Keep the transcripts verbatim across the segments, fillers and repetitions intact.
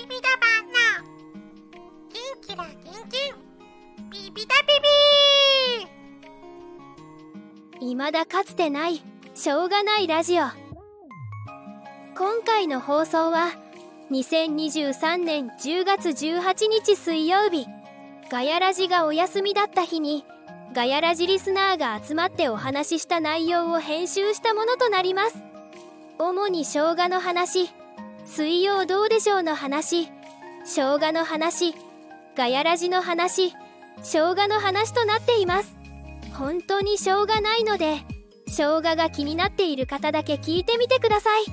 ビダバンの元気だ元気ビビダビビー。 未だかつてないしょうがないラジオ。今回の放送はにせんにじゅうさんねんじゅうがつじゅうはちにち水曜日、ガヤラジがお休みだった日にガヤラジリスナーが集まってお話しした内容を編集したものとなります。主に生姜の話、水曜どうでしょうの話、生姜の話、ガヤラジの話、生姜の話となっています。本当に生姜ないので、生姜が気になっている方だけ聞いてみてください。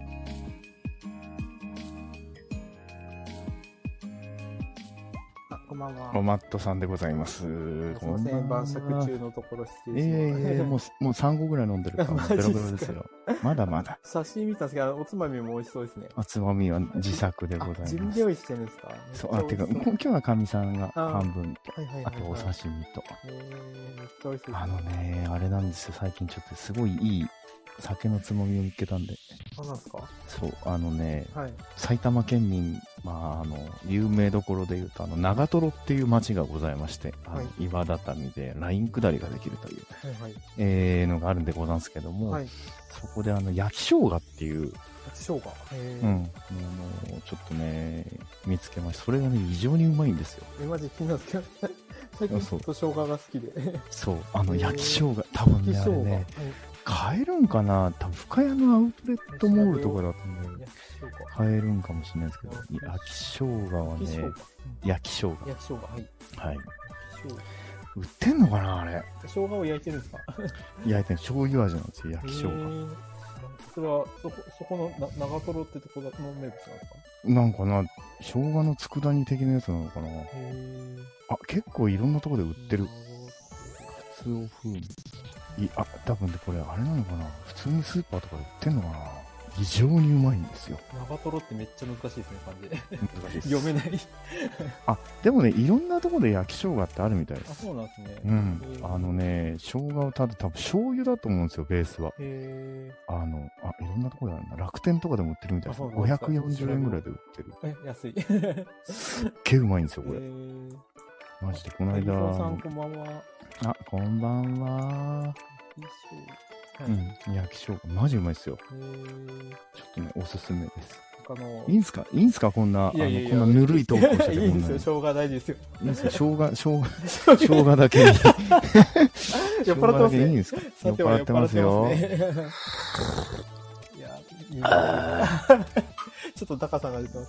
こんばんは。 ロマットさんでございます。 すみません、晩酌中のところ失礼します。 ええー、もう、もうさんごぐらい飲んでるから、ベロベロですよ。まだまだ。 写真見たんですけど、おつまみも美味しそうですね。 おつまみは自作でございます。 自分で用意してるんですか？ そう、あ、てか、今日はかみさんが半分と、 はいはいはいはい、 あとお刺身と。 えー、めっちゃ美味しいですね。 あのね、あれなんですよ、最近ちょっとすごいいい酒のつまみを見つけたんで。 あ、なんですか？ そう、あのね、 はい、 埼玉県民、まあ、あの、有名どころで言うと、あの、長瀞っていう町がございまして、あの、はい、岩畳でライン下りができるという、はいはい、えー、のがあるんでございますけども、はい、そこであの、焼き生姜っていう、 焼き生姜うん、あの、ちょっとね、見つけました。それがね、異常にうまいんですよ。 え、マジ気になるんですけど、最近ずっと生姜が好きで。 そう、あの、焼き生姜、多分ね、あれね、買えるんかな、多分深谷のアウトレットモールとかだとね、買えるんかもしれないですけど、焼き生姜はね、焼き生姜。 焼き生姜、はい。 はい。売ってんのかな、あれ。 生姜を焼いてるんですか？ 焼いてる、醤油味なんですよ、焼き生姜。 それは、そこ、そこのな長瀞ってとこの名物なんですか？ なんかな、生姜の佃煮的なやつなのかな。あ、結構いろんなとこで売ってる。かつお風味。いあ、多分でこれあれなのかな、普通にスーパーとかで売ってんのかな。非常にうまいんですよ。 長瀞ってめっちゃ難しいですね、漢字で。 難しいです。 読めない。 あ、でもね、いろんなところで焼き生姜ってあるみたいです。 あ、そうなんですね。 うん。あのね、生姜をただ多分醤油だと思うんですよ、ベースは。 へあの、あ、いろんなところであるな。楽天とかでも売ってるみたいです。ごひゃくよんじゅうえんぐらいで売ってる。 え、安い。 すっげえうまいんですよ、これ。マジで、この間。 さん、こんばんは。 あ、こんばんは。うん、焼き生姜、マジうまいですよ。ちょっとね、おすすめです。いいんすかいいんすかこんな、あの、こんなぬるいトークしてて。 いいですよ、生姜大事ですよ。 いいですよ、生姜、生姜、生姜だけに。 酔っ払ってますね。 いいんですか酔っ払ってますよ。 いや、いいなちょっと高さが出てます。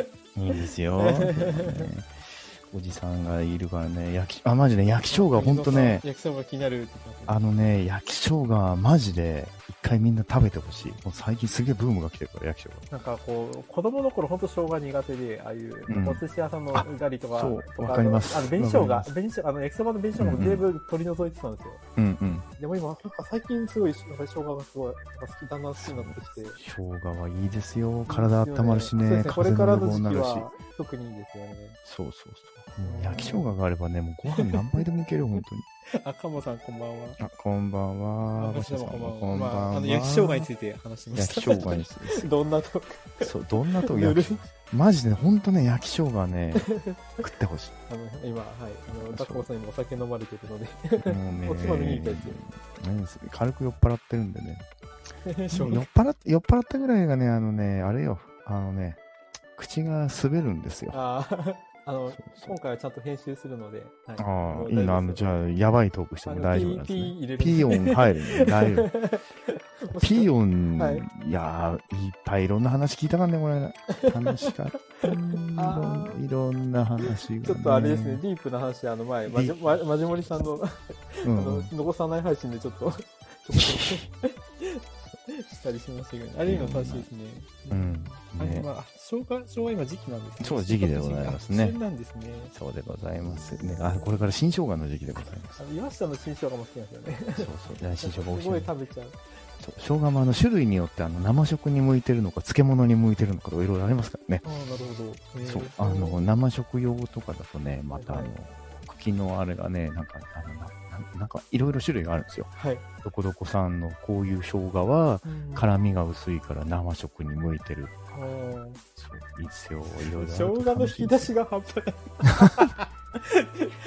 いいんですよ。おじさんがいるからね、焼き、あ、マジで、ね、焼き生姜ほんとね、 焼き生姜気になるって言ってあのね、焼き生姜はマジで、一回みんな食べてほしい。もう最近すげえブームが来てるから、焼き生姜。 なんかこう、子供の頃ほんと生姜苦手で、ああいう、お寿司屋さんのガリとか、 そう、わかります。 あの、紅生姜、紅生姜、あの、焼きそばの紅生姜も全部取り除いてたんですよ。 うんうん。 でも今、なんか最近すごい、生姜がすごい、好きだな、好きになってきて。 生姜はいいですよ。体温まるしね、 これからの時期は特にいいですよね。 そうそうそう。焼き生姜があればね、もうご飯何杯でもいけるよ、本当に。 あ、かもさんこんばんは。 あ、こんばんは。 こんばんは。こんばんは。あの、焼き生姜について話しました。 焼き生姜について。 どんなとそう、どんなと焼きマジで、ほんとね、焼き生姜ね、食ってほしい。 あの、今、はい。あの、ダッコさんにもお酒飲まれてるので、もうね、おつまみにいいですよ。 軽く酔っ払ってるんでね。酔っ払って、酔っ払ったぐらいがね、あのね、あれよ、あのね、口が滑るんですよ。 ああ。あの、今回はちゃんと編集するので。 ああ、いいな。あの、じゃあ、やばいトークしても大丈夫なんですね。ピー音入るね。大丈夫。ピー音、いやー、いっぱいいろんな話聞いたからね、これ。楽しかった。いろんな話が。 ちょっとあれですね、ディープな話、あの前、まじもりさんの、あの、残さない配信でちょっと、したりしましたけど、あれいうの楽しいですね。 うん。 あれ、まあ、生姜、生姜今時期なんですね。 そう、時期でございますね。 旬なんですね。 そうでございますね。あ、これから新生姜の時期でございます。 岩下の新生姜も好きなんですよね。 そうそう、新生姜美味しい。 すごい食べちゃう。 そう、生姜もあの種類によってあの生食に向いてるのか漬物に向いてるのかとかいろいろありますからね。 ああ、なるほど。 そう、あの生食用とかだとね、またあの茎のあれがね、なんかあのななんかいろいろ種類があるんですよ。 はい。 どこどこさんのこういう生姜は辛みが薄いから生食に向いてる。そう。 いいですよ。いろいろ。 生姜の引き出しが半端ない。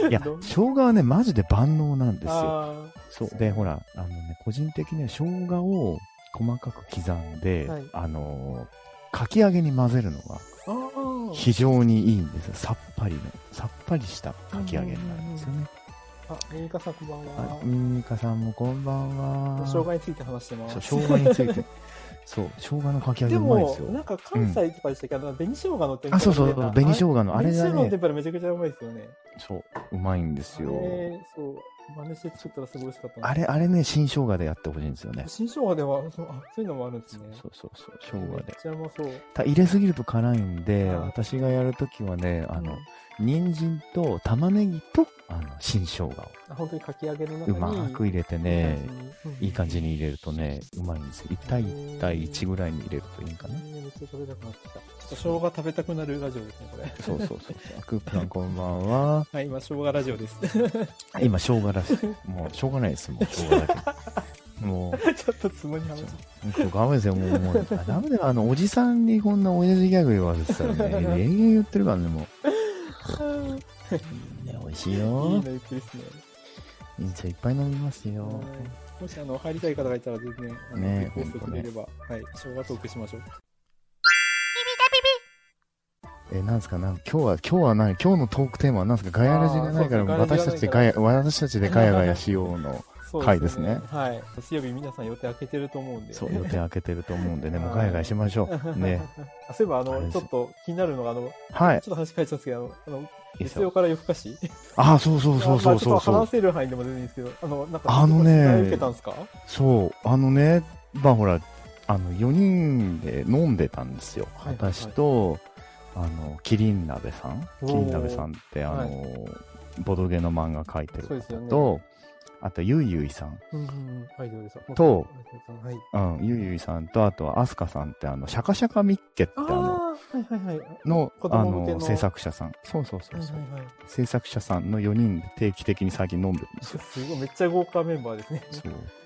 いや、生姜はね、マジで万能なんですよ。そう。で、ほら、あのね、個人的には生姜を細かく刻んで、はい、あのー、かき揚げに混ぜるのが非常にいいんですよ。さっぱりの、さっぱりしたかき揚げになるんですよね。 あ、ミミカさんこんばんは。 ミミカさんもこんばんは。 生姜について話してます。 そう、生姜について。そう、生姜のかき揚げうまいですよ。 でも、なんか関西とかでしたっけど、紅生姜の天ぷら。 あ、そうそう、紅生姜のあれがね。紅生姜の天ぷらめちゃくちゃうまいですよね。 そう、うまいんですよ。 えー、そう。真似して作ったらすごい美味しかった。 あれ、あれね、新生姜でやってほしいんですよね。 新生姜では、そう、あ、そういうのもあるんですね。 そうそうそう、生姜で。めっちゃうまそう。 た入れすぎると辛いんで、私がやるときはね、あの、うん、人参と玉ねぎと、あの、新生姜を。 あ、本当にかき揚げの中に。 うまく入れてね、いい感じに入れるとね、うまいんですよ。いち対いち対いちぐらいに入れるといいかな。 めっちゃ食べたくなってきた。ちょっと生姜食べたくなるラジオですね、これ。 そうそうそうそう。クープさんこんばんは。 はい、今、生姜ラジオです。 今、生姜ラジオ。もう、しょうがないです、もう、生姜だけ。もう。 ちょっとつもりはまちゃう。ダメですよ、もう、もう。ダメだよ、あの、おじさんにこんな親父ギャグ言わせてたらね、永遠言ってるからね、もう。ね、美味しいよ。 いいのゆっくりですね。 いいいっぱい飲みますよ。 もし、あの、入りたい方がいたら、全然、あの、リクエストくれれば、はい、生姜トークしましょう。 え、なんですか、なん今日は、今日は何、今日のトークテーマは何ですか、ガヤラジがないから、私たちでガヤ、私たちでガヤガヤしようの回ですね。 はい。水曜日皆さん予定開けてると思うんで。 そう、予定開けてると思うんでね、もうガヤガヤしましょう。ね。 あ、そういえば、あの、ちょっと気になるのが、あの、 はい。 ちょっと話変えちゃうんですけど、あの、月曜から夜更かしあ、そうそうそうそうそう。 話せる範囲でも全然いいんですけど、あの、なんか、 あのね、 受けたんですか？ そう、あのね、まあほら、あの、よにんで飲んでたんですよ。私と、あの、キリン鍋さんキリン鍋さんって、あの、はい、ボドゲの漫画描いてる方と、ね、あと、ゆいゆいさん。うんうん、はい、と、はい、うん、ゆいゆいさんと、あとは、アスカさんって、あの、シャカシャカミッケってあの、はいはいはい、の、あの、制作者さん。そうそうそうそう、はいはいはい。制作者さんのよにんで定期的に最近飲んでるんですよ。 すごい、めっちゃ豪華メンバーですね。 そう。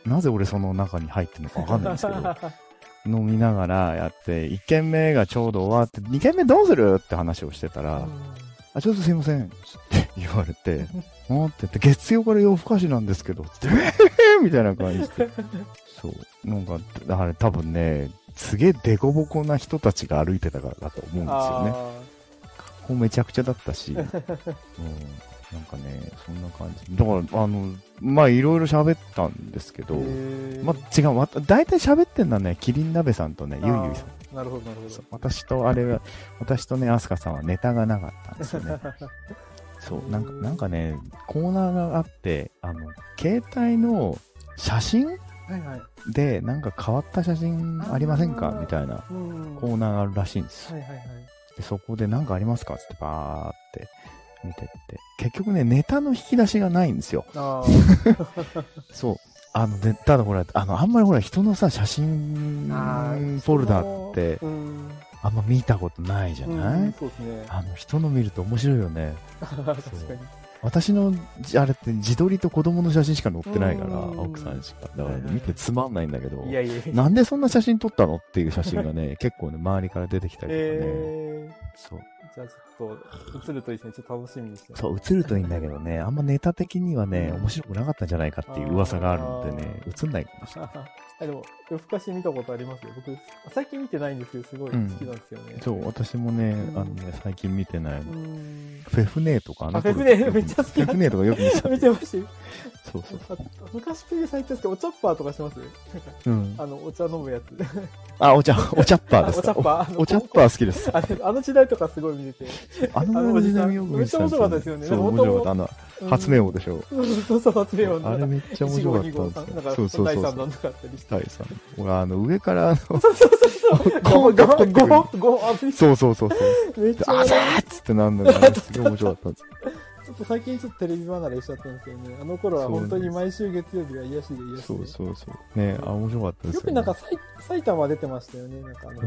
なぜ俺その中に入ってるのかわかんないんですけど。飲みながらやって、いっけんめがちょうど終わって、にけんめどうするって話をしてたら、あ、ちょっとすいません、って言われて、あって言って、月曜から夜更かしなんですけど、って、えーみたいな感じで。そう。なんか、だから多分ね、すげえデコボコな人たちが歩いてたからだと思うんですよね。格好めちゃくちゃだったし、うん、なんかね、そんな感じ。だから、あの、まあ、いろいろ喋ったんですけど、まあ、違う、わ大体喋ってんのはね、キリン鍋さんとね、ゆいゆいさん。 なるほど、なるほど。 私と、あれは、私とね、アスカさんはネタがなかったんですよね。そう、なんか、なんかね、コーナーがあって、あの、携帯の写真はいはい、で、なんか変わった写真ありませんかみたいなコーナーがあるらしいんです。はいはいはい、でそこで何かありますかってバーって見てって、結局ね、ネタの引き出しがないんですよ。あそう。あの、で、ただほら、あの、あんまりほら、人のさ、写真フォルダって、あんま見たことないじゃない、うん、そうですね。あの、人の見ると面白いよね。確かに。私の、あれって自撮りと子供の写真しか載ってないから、奥さんしか。だから見てつまんないんだけど、いやいやいやなんでそんな写真撮ったのっていう写真がね、結構ね、周りから出てきたりとかね。えー、そう。 じゃあちょっと、映るといいですね。ちょっと楽しみにして。 そう、映るといいんだけどね、あんまネタ的にはね、面白くなかったんじゃないかっていう噂があるんでね、映んないかもしれない。 あ、でも、夜更かし見たことありますよ。僕、最近見てないんですけど、すごい好きなんですよね。うん、そう、私もね、あのね、最近見てない。フェフネーとか、 あ、フェフネーめっちゃ好き。 フェフネーとかよく見てた。 見てましたよ。 そうそうそう。 昔っていうサイトですけど、おチャッパーとかしてますうん。あの、お茶飲むやつ。 あ、お茶、おチャッパーですか。おチャッパー。 おチャッパー好きです。 あれ、あの時代とかすごい見てて。 あの時代よく見てた。 めっちゃ面白かったですよね。 そう、面白かった。あの、発明王でしょ。 そうそう、発明王。 あれめっちゃ面白かったんですよ。そうそうそう。 第三弾とかあったりして。 第三。俺、あの、上から、あの、 そうそうそうそう。ゴー、ゴー、ゴー、ゴー、 そうそうそうそう。めっちゃ。あざーっつってなんだかすごい面白かったんです。 ちょっと最近ちょっとテレビ離れしちゃったんですよね。あの頃は本当に毎週月曜日は癒しで癒しで。 そうそうそう。ねあ、面白かったですよ、ね。 よくなんか埼玉出てましたよね。なんかあの、うん、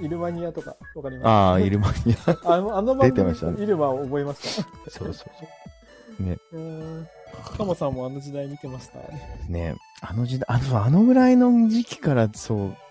イルマニアとかわかりますか？ ああ、イルマニア。 あの、あの番組、イルマを覚えました。 そうそうそう。ね。 うん。カモさんもあの時代見てましたねあの時代、あの、あのぐらいの時期からそう、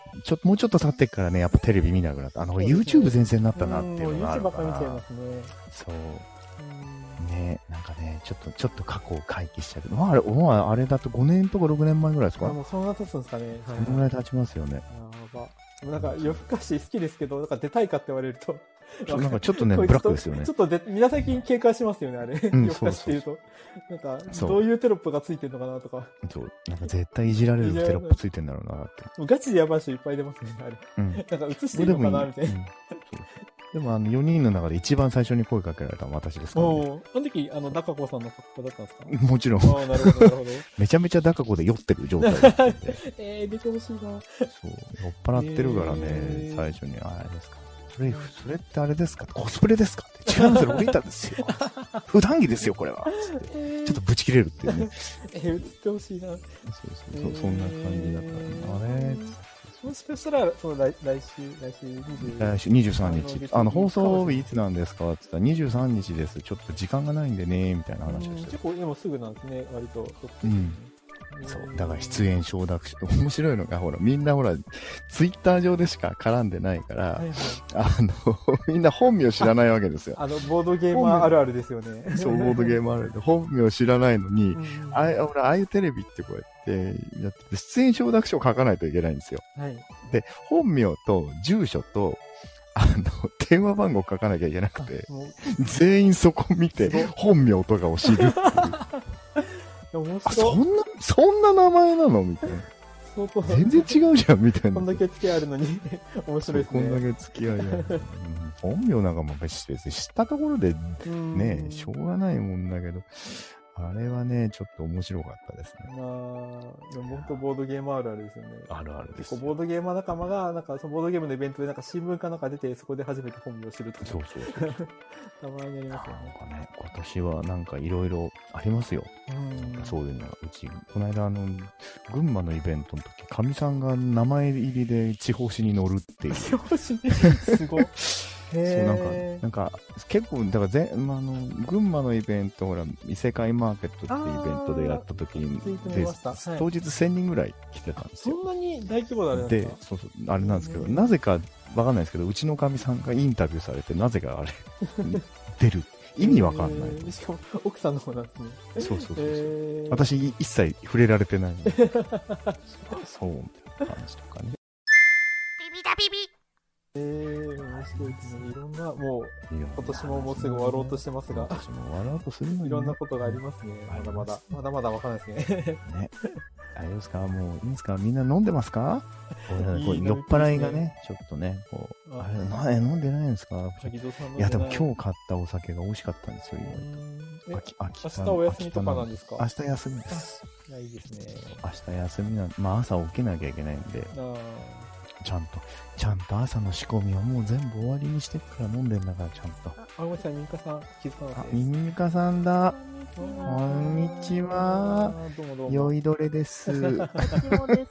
ちょっと、もうちょっと経ってからね、やっぱテレビ見なくなった。あの、YouTube 全盛になったなっていうのがあるから。 YouTube ばっか見ちゃいますね。 そう。ね、なんかね、ちょっと、ちょっと過去を回帰しちゃうけど、まあ、あれ、もうあれだとごねんとかろくねんまえぐらいですか？ もうそんな経つんですかね。 そのぐらい経ちますよね。 やば。なんか夜更かし好きですけど、なんか出たいかって言われると。 なんかちょっとね、ブラックですよね。 ちょっとで、皆最近警戒しますよね、あれ。夜更かしっていうと。なんか、どういうテロップがついてるのかなとか。 そう。なんか絶対いじられるテロップついてんだろうなって。 ガチでやばい人いっぱい出ますね、あれ。うん。なんか映してるのかなみたいな。 でもあのよにんの中で一番最初に声かけられたのは私ですからね。 おあの時、あの、ダカ子さんの格好だったんですか？ もちろん。 ああ、なるほど、なるほど。 めちゃめちゃダカ子で酔ってる状態で。 えー、出てほしいな。そう、 酔っ払ってるからね、最初に、あれですか。それ、それってあれですか？コスプレですかって。違うんですよ、降りたんですよ。普段着ですよ、これは。つって。ちょっとブチ切れるっていうね。 えー、映ってほしいな。そうそうそう、そんな感じだった。あれもしかしたら、その来来週、来週来週にじゅうさんにち。あの、放送日いつなんですかって言ったらにじゅうさんにちです。ちょっと時間がないんでね、みたいな話をして。 結構、でもすぐなんですね、割と。 うん。そう。だから出演承諾書。面白いのが、ほら、みんなほら、ツイッター上でしか絡んでないから、はいはい、あの、みんな本名知らないわけですよ。 あの、ボードゲーマーあるあるですよね。 そう、ボードゲーマーあるある。本名知らないのに、うん、あれ、ほら、ああいうテレビってこうやってやってて、出演承諾書を書かないといけないんですよ。はい。で、本名と住所と、あの、電話番号書かなきゃいけなくて、全員そこ見て、本名とかを知るっていう。あ、そんな、そんな名前なのみたいな。全然違うじゃんみたいな。 こんだけ付き合いあるのに面白いですね。 こんだけ付き合いある。うん、本名なんかも別に知ったところでね、しょうがないもんだけど、あれはね、ちょっと面白かったですね。 まあ、でも本当ボードゲームあるあるですよね。 あるあるです。 ボードゲーマー仲間が、なんかそのボードゲームのイベントでなんか新聞かなんか出て、そこで初めて本名を知るとか。 そうそうそう。 たまにありますよね。 なんかね、今年はなんかいろいろありますよ。うん。そういうのが。うち、この間あの、群馬のイベントの時、かみさんが名前入りで地方紙に載るっていう。 地方紙ね。すごい。 そうなんか、なんか、結構、だからぜ、まあ、あの、群馬のイベント、ほら、異世界マーケットっていうイベントでやった時に、で、はい、当日せんにんぐらい来てたんですよ。 そんなに大規模だね。 で、そうそう、あれなんですけど、なぜかわかんないですけど、うちのかみさんがインタビューされて、なぜかあれ、出る。意味わかんない、えー。しかも、奥さんの方なんですね。 そうそうそうそう、えー。私、一切触れられてない。そう、みたいな感じとかね。 ビビだビビ。 えー、面白いですね。いろんな、もう、今年ももうすぐ終わろうとしてますが、 今年も終わろうとするのに、ね、 いろんなことがありますね。まだまだ、まだまだわかんないですね。 ね。あれですか、もう、いいんですか、みんな飲んでますか？こう酔っ払いがね、ちょっとね、こう、あれ、な飲んでないんですか？いや、でも今日買ったお酒が美味しかったんですよ、意外と。 明日お休みとかなんですか？ 明日休みです。 いや、いいですね。 明日休みなんで、まあ朝起きなきゃいけないんで。ちゃんと、ちゃんと朝の仕込みをもう全部終わりにしてから飲んでんだから、ちゃんと。 あ、ごめんなさい、ミミカさん、気づかなかったです。 ミミカさんだ。こんにちは。 どうもどうも。 酔いどれです。 私もです。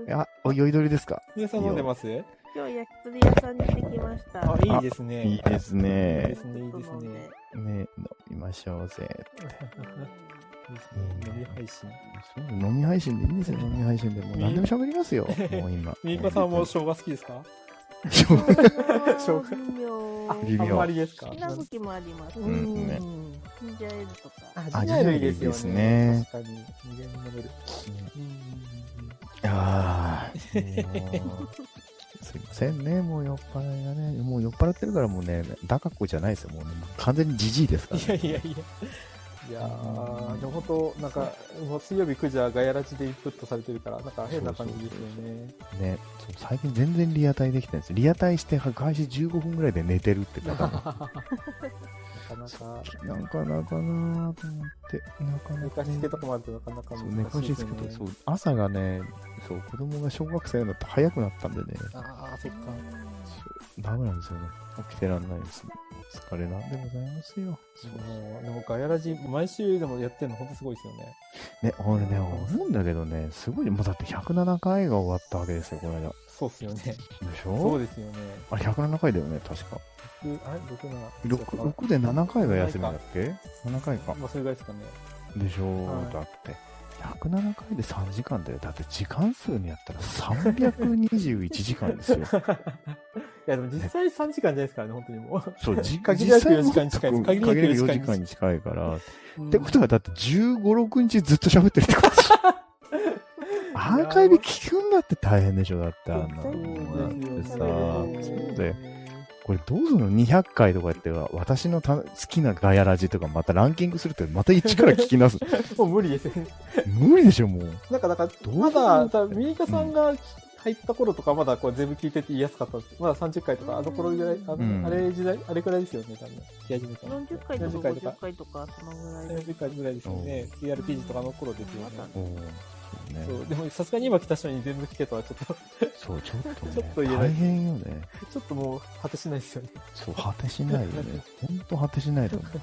あ、お酔いどれですか？ 皆さん飲んでます？ 今日焼き鳥屋さんに行ってきました。 あ、いいですね。 いいですね。 いいですね、いいですね。 ね、飲みましょうぜ。 飲み配信。 そう、飲み配信でいいんですよ、飲み配信で。もう何でも喋りますよ、もう今。 ミミカさんも生姜好きですか？ 生姜。 微妙。あんまりですか？ 好きな時もあります。 うん、ね。 ジンジャーエールとか。 あ、ジンジャーエールいいですよね。確かに。無限に飲める。 ああ。すいませんね、もう酔っ払いがね。もう酔っ払ってるからもうね、ダカ子じゃないですよ、もうね。完全にジジイですから。 いやいやいや。いやー、でも本当、なんか、もう水曜日くじはガヤラジでインプットされてるから、なんか変な感じですよね。 そうそうね、最近全然リアタイできてるんです。リアタイして開始じゅうごふんぐらいで寝てるって方が。なかなか。なかなかなーと思って、なかなか、ね。寝かしつけとかもあるとなかなか難しいですね。 寝かしつけと、そう、朝がね、そう、子供が小学生になって早くなったんでね。 ああ、そっか。 ダメなんですよね。起きてらんないですね。お疲れなんでございますよ。 そう。でもガヤラジ、毎週でもやってるの本当すごいですよね。 ね、俺ね、思うんだけどね、すごい、もうだってひゃくななかいが終わったわけですよ、この間。 そうっすよね。でしょ？ そうですよね。 あれひゃくななかいだよね、確か。 あれ ろく、なな。 ろく、ろくでななかいが休みだっけ？ なな 回か。 まあ、それぐらいですかね。 でしょ、はい、だって。 ひゃくななかいでさんじかんだよ。だって時間数にやったらさんびゃくにじゅういちじかんですよ。いやでも実際さんじかんじゃないですからね、本当にもう。 そう、 限りなくよじかんに近いです。 限りなくよじかんに近いから。ってことはだってじゅうご、ろくにちずっと喋ってるってことでしょ。アーカイブ聞くんだって大変でしょ、だってあんなの。だってさ、そうで。これどうするの ?にひゃっかいとかやって私のた好きなガヤラジとかまたランキングするってまた一から聞きなす。 もう無理ですね。 無理でしょ、もう。 なんか、だから、まだ、ミニカさんが入った頃とかまだこう全部聞いてて言いやすかったんですけど、まださんじゅっかいとか、あの頃ぐらい、あ, うん、あれ時代、あれくらいですよね、多分。聞き始めたよんじゅっかいとかごじゅっかいとか、そのぐらい。 よんじゅっかいぐらいですよね。ティーアールピージー とかの頃ですよね。 ね、 そうでもさすがに今来た人に全部聞けとはちょっとそうちょっとねちょっと言えない大変よね。 ちょっともう果てしないですよね。 そう果てしないよね。本当果てしないと思う。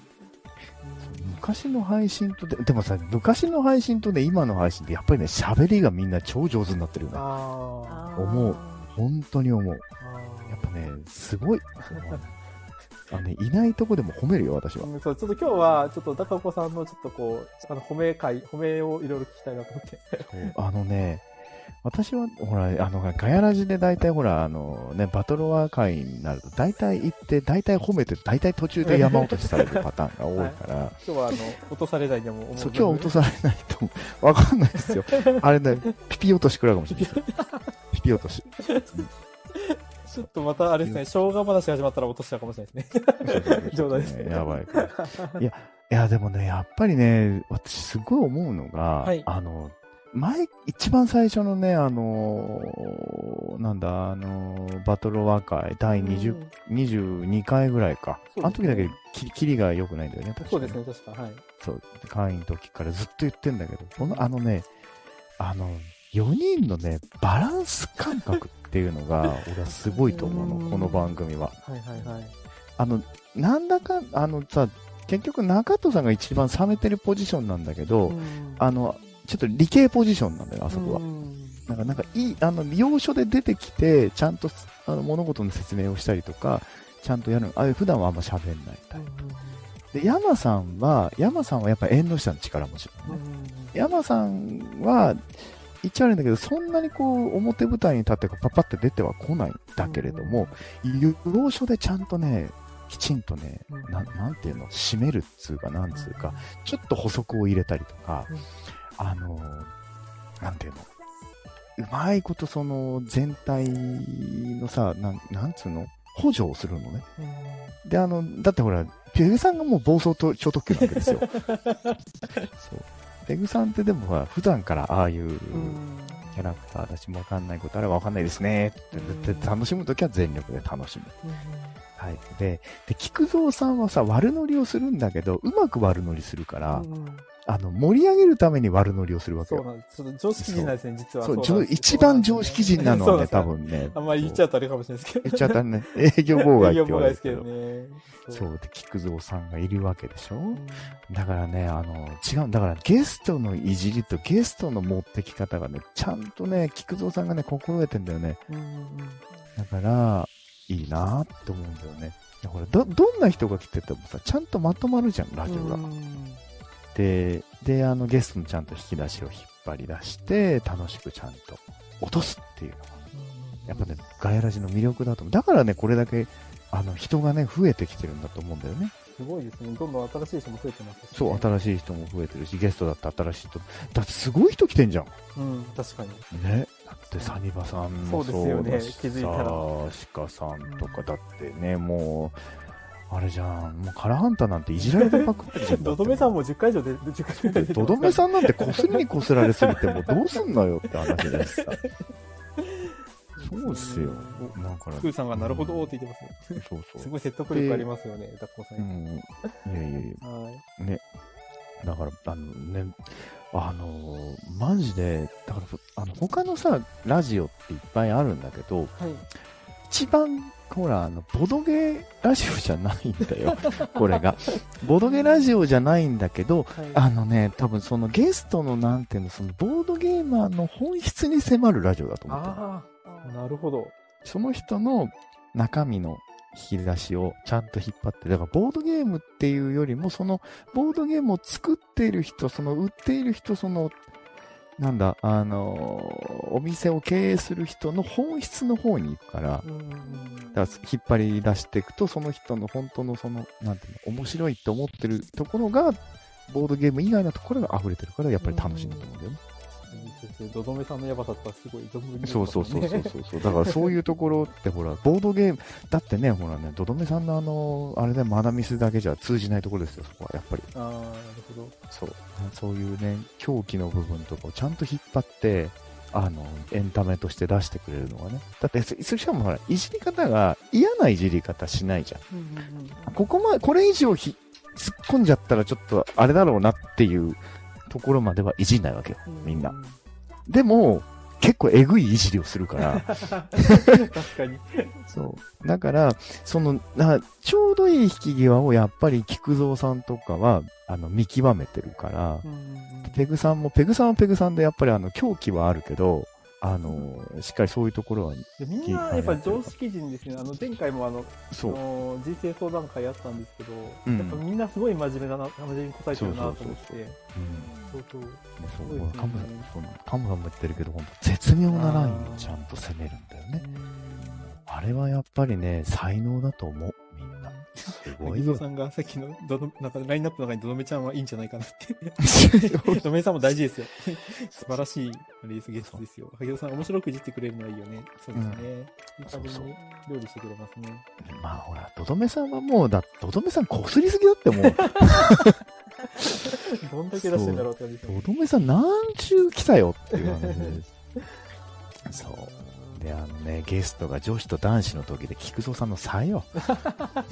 昔の配信とででもさ昔の配信とね今の配信ってやっぱりね喋りがみんな超上手になってるよね。あ思う本当に思う。やっぱねすごい。あのね、いないとこでも褒めるよ、私は。 うん、そう、ちょっと今日は、ちょっと、高子さんの、ちょっとこう、あの、褒め会、褒めをいろいろ聞きたいなと思って。 あのね、私は、ほら、あの、ガヤラジで大体ほら、あの、ね、バトロワー会になると、大体行って、大体褒めて、大体途中で山落としされるパターンが多いから。はい、 今日は、あの、落とされないでも思う。 そう、今日は落とされないと、わかんないですよ。あれね、ピピ落としくらいかもしれない。ピピ落とし。 ちょっとまたあれですね、生姜話始まったら落としちゃうかもしれないですね。冗談ですね。 やばいから。いや、いやでもね、やっぱりね、私すごい思うのが、はい、あの、前、一番最初のね、あのー、なんだ、あのー、バトルワー会だいにじゅう、にじゅうにかいぐらいか。ね、あの時だけききりが良くないんだよね、確かに。 そうですね、確か。はい。 そう、会員の時からずっと言ってんだけど、この、あのね、あの、よにんのね、バランス感覚っていうのが、俺はすごいと思うの、この番組は。 はいはいはい。 あの、なんだか、あのさ、結局中戸さんが一番冷めてるポジションなんだけど、あの、ちょっと理系ポジションなんだよ、あそこは。なんか、なんかいい、あの、要所で出てきて、ちゃんと、あの、物事の説明をしたりとか、ちゃんとやるの。あれ、普段はあんま喋んないタイプ。で、山さんは、山さんはやっぱ縁の下の力持ちなのね。山さんは、一応あるんだけど、そんなにこう、表舞台に立ってパパって出ては来ないんだけれども、要所でちゃんとね、きちんとね、な, なんていうの、締めるっつうか、なんつうか、ちょっと補足を入れたりとか、あの、なんていうの、うまいことその全体のさ、なん、なんつうの、補助をするのね。で、あの、だってほら、ペグさんがもう暴走と超特急なわけですよ。そう。ペグさんってでもほら、普段からああいうキャラクター、私もわかんないことあればわかんないですねってって楽しむときは全力で楽しむタイプで、で、菊蔵さんはさ、悪乗りをするんだけど、うまく悪乗りするから、あの、盛り上げるために悪乗りをするわけよ。 そうなんです。ちょっと常識人なんですね、実は。 そう、一番常識人なのはね、多分ね。 あんまり言っちゃうとあれかもしれないですけど。 言っちゃったね。営業妨害って言われるけど。 営業妨害ですけどね。 そう、で、菊蔵さんがいるわけでしょ、うん、だからね、あの、違う、だからゲストのいじりとゲストの持ってき方がね、ちゃんとね、菊蔵さんがね、心得てんだよね。うんうんうん、だから、いいなって思うんだよね。ほら、ど、どんな人が来ててもさ、ちゃんとまとまるじゃん、ラジオが。で、で、あの、ゲストもちゃんと引き出しを引っ張り出して、楽しくちゃんと落とすっていうのが、やっぱね、ガヤラジの魅力だと思う。だからね、これだけ、あの、人がね、増えてきてるんだと思うんだよね。 すごいですね。どんどん新しい人も増えてますし、ね。 そう、新しい人も増えてるし、ゲストだって新しい人。だってすごい人来てんじゃん。 うん、確かに。 ね。だってサニバさんもそうだしさ、 そうですよね、気づいたら。 鹿さんとかだってね、もう、あれじゃん、もうカラハンタなんていじられてパクってるじゃん。 ドドメさんもじゅっかい以上で、じゅっかいぐらいで。 ドドメさんなんてこすりにこすられすぎてもどうすんのよって話だしさ。そうっすよ。 なんかクーさんがなるほどって言ってますよ。そうそう。すごい説得力ありますよね、ダッコさん。うん。いやいやいや。はい。ね。だから、あのね、あのー、マジで、だから、あの、他のさ、ラジオっていっぱいあるんだけど、はい、一番、ほら、あの、ボドゲラジオじゃないんだよ、これが。ボドゲラジオじゃないんだけど、はい、あのね、多分そのゲストのなんていうの、そのボードゲーマーの本質に迫るラジオだと思ってる。 ああ、なるほど。 その人の中身の引き出しをちゃんと引っ張って、だからボードゲームっていうよりも、そのボードゲームを作っている人、その売っている人、その、なんだ、あのー、お店を経営する人の本質の方に行くから、だから引っ張り出していくと、その人の本当のその、なんていうの、面白いって思ってるところが、ボードゲーム以外のところが溢れてるから、やっぱり楽しいんだと思うんだよね。 ドドメさんのヤバさってすごい存分に、 そうそうそうそうそう。だからそういうところってほら、ボードゲーム、だってね、ほらね、ドドメさんのあの、あれでマダミスだけじゃ通じないところですよ、そこは、やっぱり。 ああ、なるほど。 そう。そういうね、狂気の部分とかをちゃんと引っ張って、あの、エンタメとして出してくれるのがね。だって、しかもほら、いじり方が嫌ないじり方しないじゃん。うんうんうん、ここま、これ以上ひ突っ込んじゃったらちょっとあれだろうなっていうところまではいじんないわけよ、みんな。うんうん、でも、結構えぐいいじりをするから。 確かに。 そう。だから、その、なちょうどいい引き際をやっぱり菊蔵さんとかは、あの、見極めてるから、うんうん、ペグさんも、ペグさんはペグさんでやっぱりあの、狂気はあるけど、あの、しっかりそういうところは。 みんなやっぱ常識人ですね。あの、前回もあの、そう。人生相談会あったんですけど、うん、やっぱみんなすごい真面目だな、真面目に答えてるなと思って。そうそう。 そうそう。カムさんも言ってるけど、本当絶妙なラインをちゃんと攻めるんだよね。あれはやっぱりね、才能だと思う、みんな。すごい。 伊藤さんがさっきのどの、なんかラインナップの中にドドメちゃんはいいんじゃないかなって。ドドメさんも大事ですよ。素晴らしいレースゲストですよ。萩尾さん面白くいじってくれるのはいいよね。そうですね。うん、いい感じに料理してくれますね。 まあほら、ドドメさんはもう、だ、ドドメさんこすりすぎだってもう。 どんだけ出してんだろうって感じです。 ドドメさん何中来たよっていう感じです。そう。で、あのね、ゲストが女子と男子の時で菊蔵さんの差よ。 確かに。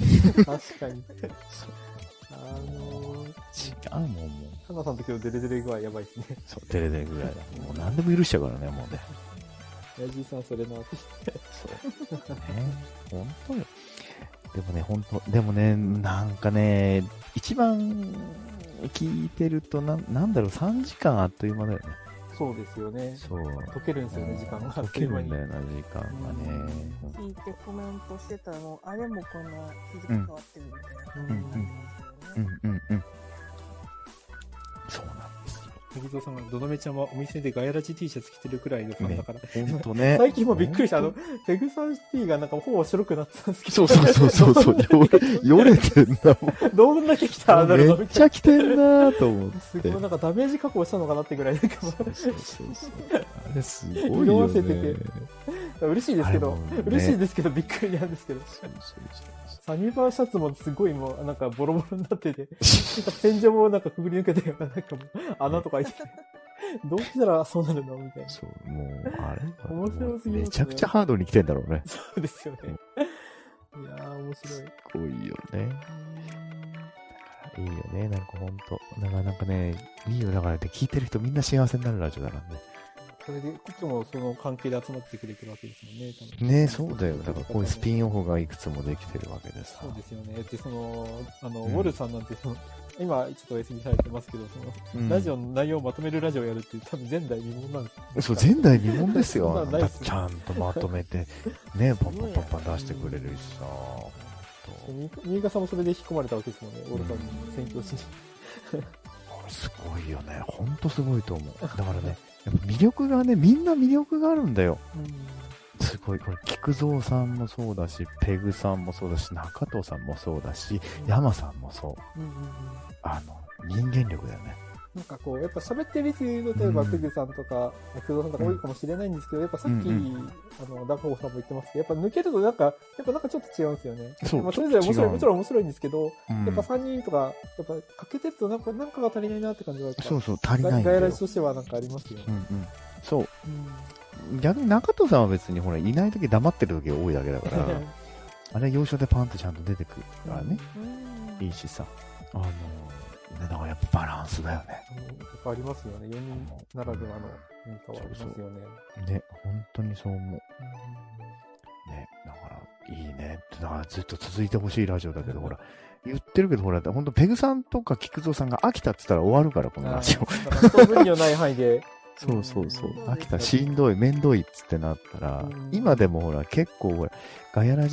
あのー、 違うもん、もう。 花さんの時のデレデレ具合やばいですね。 そう、デレデレぐらいだ。もう何でも許しちゃうからね、もうね。 ヤジーさん、それなって。 そう。ね、本当よ。でもね、本当、でもね、なんかね、一番聞いてると、な、なんだろう、さんじかんあっという間だよね。 そうですよね。 そう。 解けるんですよね、時間が。 解けるんだよな、時間がね。 聞いてコメントしてたら、もう、あれもこんな日付変わってるみたいな。うん、うん、うん、うん、うん。 そうなんですよ。 萩蔵さんが、ドドメちゃんはお店でガヤラジ T シャツ着てるくらいのファンだから。 ほんとね。 最近もびっくりした。あの、ペグさんシティがなんかほぼ白くなってたんですけど。そうそうそうそう。よれてんだもん。 どんだけ来たんだろう。 めっちゃ来てんなと思って。 すごいなんかダメージ加工したのかなってぐらいなんかもう。 そうそうそう。あれすごいよね。色あせてて。 嬉しいですけど、嬉しいですけどびっくりなんですけど。サニバーシャツもすごいもうなんかボロボロになってて、天井もなんかくぐり抜けて、なんかもう穴とか開いてて、どうしたらそうなるのみたいな。 そう、もう、あれ面白すぎますね。 めちゃくちゃハードに来てんだろうね。 そうですよね。いやー、面白い。すごいよね。いいよね、なんかほんと。だからなんかね、いいよ、だからね、聞いてる人みんな幸せになるラジオだからね。 それで、いつもその関係で集まってくれてるわけですもんね。多分ね、そうだよ。だからこういうスピンオフがいくつもできてるわけでさ。 そうですよね。で、その、あの、うん、ウォルさんなんてその、今ちょっとお休みされてますけど、その、うん、ラジオの内容をまとめるラジオをやるって多分前代未聞なんですよ。 そう、前代未聞ですよ。だちゃんとまとめて、ね、パンパンパンパン出してくれるしさ。 新潟さんもそれで引き込まれたわけですもんね。ウォルさんの宣教師に。 すごいよね。ほんとすごいと思う。だからね、やっぱ魅力がね、みんな魅力があるんだよ。うん、すごい。これ、菊蔵さんもそうだし、ペグさんもそうだし、中藤さんもそうだし、うん、山さんもそう。うんうんうん、あの、人間力だよね。 なんかこう、やっぱ喋ってる率、例えば、ペグさんとか、菊蔵さんとか多いかもしれないんですけど、やっぱさっき、うんうん、あの、ダンカゴさんも言ってますけど、やっぱ抜けるとなんか、やっぱなんかちょっと違うんですよね。そう。まあ、それぞれ面白い、もちろん面白いんですけど、うん、やっぱさんにんとか、やっぱかけてるとなんか、なんかが足りないなって感じが。 そうそう、足りないんだよ。 ガヤラジとしてはなんかありますよね。 うんうん。そう。うん、逆に中藤さんは別にほら、いないとき黙ってるときが多いだけだから、あれ要所でパンってちゃんと出てくるからね。うん、いいしさ。あの、だからやっぱバランスだよね。 やっぱありますよね。よにんならではの何かはありますよね。そうそうね、本当にそう思う。うん、ね、だからいいね。だからずっと続いてほしいラジオだけど、ほら、言ってるけど、ほら、本当ペグさんとか菊蔵さんが飽きたって言ったら終わるから、このラジオ。 そう分量ない範囲で。 そうそうそう。飽きた、しんどい、めんどいっつってなったら、今でもほら、結構ほら、ガヤラジっ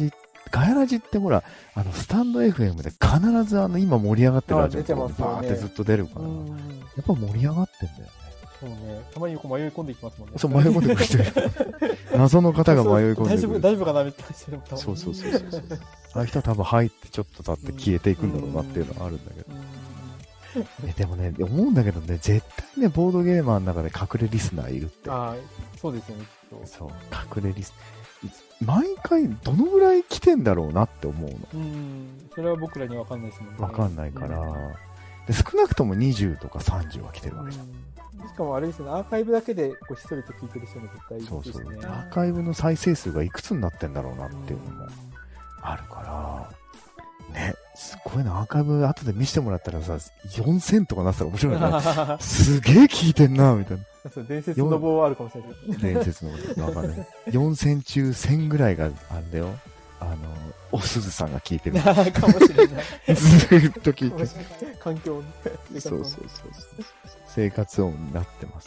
ガヤラジってほら、あの、スタンド エフエム で必ずあの、今盛り上がってるラジオがバーってずっと出るから、やっぱ盛り上がってんだよね。 そうね。たまにこう迷い込んでいきますもんね。 そう、迷い込んでくる人いる。謎の方が迷い込んでくる。 大丈夫、大丈夫かなみたいな人も。 そうそうそうそう。ああいう人は多分入ってちょっと経って消えていくんだろうなっていうのはあるんだけど。えでもね、思うんだけどね、絶対ね、ボードゲーマーの中で隠れリスナーいるって。 ああ、そうですよね、きっと。 そう、隠れリスナー。毎回どのぐらい来てんだろうなって思うの。 うん、それは僕らにわかんないですもんね。 わかんないから、で、少なくともにじゅうとかさんじゅうは来てるわけじゃん。 しかもあれですね、アーカイブだけでこうひっそりと聞いてる人も絶対いるんですね。 そうそう。アーカイブの再生数がいくつになってんだろうなっていうのもあるから、ね、すごいな、アーカイブ後で見せてもらったらさ、よんせんとかなったら面白いよね。すげえ聞いてんな、みたいな。 伝説の棒あるかもしれない。 伝説の棒、わかんない。よんせん中せんぐらいがあんだよ。あの、おすずさんが聞いてる。 かもしれない。 ずーっと聞いてる。 環境そうそうそうそう。生活音になってます。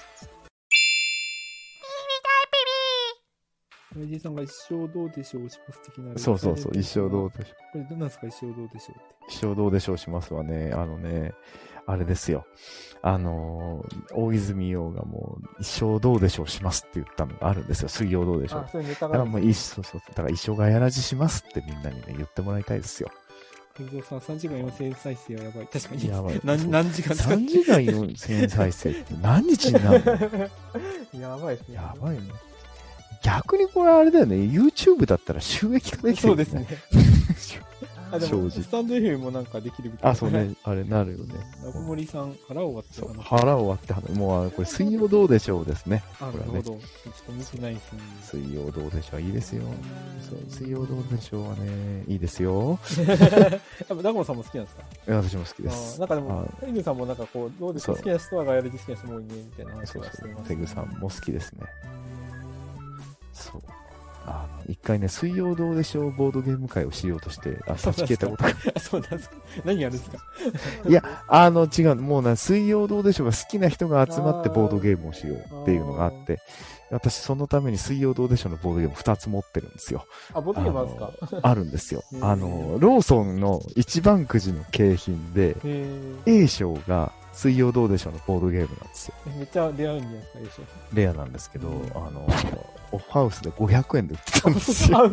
ライジーさんが一生どうでしょうします的な。 そうそうそう、一生どうでしょう。 これどうなんですか、一生どうでしょうって。 一生どうでしょうしますはね、あのね、あれですよ。あのー、大泉洋がもう、一生どうでしょうしますって言ったのがあるんですよ。水曜どうでしょう。 あ、そういうネタが。 だからもう一生、そうそう。だから一生がやらじしますってみんなにね、言ってもらいたいですよ。 水蔵さん、さんじかんよんせん再生はやばい。確かに。 やばい。 何、何時間ですか ?さんじかんよんせん再生って何日になるのやばいですね。 やばいね。逆にこれあれだよね。YouTube だったら収益化できる、ね。 そうですね。あ、でも、スタンド エフエム もなんかできるみたいな。 あ、そうね。あれなるよね。 中森さん、腹を割って話。腹を割って話。もう、これ、水曜どうでしょうですね。 あ、なるほど。ちょっと見てないですね。 水曜どうでしょう。いいですよ。そう、水曜どうでしょうはね、いいですよ。 やっぱ、中森さんも好きなんですか？ いや、私も好きです。 なんかでも、テグさんもなんかこう、どうですか？好きな人はガヤラジ好きな人も多いね、みたいな話をしてます。 テグさんも好きですね。そう。あの、一回ね、水曜どうでしょうボードゲーム会をしようとして、あ、立ち消えたことが。 そうなんですか。何やるんですか？ いや、あの、違う、もうな、水曜どうでしょうが好きな人が集まってボードゲームをしようっていうのがあって、私そのために水曜どうでしょうのボードゲームふたつ持ってるんですよ。 あ、ボードゲームあるんですか？ あるんですよ。あの、ローソンの一番くじの景品で、A 賞が、水曜どうでしょうのボードゲームなんですよ。 めっちゃレアいんじゃないですか、優勝。 レアなんですけど、あの、オフハウスでごひゃくえんで売ってたんですよ。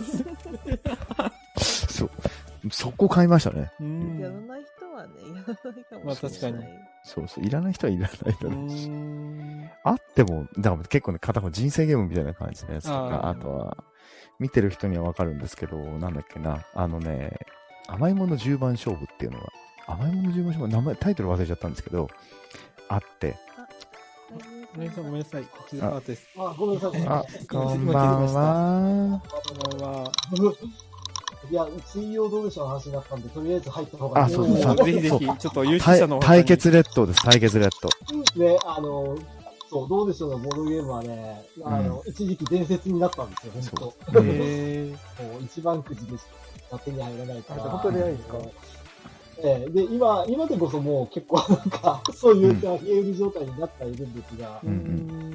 そう。そこ買いましたね。 やらない人はね、やらないかもしれない。まあ確かに。 そうそう。いらない人はいらないだろうし。あっても、だから結構ね、片方人生ゲームみたいな感じのやつとか、あとは、見てる人にはわかるんですけど、なんだっけな、あのね、甘いものじゅうばん勝負っていうのが、甘いものじゅうばん勝負、名前、タイトル忘れちゃったんですけど、あって。 ごめんなさい、ごめんなさい。気づかなかったです。 あ、ごめんなさい。 あ、こんばんは。 こんばんは。 いや、水曜どうでしょうの話になったんで、とりあえず入った方がいい。 あ、そうそう。 ぜひぜひ、ちょっと有識者の方に。 対決列島です、対決列島。 ね、あの、そう、どうでしょうのボードゲームはね、あの、一時期伝説になったんですよ、本当。へぇー。一番くじでしか手に入らないから。 本当にないですか？ ええ、で、今、今でこそもう結構なんか、そういうゲーム状態になっているんですが、うんうん、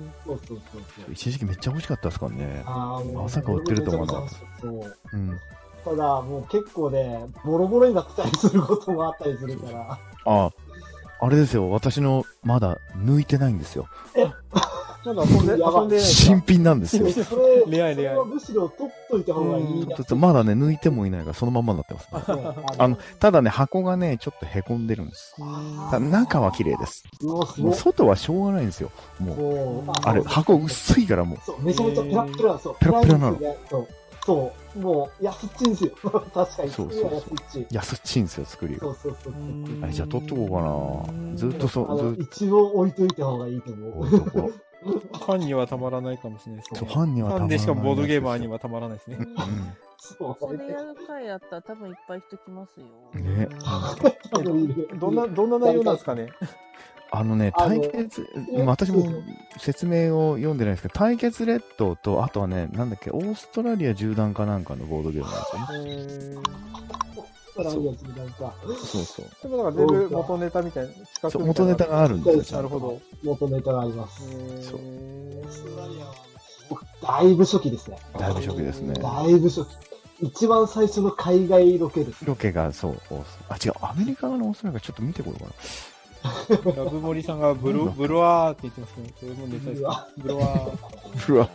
そうそうそうそう。 一時期めっちゃ美味しかったですからね。 ああ、もう。 まさか売ってると思わなかった。 そう。うん。ただ、もう結構ね、ボロボロになってたりすることもあったりするから。ああ、あれですよ、私のまだ抜いてないんですよ。 えまだ遊んで、遊んでない。 新品なんですよ。 それ、 レアいレアい。 むしろ取っといた方がいいな。 まだね、抜いてもいないから、そのままになってますね。あの、ただね、箱がね、ちょっと凹んでるんです。中は綺麗です。外はしょうがないんですよ。もう、あれ、箱薄いからもう。 そう、めちゃめちゃペラペラ、そう。 ペラペラなの。 そう、もう、安っちいんですよ。確かに。 そうそうそう。安っちいんですよ、作りが。 そうそうそう。 あれ、じゃあ取っとこうかな。ずっとそう、ずっと。一応置いといた方がいいと思う。 ファンにはたまらないかもしれないですね。 ファンにはたまらない。 ファンでしかもボードゲーマーにはたまらないですね。 それやる回あったら多分いっぱい人来ますよ。 ね。 どんな、どんな内容なんですかね。 あのね、対決、私も説明を読んでないですけど、対決列島と、あとはね、なんだっけ、オーストラリア縦断かなんかのボードゲームなんですよね。そうそう。 でもなんか全部元ネタみたいな企画。 そう、元ネタがあるんですよ。 なるほど。 元ネタがあります。 そう。 だいぶ初期ですね。 だいぶ初期ですね。 だいぶ初期。 一番最初の海外ロケです。 ロケが、そう。あ、違う、アメリカのオーストラリアちょっと見てこようかな。 ラブモリさんがブロ、ブロワーって言ってますね。これもネタですか。ブロワー。 ブロワ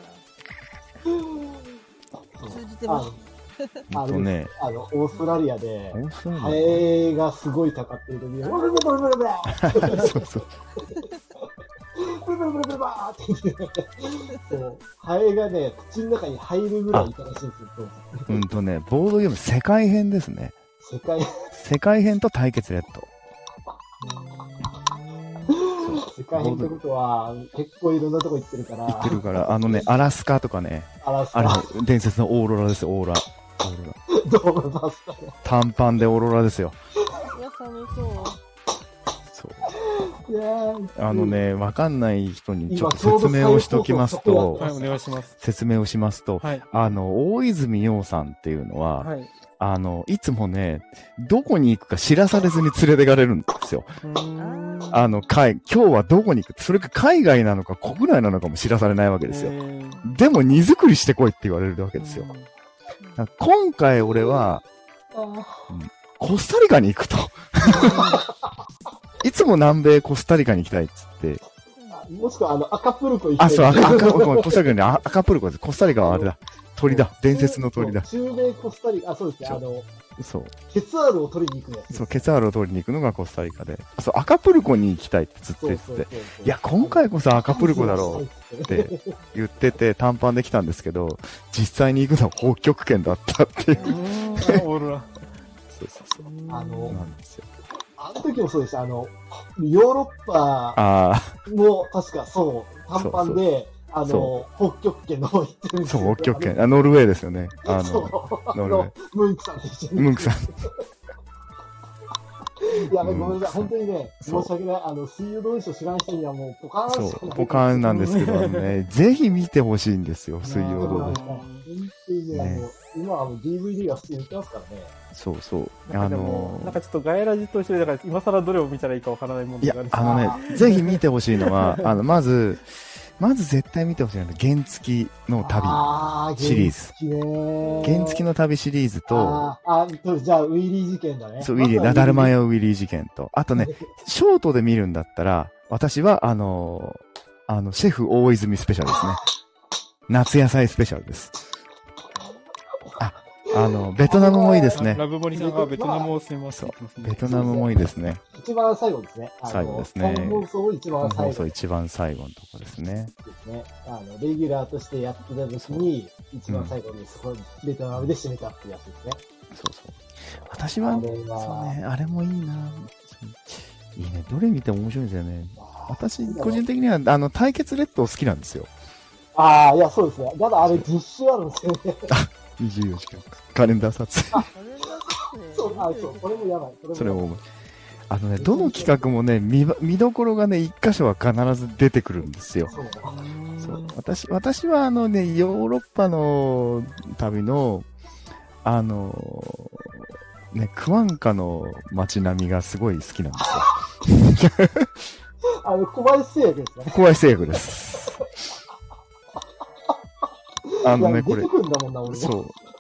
ー。通じてます。 あのね、あの、オーストラリアで、ハエがすごいかかっている時に、ブルブルブルブルブルブルそうそう。ブルブルブルブルバーって言って、そう、ハエがね、口の中に入るぐらいいたらしいんですよ。 うんとね、ボードゲーム世界編ですね。 世界編世界編と対決レッド。 世界編ってことは、結構いろんなとこ行ってるから。 行ってるから、あのね、アラスカとかね。 アラスカ。 あれ、伝説のオーロラですよ、オーロラ。オーロラ。 どうマスター短パンでオーロラですよ。 いや、寒そう。 そう。いやあのね、わかんない人にちょっと説明をしときますと、 はい、お願いします。 説明をしますと、はい、あの、大泉洋さんっていうのは、はい、あの、いつもね、どこに行くか知らされずに連れてかれるんですよ。あの、海、今日はどこに行くそれか海外なのか国内なのかも知らされないわけですよ。でも荷造りしてこいって言われるわけですよ。今回俺は、コスタリカに行くと。いつも南米コスタリカに行きたいっつって。 もしくはあの、アカプルコ行きたい。 あ、そう、アカプルコ、コスタリカにアカプルコです。コスタリカはあれだ。鳥だ。伝説の鳥だ。 中米コスタリカ、あ、そうですね。あの、 そう。 ケツアールを取りに行くやつ。 そう、ケツアールを取りに行くのがコスタリカで。そう、アカプルコに行きたいってずっと言ってて。いや、今回こそアカプルコだろうって言ってて短パンで来たんですけど、実際に行くのは北極圏だったっていう。オーロラ。そうそうそう。 あの、なんですよ。あの時もそうでした。あの、ヨーロッパも確かそう、短パンで、あの、北極圏の方行ってるんですよ。 そう、北極圏。あ、ノルウェーですよね。あの、 ノルウェー。ムンクさんと一緒に。 ムンクさん。 いや、ごめんなさい。本当にね、申し訳ない。あの、水曜どうでしょう知らん人にはもうポカーンしかない。 そう、ポカーンなんですけどね、ぜひ見てほしいんですよ、水曜どうでしょう。 本当にね、今はもう ディーブイディー が普通に売ってますからね。 そうそう。 あのー、なんかちょっとガヤラジと一緒で、だから今更どれを見たらいいかわからないもんでがあるんですけど。いや、あのね、ぜひ見てほしいのは、あの、まず、まず絶対見てほしいのは、原付の旅シリーズ。原付の旅シリーズと、 ああ、じゃあ、ウィリー事件だね。 そう、ウィリー、ダルマヨウィリー事件と、あとね、ショートで見るんだったら、私は、あのー、あの、シェフ大泉スペシャルですね。夏野菜スペシャルです。あ、あの、ベトナムもいいですね。 ラブモリさんがベトナムをすみません。 ベトナムもいいですね。 一番最後ですね。 最後ですね。 本放送一番最後。 放送一番最後のとこですね。 ですね。あの、レギュラーとしてやってた時に、一番最後にそこ、ベトナムで締めたってやつですね。 そうそう。私は、そうね、あれもいいな。いいね。どれ見ても面白いんですよね。私、個人的には、あの、対決列島好きなんですよ。 ああ、いや、そうですね。ただあれじゅっしゅうあるんですよね。 にじゅうよじかん。カレンダー撮影。 そう、あ、そう、これもやばい。 それも、あのね、どの企画もね、見、見どころがね、一箇所は必ず出てくるんですよ。そう。そう私、私はあのね、ヨーロッパの旅の、あの、ね、クワンカの街並みがすごい好きなんですよ。 あの、小林製薬ですね。 小林製薬です。あのね、これ、そう、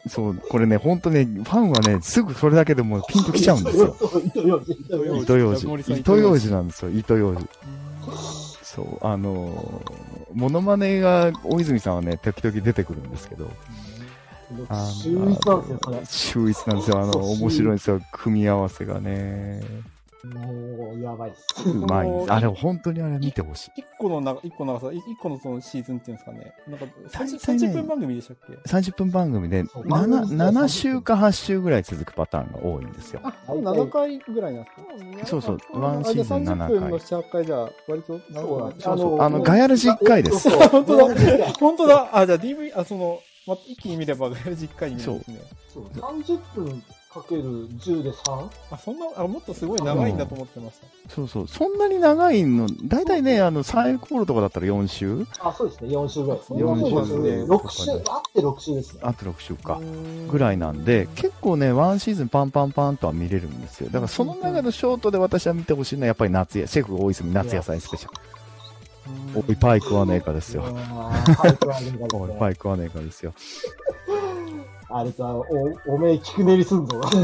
そう、これね、ほんとね、ファンはね、すぐそれだけでもうピンときちゃうんですよ。糸ようじ。糸ようじ。糸ようじなんですよ、糸ようじ。そう、あの、モノマネが、大泉さんはね、時々出てくるんですけど、 秀逸なんですよ、それ。 秀逸なんですよ、あの、面白いんですよ、組み合わせがね。 もう、やばいっす。 うまい。あれ、本当にあれ見てほしい。 一個の長、一個長さ、一個のそのシーズンっていうんですかね。なんか、さんじゅっぷん番組でしたっけ ? さんじゅっぷん番組で、なな、なな週かはち週ぐらい続くパターンが多いんですよ。 あ、ななかいぐらいなんですかそうそう、ワンシーズンななかい。 さんじゅっぷんのなな、はちかいじゃ、割と長くないですか？ そうそう、あの、ガヤラジいっかいです。 本当だ、本当だ。あ、じゃあ ディーブイ、あ、その、ま、一気に見ればガヤラジいっかいに見るんですね。 そう。さんじゅっぷんかけるじゅうで さん? あ、そんな、あ、もっとすごい長いんだと思ってました。 そうそう、そんなに長いの、だいたいね、あの、サイコールとかだったらよん週？ あ、そうですね、よん週ぐらいですね。 よん週で。ろく週、あってろく週ですね。 あってろく週か。ぐらいなんで、結構ね、ワンシーズンパンパンパンとは見れるんですよ。だからその中のショートで私は見てほしいのは、やっぱり夏や、シェフ大泉夏野菜スペシャル。おい、パイ食わねえかですよ。おい、パイ食わねえかですよ。 あれと、お、おめえ、キクネリすんぞ。 ちょっ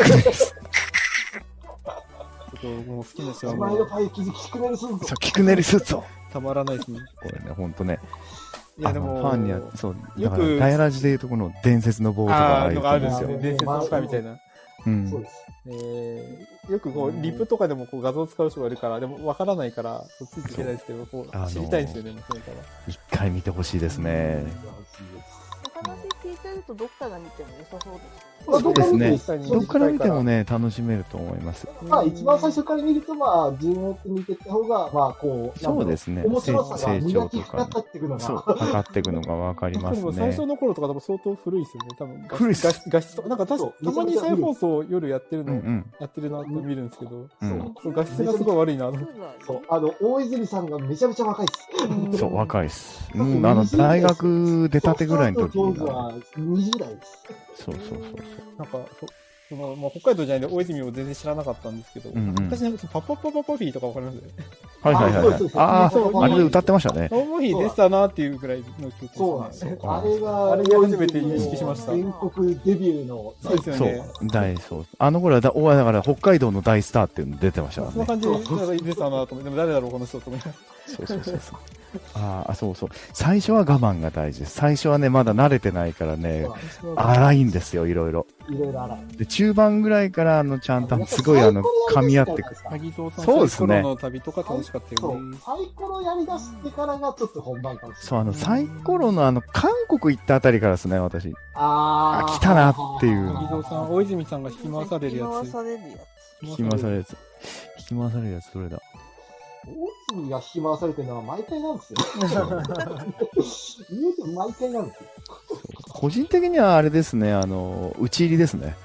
ともう好きな人はお前のパイ生地、キクネリすんぞ。 そう、キクネリすっぞ。 たまらないですね。 これね、ほんとね。 いやでも、 ファンには、そう、 よくだから、ガヤラジでいうとこの伝説の棒とかああるあるんですよね。伝説の機械みたいな。 うん。 そうです。 えー、よくこう、リプとかでもこう画像を使う人がいるから、でもわからないから、ついていけないですけど、こう、知りたいですよね、もうそれから。 一回見てほしいですね。 お話聞いてるとどっから見ても良さそうです。 そうですね。どっから見てもね、楽しめると思います。 まあ、一番最初から見ると、まあ、順を追って見ていった方が、まあ、こう、 そうですね。 面白さが磨きかかっていくのが。 そう、かかっていくのがわかりますね。 最初の頃とか多分相当古いですよね、多分。 古いっす。 画質とか、なんか確かたまに再放送夜やってるの、やってるなって見るんですけど、そう画質がすごい悪いな。 そう、あの、大泉さんがめちゃめちゃ若いっす。そう、若いっす。もう、あの、大学出たてぐらいの時に。 にじゅう代です。 そうそうそうそう。 なんか、そのまあ、北海道じゃないんで大泉を全然知らなかったんですけど、うんうん、私なんかパパパパパフィーとかわかります？ はいはいはい、はい。ああ、あれで歌ってましたね。 パパフィー出てたなっていうぐらいの曲ですね。 そうなんですよ。あれが、 あれで初めて認識しました。 全国デビューの。 そうですよね。 そう、大そう。あの頃はだ、おだから北海道の大スターっていうの出てましたからね。 そんな感じで出てたなと思って、でも誰だろうこの人と思いながら。 そうそうそうそう。ああ、そうそう。最初は我慢が大事です。最初はね、まだ慣れてないからね、荒いんですよ、いろいろ。 いろいろ荒い。 で、中盤ぐらいから、あの、ちゃんと、すごい、あの、噛み合ってくる。 そうですね。サイコロの旅とか楽しかったよね。 サイコロやりだしてからがちょっと本番かもしれない。 そう、あの、サイコロのあの、韓国行ったあたりからですね、私。 ああ、来たなっていう。 萩蔵さん、大泉さんが引き回されるやつ。 引き回されるやつ。引き回されるやつ、どれだ？ 大泉が引き回されてるのは毎回なんですよ。言うと毎回なんですよ。 個人的にはあれですね、あの、打ち入りですね。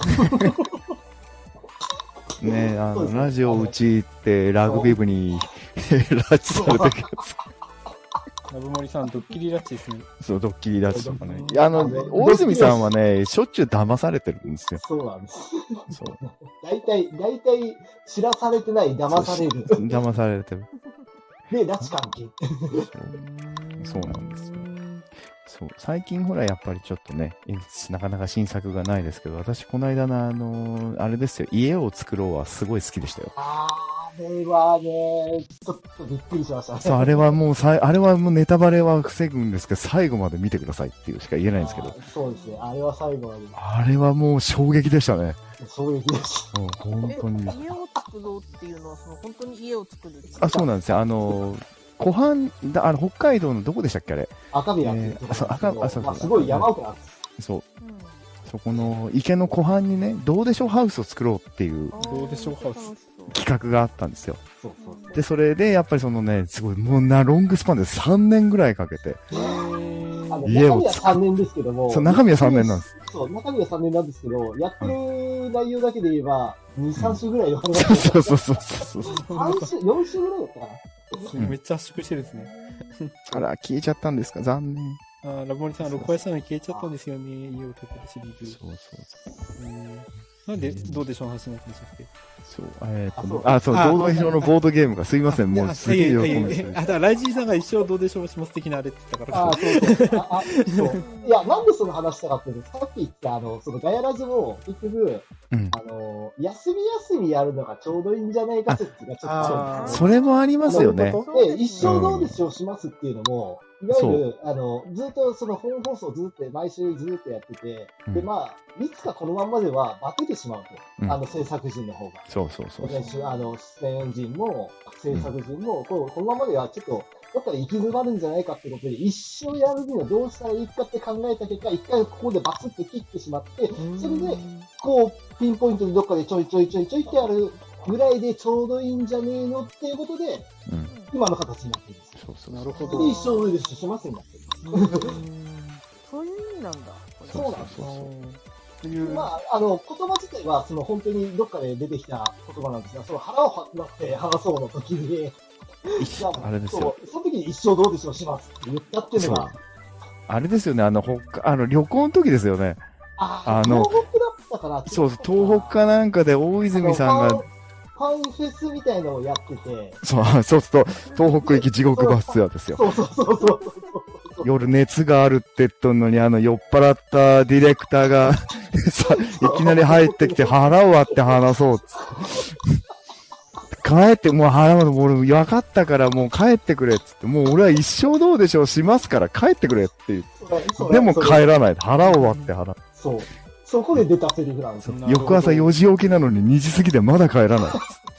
ね、あの、ラジオ打ち入って、ラグビー部に拉致されたやつ。 ラブモリさん、ドッキリ拉致ですね。 そう、ドッキリ拉致とかね。あの、大泉さんはね、しょっちゅう騙されてるんですよ。 そうなんです。 そう。 大体、大体、知らされてない、騙される。 騙されてる。 で、拉致関係。 そうなんですよ。そう。最近ほら、やっぱりちょっとね、なかなか新作がないですけど、私、この間のあの、あれですよ、家を作ろうはすごい好きでしたよ。 あれはね、ちょっとびっくりしましたね。 そう、あれはもうさい、あれはもうネタバレは防ぐんですけど、最後まで見てくださいっていうしか言えないんですけど。 そうですね、あれは最後まで。 あれはもう衝撃でしたね。 衝撃でした。 もう本当に。 家を作ろうっていうのは、その本当に家を作る。 あ、そうなんですよ。あの、湖畔だ、あの、北海道のどこでしたっけあれ。 赤宮っていうところ、えー、そう、赤、あ、そう、まあ、すごい山奥なんです。 そう。うん、そこの池の湖畔にね、どうでしょうハウスを作ろうっていう。 どうでしょうハウス。 企画があったんですよ。 そうそうそう。 で、それで、やっぱりそのね、すごい、もうな、ロングスパンでさんねんぐらいかけて、 家を作る。中身はさんねんですけども。 そう、中身はさんねんなんです。 そう、中身はさんねんなんですけど、やってる内容だけで言えば、に、さん週ぐらいの話が、うん、そうそうそうそう。 さん週、よん週ぐらいだったかな。 めっちゃ圧縮してるんですね。 あら、消えちゃったんですか残念。 あ、ラボモリさん、録画したのに消えちゃったんですよね。家を建てるシリーズ。 そうそうそう。 なんで、どうでしょうの話になってましたっけ？ そう、えー、っと、あ、そう、どうでしょうのボードゲームが、すいません、もうすげえよ、 この人。あ、だから、ライジンさんが一生どうでしょうします的なあれって言ったから。 あ、そうそう。あ、そう。いや、なんでその話したかっていうと、さっき言った、あの、そのガヤラジも、結局、うん、あの、休み休みやるのがちょうどいいんじゃないか説がちょっと。 それもありますよね。 で、一生どうでしょうしますっていうのも、いわゆる、あの、ずっとその本放送ずっと、毎週ずっとやってて、うん、で、まあ、いつかこのまんまではバテてしまうと。うん、あの、制作陣の方が。 そうそうそうそう。 あの、出演陣も、制作陣も、うん、こうこのままではちょっと、どっかで行き詰まるんじゃないかってことで、一生やるにはどうしたらいいかって考えた結果、一回ここでバツッと切ってしまって、それで、こう、ピンポイントでどっかでちょいちょいちょいちょいってやるぐらいでちょうどいいんじゃねえのっていうことで、うん、今の形になってるんですよ。 そうそう。 なるほど。 で、一生上でしませんなってる。 そういう意味なんだ。 そうなんですよ。まあ、あの、言葉自体は、その本当にどっかで出てきた言葉なんですが、その腹を割って話そうの時に、 あれですよ。 その時に一生どうでしょうしますって言ったっていうのが。 あれですよね、あの、ほあの旅行の時ですよね。 ああの、東北だったから。 そう、東北かなんかで大泉さんが。 ファンフェスみたいのをやってて。 そう、そうすると、東北行き地獄バスツアーですよ。 そうそうそうそう。 夜熱があるって言っとんのに、あの、酔っ払ったディレクターがさ、いきなり入ってきて腹を割って話そうっつって。帰って、もう腹を、もう俺分かったからもう帰ってくれっつって、もう俺は一生どうでしょうしますから帰ってくれって言って。でも帰らない。腹を割って腹。 そう。そこで出たセリフなんですよ。 翌朝よじ起きなのににじ過ぎでまだ帰らない。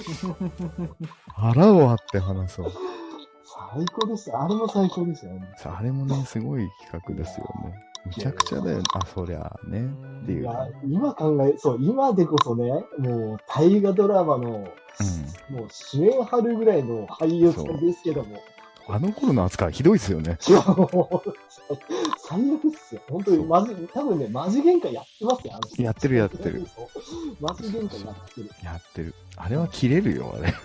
腹を割って話そう。 最高ですよ。あれも最高ですよね。 あれもね、すごい企画ですよね。むちゃくちゃだよね。あ、そりゃあね。っていう。いや、 今考え、そう、今でこそね、もう大河ドラマの、うん、もう主演張るぐらいの俳優さんですけども。 あの頃の扱いひどいですよね。 いや、もう、最悪っすよ。本当に、マジ、多分ね、マジ喧嘩やってますよ、あの人。 やってるやってる。 マジ喧嘩やってる。 やってる。あれは切れるよ、あれ。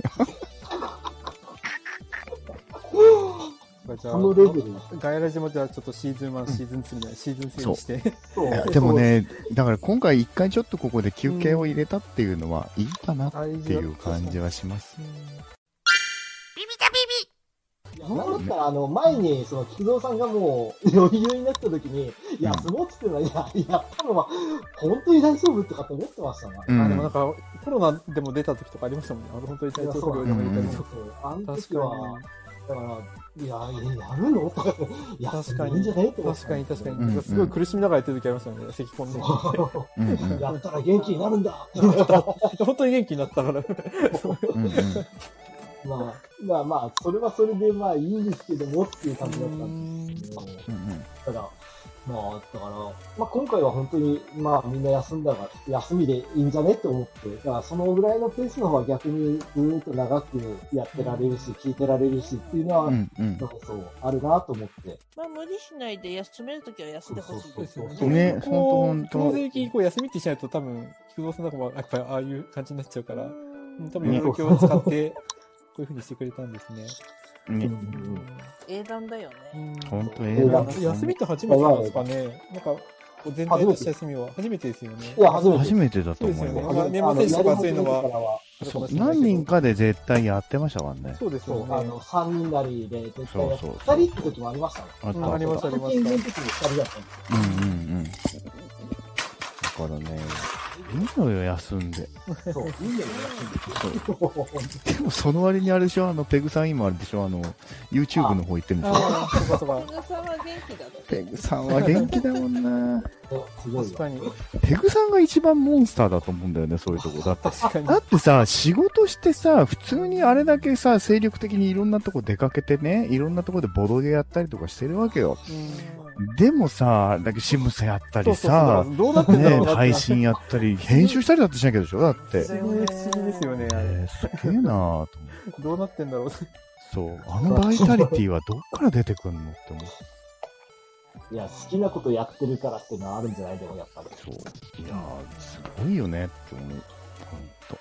じゃあ、そのレベル。ガヤラジもじゃあちょっとシーズンワン、うん、シーズンツーみたいなシーズンスリーにして。 そう。でもね、だから今回一回ちょっとここで休憩を入れたっていうのはいいかなっていう感じはします。 ビビタビビ。 なんだったら、あの、前に、その、菊蔵さんがもう、余裕になった時に、休もうっつってのは、いや、やったのは、本当に大丈夫とかって思ってましたね。 うん、あでもなんか、コロナでも出た時とかありましたもんね。あの、本当に体調不良でも出たりとか。 あの時は、だから、いや、やるのとか、いや、確かにいいんじゃないと思って。 確かに確かに。うんうん、すごい苦しみながらやってる時ありましたよね、咳込んで。 やったら元気になるんだ本当に元気になったから。 うんうんまあ、まあまあ、それはそれでまあいいんですけどもっていう感じだったんですけど、ただ、まあ、だから、まあ今回は本当に、まあみんな休んだが、休みでいいんじゃねって思って、だからそのぐらいのペースの方が逆にずーっと長くやってられるし、聞いてられるしっていうのは、うんうん、そうそう、あるなと思って。 まあ無理しないで休めるときは休んでほしいですよね。 そうね、本当本当。当然こう休みってしないと多分、菊蔵さんとかもやっぱりああいう感じになっちゃうから、多分、影響を使って、こういう風にしてくれたんですね。 ね。英断だよね。 本当英断。 休みって初めてなんですかね。なんか、全体とした休みは初めてですよね。 いや、初めて。 初めてだと思います。 年末年始とかそういうのは。 何人かで絶対やってましたからね。 そうですよね。 あの、さんにんなりで絶対やって。ふたりって時もありましたね。 ありました、ありました。 全然時にふたりだった。 うんうんうん。だからね、いいのよ、休んで。 そう、いいのよ、休んで。 でも、その割にあれでしょ、あの、ペグさん今あれでしょ、あの、YouTube の方行ってるんでしょ。 ペグさんは元気だった。 ペグさんは元気だもんな。 確かに。 ペグさんが一番モンスターだと思うんだよね、そういうとこ。だって、だってさ、仕事してさ、普通にあれだけさ、精力的にいろんなとこ出かけてね、いろんなとこでボドゲやったりとかしてるわけよ。でもさ、だけシムサやったりさ、ね、配信やったり、編集したりだってしなきゃでしょだって。 不思議ですよね、あれ。 すげえなぁと思って。 どうなってんだろう。 そう。あのバイタリティはどっから出てくんのって思う。いや、好きなことやってるからっていうのはあるんじゃないでもやっぱり。 そう。いやー、すごいよねって思う。ほんと。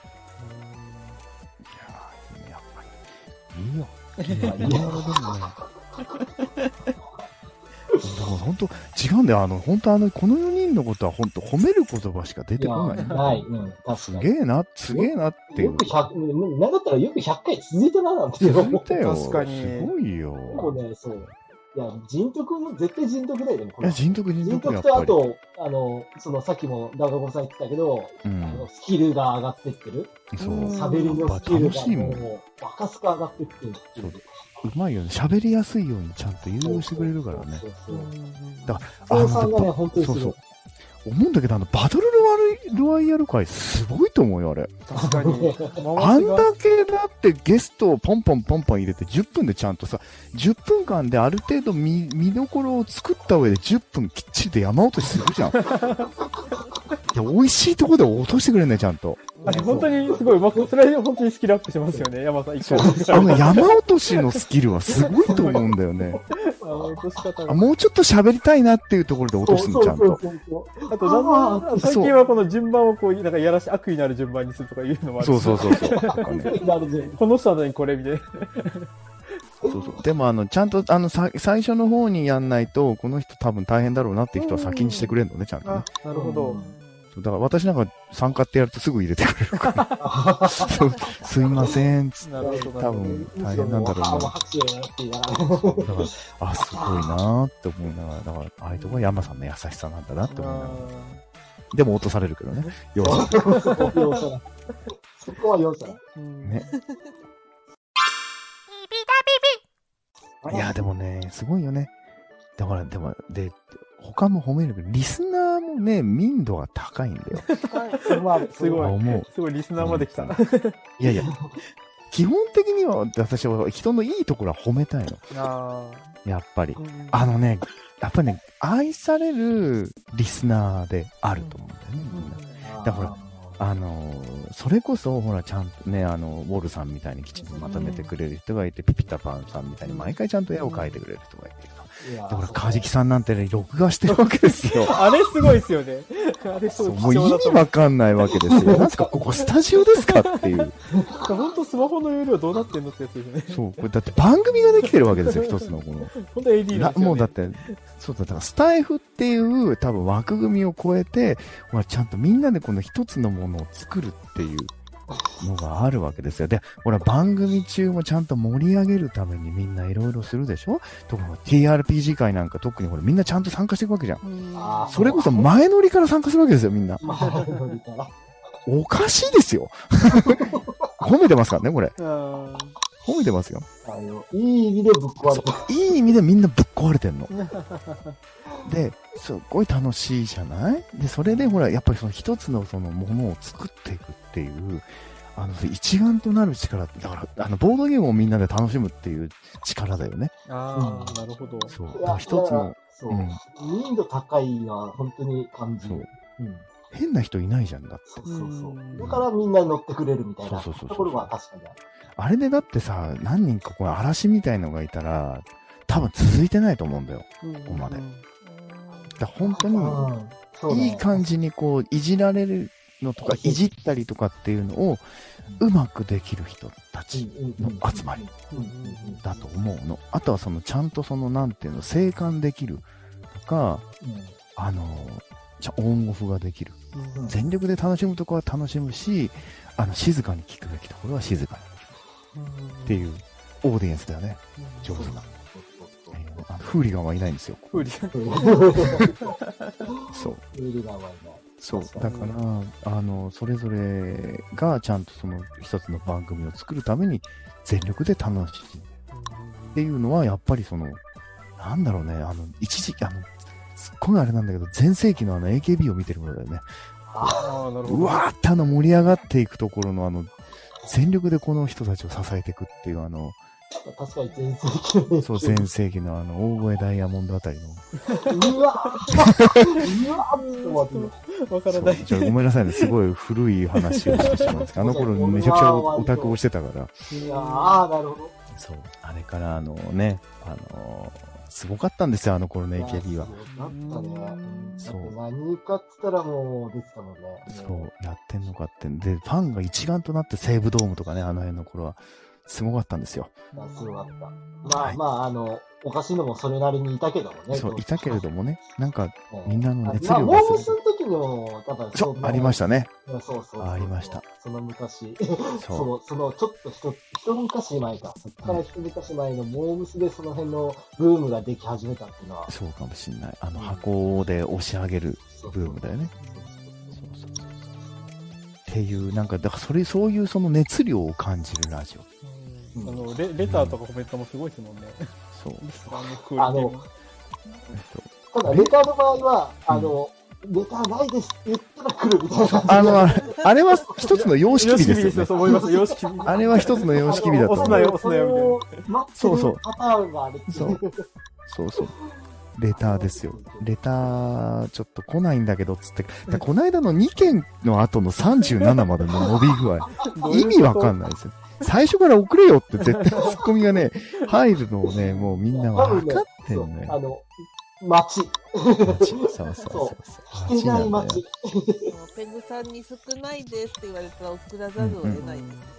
いやー、やっぱり、いいよ。いや、いや、でもね。でも本当違うんだよ。あの、本当あの、このよにんのことは本当褒める言葉しか出てこない。 ない、うん、確かに。 すげえな、すげえなっていう。 よくひゃく、なんだったらよくひゃっかい続いたな、なんていうの。 続いたよ。 確かに。 すごいよ。 もうね、そう。いや、人徳も、絶対人徳だよね、これ。 いや、人徳、人徳。 人徳と、あと、あの、その、さっきもダガゴさん言ってたけど、うん、あのスキルが上がってってる。そう。喋りのスキルがもう、バカスカ上がってってるっていう。 うまいよね。喋りやすいようにちゃんと誘導してくれるからね。 そうそうそう。 だから、あの、 さんがね、本当にそうそう。 思うんだけど、あの、バトルロワイヤル界すごいと思うよ、あれ。 確かに。 あんだけだってゲストをポンポンポンポン入れてじゅっぷんでちゃんとさ、じゅっぷんかんである程度見、見どころを作った上でじゅっぷんきっちりと山落としするじゃん。いや、美味しいところで落としてくれんね、ちゃんと。 あれ、本当にすごいうまく、それは本当にスキルアップしますよね、山さん。一回。 あの山落としのスキルはすごいと思うんだよね。あ、もうちょっと喋りたいなっていうところで落とすの、ちゃんと。 あと、なんか、最近はこの順番をこう、なんかやらし、悪意のある順番にするとかいうのもある。 そうそうそうそう。 この人は何これみたいな。 そうそう。でも、あの、ちゃんと、あの、さ、最初の方にやんないと、この人多分大変だろうなっていう人は先にしてくれるのね、ちゃんとね。 なるほど。 だから私なんか参加ってやるとすぐ入れてくれるから。すいません、つって。多分大変なんだろうな。だから、あ、すごいなーって思いながら、だから、ああいうとこは山さんの優しさなんだなって思いながら。でも落とされるけどね。容赦。 そこは容赦。ね。 ビビだビビ。いや、でもね、すごいよね。だから、でも、で、他も褒めるけど、リスナーもね、民度が高いんだよ。 すごい。 思う。 すごい、リスナーまで来た。いやいや、基本的には、私は人のいいところは褒めたいの。 あやっぱり。あのね、やっぱりね、愛されるリスナーであると思うんだよね、みんな。だから、あのー、それこそ、ほら、ちゃんとね、あの、ウォルさんみたいにきちんとまとめてくれる人がいて、ピピタパンさんみたいに毎回ちゃんと絵を描いてくれる人がいて。だから、カジキさんなんてね、録画してるわけですよ。 あれすごいですよね。あれそう、 もう意味わかんないわけですよ。なんすか、ここスタジオですかっていう。 ほんとスマホの容量どうなってんのってやつですね。 そう、これだって番組ができてるわけですよ、一つのこの。 ほんと エーディー なんですよね。 もうだって、そうだ、だからスタイフっていう多分枠組みを超えて、ほら、ちゃんとみんなでこの一つのものを作るっていうのがあるわけですよ。で、ほら、番組中もちゃんと盛り上げるためにみんないろいろするでしょ。とか ティーアールピージー 会なんか特にほら、みんなちゃんと参加していくわけじゃん。それこそ前乗りから参加するわけですよ、みんな。 前乗りから。 おかしいですよ。褒めてますからね、これ。褒めてますよ。 あの、いい意味でぶっ壊れてる。 いい意味でみんなぶっ壊れてんの。で、すっごい楽しいじゃないで、それでほら、やっぱりその一つのそのものを作っていくっていう、あの、一丸となる力って、だから、あの、ボードゲームをみんなで楽しむっていう力だよね。 ああ、なるほど。 そう。一つの。 そう。民度高いのは本当に感じる。 変な人いないじゃんだって。 そうそうそう。だからみんな乗ってくれるみたいなところは確かにある。 あれでだってさ、何人かこう嵐みたいのがいたら、多分続いてないと思うんだよ。ここまで。だ本当に、いい感じにこう、いじられるのとか、いじったりとかっていうのを、うまくできる人たちの集まりだと思うの。あとはその、ちゃんとその、なんていうの、静観できるとか、あの、じゃオンオフができる。全力で楽しむところは楽しむし、あの、静かに聞くべきところは静かに。っていうオーディエンスだよね。上手な。フーリガンはいないんですよ。 フーリガンそう。 フーリガンはいない。 そう。だから、あの、それぞれがちゃんとその一つの番組を作るために全力で楽しい。っていうのは、やっぱりその、なんだろうね、あの、一時期、あの、すっごいあれなんだけど、全盛期のあの エーケービー を見てることだよね。 ああ、なるほど。 うわーってあの盛り上がっていくところのあの、全力でこの人たちを支えていくっていうあの、 確かに全盛期の。 そう、全盛期のあの、大声ダイヤモンドあたりの。 うわうわわからない。 ちょごめんなさいね、すごい古い話をしてしまうんですけど、あの頃めちゃくちゃオタクをしてたから。 いやー、なるほど。 そう、あれからあのね、あの、すごかったんですよ、あの頃の エーケービー は。 だったね。 そう。 何かっつったらもう出てたもんね。 そう、やってんのかって。で、ファンが一丸となって西武ドームとかね、あの辺の頃は。すごかったんですよ。 すごかった。まあ、はい、まあ、あの、おかしいのもそれなりにいたけどもね。 そう、いたけれどもね、なんか、みんなの熱量が。 まあ、モームスの時にも、多分そう、ありましたね。 そうそうそう。 ありました。 その昔、その、その、ちょっと一、一昔前か、そこから一昔前のモームスでその辺のブームができ始めたっていうのは。 そうかもしれない。あの、箱で押し上げるブームだよね。そうそうそう。っていう、なんか、だからそれ、そういうその熱量を感じるラジオ。 あの レ, レターとかコメントもすごいですもんね。 そう。 あの、ただレターの場合は、あの、レターないですって言ったら来るみたいな。 あの、あれは一つの様式美ですよね。 そう思います、様式美。 あれは一つの様式美だと思う。 押すなよ、押すなよ、みたいな。 そうそう。パターンがある。 そう。そうそう。レターですよ。レター、ちょっと来ないんだけど、つって。この間のにけんの後のさんじゅうななまでの伸び具合。意味わかんないですよ。最初から送れよって絶対ツッコミがね、入るのをね、もうみんな分かってるね。 あの、街。 街。そうそうそう。 引けない街。 ペグさんに少ないですって言われたら送らざるを得ない。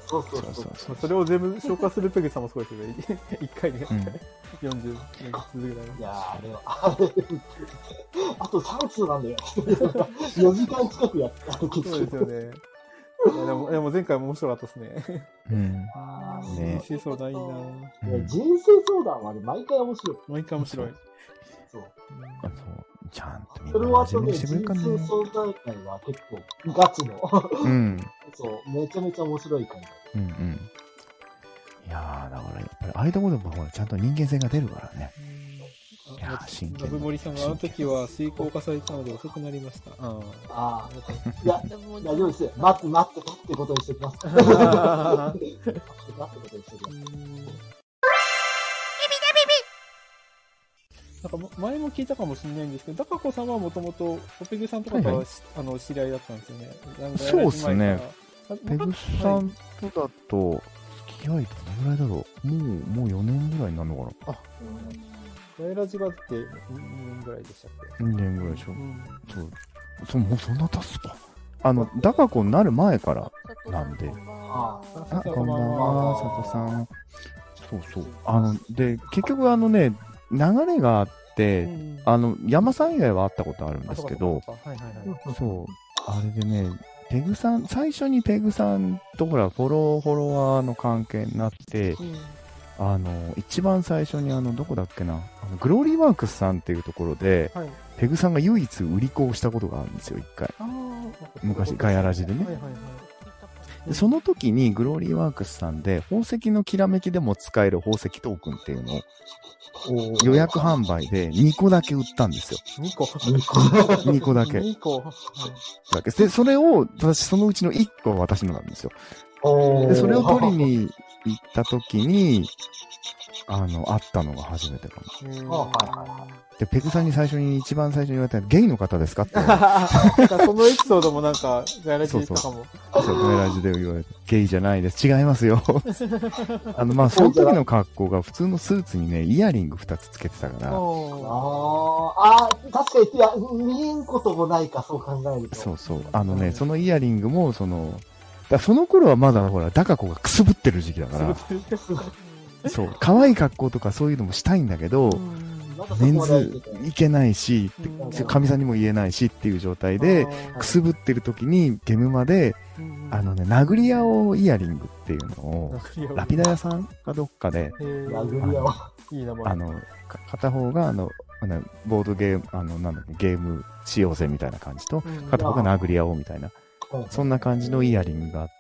そうそうそうそう。それを全部消化するペグさんもすごいですよね。一回で、うん、よんじゅうつぐらい。 いやー、あれは、あれ、あとさん通なんだよ。よじかん近くやった。そうですよね。いやでも、でも前回も面白かったですね。うん。ああ、ね、人生相談いいな、 うん、人生相談はね、毎回面白い。 毎回面白い。 そう。そう。ちゃんとみんな真面目にしてくれるかね。 それはね、人生相談会は結構ガチの。うん。そう、めちゃめちゃ面白い感じ。うんうん。 いやー、だからやっぱりああいうところでもほら、ちゃんと人間性が出るからね。いやー、真剣。 ラブモリさんがあの時は遂行化されたので遅くなりました。ああ。いや、大丈夫ですよ。待って、待ってたってことにしておきます。待ってたってことにしておきます。 なんか前も聞いたかもしれないんですけど、ダカ子さんはもともとペグさんとかとは、はいはい、あの知り合いだったんですよね。 そうですね。ペグさんとだと、付き合いどのぐらいだろう。もう、もうよねんぐらいになるのかな。あ、 ガイラジがあってにねんぐらいでしたっけ？ に 年ぐらいでしょ。うん、そう。そう、もうそんな経つか。あの、ダカ子になる前からなんで。あ、こんばんは、佐藤さん。そうそう。あの、で、結局あのね、流れがあって、うん、あの、山さん以外は会ったことあるんですけど、そう、あれでね、ペグさん、最初にペグさんとほら、フォロー、フォロワーの関係になって、うん、あの、一番最初にあの、どこだっけな、あのグローリーワークスさんっていうところで、はい、ペグさんが唯一売り子をしたことがあるんですよ、一回。昔、ガヤラジでね。はいはいはい、でその時にグローリーワークスさんで宝石のきらめきでも使える宝石トークンっていうのを予約販売でにこだけ売ったんですよ。 にこ ? にこだけ。 にこだけ。で、それを、私、そのうちのいっこは私のなんですよ。で、それを取りに行った時に、あの、会ったのが初めてかも。で、ペグさんに最初に、一番最初に言われたゲイの方ですかって言われて。そのエピソードもなんか、ガヤラジで言ったかも。 そうそう、ガヤラジで言われて。ゲイじゃないです。違いますよ。あの、まあ、その時の格好が普通のスーツにね、イヤリングふたつつけてたから。ああ、確かに、いや、見えんこともないか、そう考えると。 そうそう。あのね、そのイヤリングも、その、だその頃はまだほら、ダカ子がくすぶってる時期だから。そう、可愛い格好とかそういうのもしたいんだけど、メンズいけないし、かみさんにも言えないしっていう状態で、くすぶってる時にゲムマで、あのね、殴り合おうイヤリングっていうのを、ラピダ屋さんかどっかで、あの、片方があの、ボードゲーム、あの、なんだっけ、ゲームしようぜみたいな感じと、片方が殴り合おうみたいな、そんな感じのイヤリングがあって、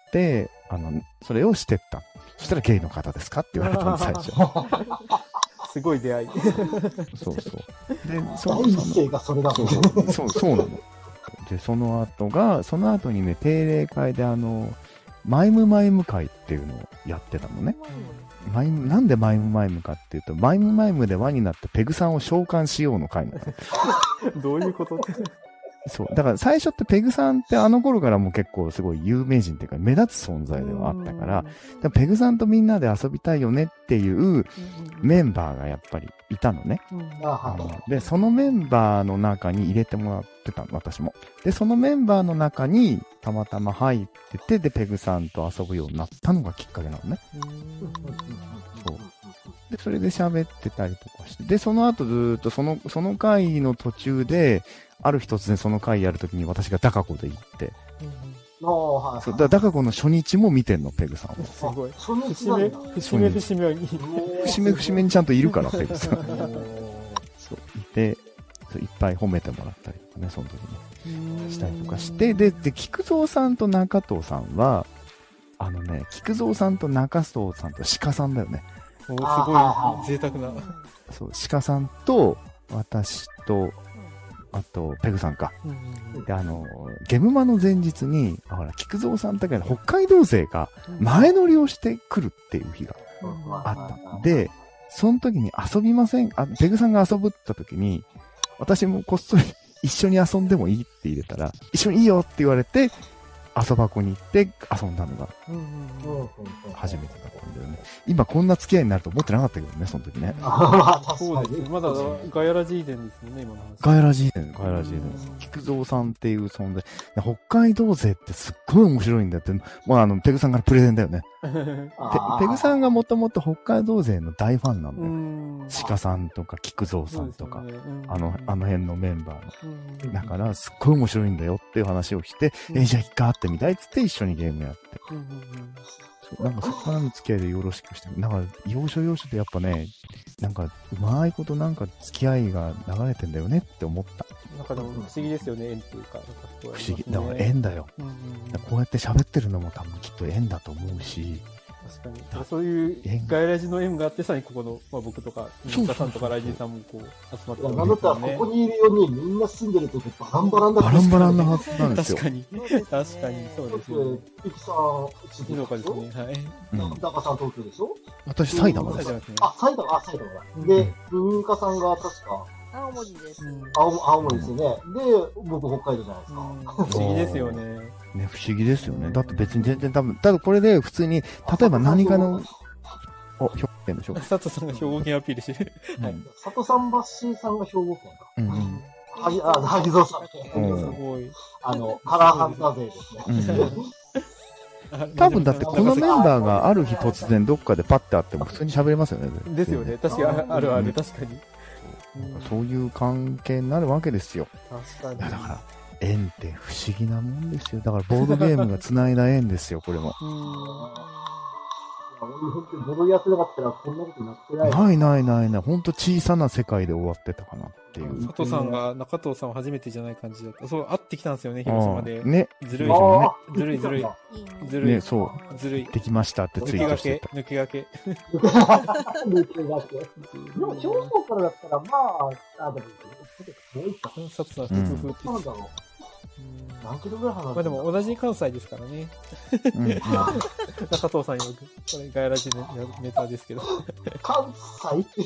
あの、それをしてった。そしたらゲイの方ですかって言われたの、最初。 すごい出会い。 そうそう。で、その、第一声がそれだもん。 そう、そうなの。で、その後が、その後にね、定例会であの、マイムマイム会っていうのをやってたのね。マイム、なんでマイムマイムかっていうと、マイムマイムで輪になってペグさんを召喚しようの会なの。どういうことそう。だから最初ってペグさんってあの頃からもう結構すごい有名人っていうか目立つ存在ではあったから、からペグさんとみんなで遊びたいよねっていうメンバーがやっぱりいたのね。あので、そのメンバーの中に入れてもらってたの、私も。で、そのメンバーの中にたまたま入ってて、で、ペグさんと遊ぶようになったのがきっかけなのね。そう。で、それで喋ってたりとかして、で、その後ずーっとその、その回の途中で、ある日突然その回やるときに私がダカ子で行って、うん、はい、そうだダカ子の初日も見てんの、ペグさんは。 すごい。初日なんだ。節目節目に。 節目節目にちゃんといるから、ペグさん。そう。いて、いっぱい褒めてもらったりとかね、その時に。したりとかして、で、で、菊蔵さんと中藤さんは、あのね、菊蔵さんと中藤さんと鹿さんだよね。 おすごい贅沢な。 そう、鹿さんと、私と、あと、ペグさんか。で、あの、ゲムマの前日に、ほら、菊蔵さんだけ北海道勢が前乗りをしてくるっていう日があった。で、その時に遊びませんあ、ペグさんが遊ぶった時に、私もこっそり一緒に遊んでもいいって入れたら、一緒にいいよって言われて、 遊ばこに行って遊んだのが初めてだったんだよね。今こんな付き合いになると思ってなかったけどね、その時ね。 そうですね。まだガヤラジーデンですよね、今の話。 ガヤラジーデン、ガヤラジーデン。菊蔵さんっていう存在。北海道勢ってすっごい面白いんだって、まああの、ペグさんからプレゼンだよね。ペグさんがもともと北海道勢の大ファンなんだよ。鹿さんとか菊蔵さんとか、あの、あの辺のメンバーの。だから、すっごい面白いんだよっていう話をして、え、じゃあ一回会ってみたいっつって一緒にゲームやって。そう、なんかそこからの付き合いでよろしくして、なんか、要所要所でやっぱね、なんか、うまいことなんか付き合いが流れてんだよねって思った。 なんかでも不思議ですよね、縁っていうか。 不思議。だから縁だよ。こうやって喋ってるのも多分きっと縁だと思うし。 確かに。そういうガイラジの縁があって、さらにここの、まあ、僕とか、水田さんとかライジンさんもこう、集まってる、 ね。なんだったら、ここにいるよにみんな住んでるとこバランバランだったバランバランなはずなんですよ。 確かに。確かに、そうですよ。 ピキさん、 静岡ですね。はい。 中さん東京でしょ私、埼玉です。 あ、埼玉、あ、埼玉だ。で、文香さんが確か、 青森です。 青, 青森ですよね。で、僕北海道じゃないですか。 不思議ですよね。 ね、不思議ですよね。だって別に全然多分、ただこれで普通に、例えば何かの、お、兵庫県でしょ。 佐藤さんが兵庫県アピールしてる。 はい。佐藤さん、バッシーさんが兵庫県か。うん。はぎ、あ、萩蔵さん。すごい。あの、カラーハンター勢ですね。 多分だってこのメンバーがある日突然どっかでパッて会っても普通に喋れますよね。 ですよね。確かに、あるある、確かに。 そういう関係になるわけですよ。 確かに。 いやだから、縁って不思議なもんですよ。だからボードゲームが繋いだ縁ですよ、これも。 ボードやってなかったらこんなことなってない。 ないないないない。ほんと小さな世界で終わってたかなっていう。 佐藤さんが中藤さんは初めてじゃない感じだった。そう、会ってきたんですよね、広島で。 ね。 ずるいじゃんね。ずるいずるい。ずるい。 ね、そう。 ずるい。 できましたってツイートしてた。 抜け駆け。 抜け駆け。でも、兵庫からだったら、まあ、あ、でも、 佐藤さん、普通風って言ってた。 何キロぐらい離れてる？ まあでも同じ関西ですからね。中藤さんよく、これガヤラジネタですけど。 関西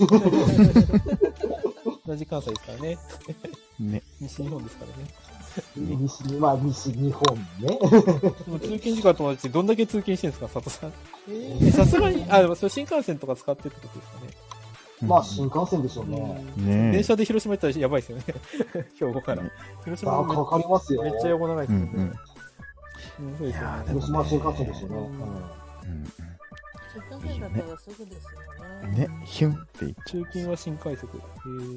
同じ関西ですからね。 ね。 西日本ですからね。 西、まあ西日本ね。 もう通勤時間友達どんだけ通勤してるんですか、佐藤さん。さすがに、あ、でもそれ新幹線とか使ってってことですかね。 まあ新幹線でしょうね。 ね電車で広島行ったらやばいですよね。兵庫から。 広島かかりますよ。 めっちゃ横長いですよね。 そうですよね。広島新幹線ですよね。 新幹線だったらすぐですよね。 ね、ヒュンって言っ中勤は新快速。へ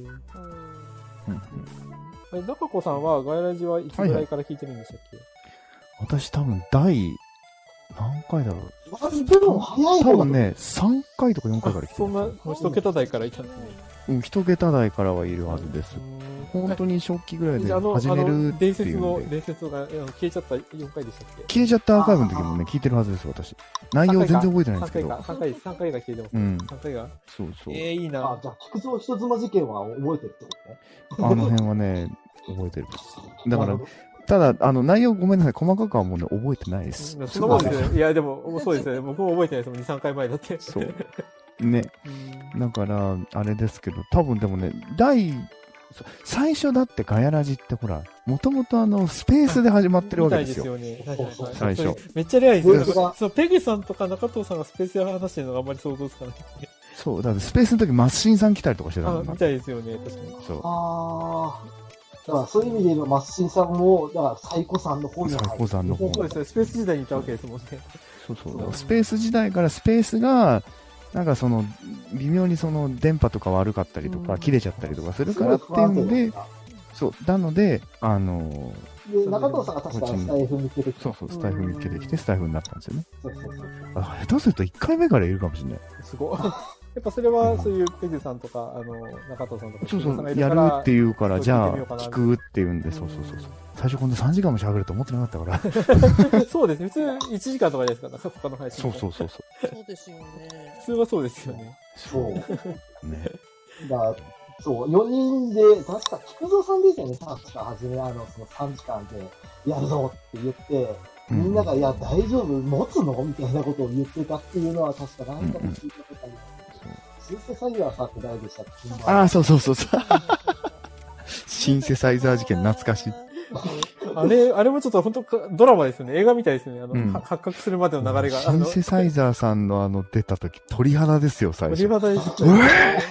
え。中子さんはガヤラジはいつぐらいから聞いてるんでしたっけ？ 私多分第何回だろう。 でも早い多分ね、さんかいとかよんかいから来てる。 そんな、一桁台からいたんですね。 うん、一桁台からはいるはずです。本当に初期ぐらいで始めるっていう。 伝説の、伝説が消えちゃったよんかいでしたっけ？ 消えちゃったアーカイブの時もね、聞いてるはずです、私。内容全然覚えてないんですけど。 さんかい、さんかいが消えてます。うん。さんかいが。 そうそう。 ええ、いいな。 あ、じゃあ、菊蔵人妻事件は覚えてるってことね。あの辺はね、覚えてる。だから、ただ、あの、内容ごめんなさい。細かくはもうね、覚えてないです。 そんなもんですよね。いや、でも、そうですよね。僕も覚えてないですもん。に、さんかいまえだって。 そう。ね。だから、あれですけど、多分でもね、第、最初だってガヤラジってほら、もともとあの、スペースで始まってるわけですよ。 ですよね。 最初。 めっちゃレアですよ。そう、ペグさんとか中藤さんがスペースで話してるのがあんまり想像つかない。 そう、だってスペースの時、マッシンさん来たりとかしてたもんな。みたいですよね、確かに。 そう。 ああ。だからそういう意味で言えば、マッシンさんも、だから、サイコさんの方にサイコさんの方そうですね、スペース時代にいたわけですもんね。 そうそう。スペース時代からスペースが、なんかその、微妙にその、電波とか悪かったりとか、切れちゃったりとかするからっていうので、そう、なので、あのー、で、中藤さんが確かスタイフ見つけてきて。そうそう、スタイフ見つけてきて、スタイフになったんですよね。 そうそうそう。 あ、下手するといっかいめからいるかもしれない。 すごい。やっぱそれは、そういうペグさんとか、あの、中藤さんとか、 そうそう、やるっていうから、じゃあ、聞くっていうんで、そうそうそう。最初こんなさんじかんも喋ると思ってなかったから。 そうですね。普通いちじかんとかじゃないですか、他の配信。 そうそうそう。 そうですよね。 普通はそうですよね。 そう。ね。だそう、よにんで、確か菊蔵さんですよね、確か初め、あの、そのさんじかんで、やるぞって言って、みんなが、いや、大丈夫、持つのみたいなことを言ってたっていうのは、確か何か聞いたことあります。シンセサイザーさんって誰でしたっけ？ ああ、そうそうそうそう。シンセサイザー事件懐かしい。 あれ、あれもちょっと本当ドラマですよね。映画みたいですよね。あの、うん、発覚するまでの流れが。 シンセサイザーさんのあの出た時、鳥肌ですよ、最初。 鳥肌です。うえー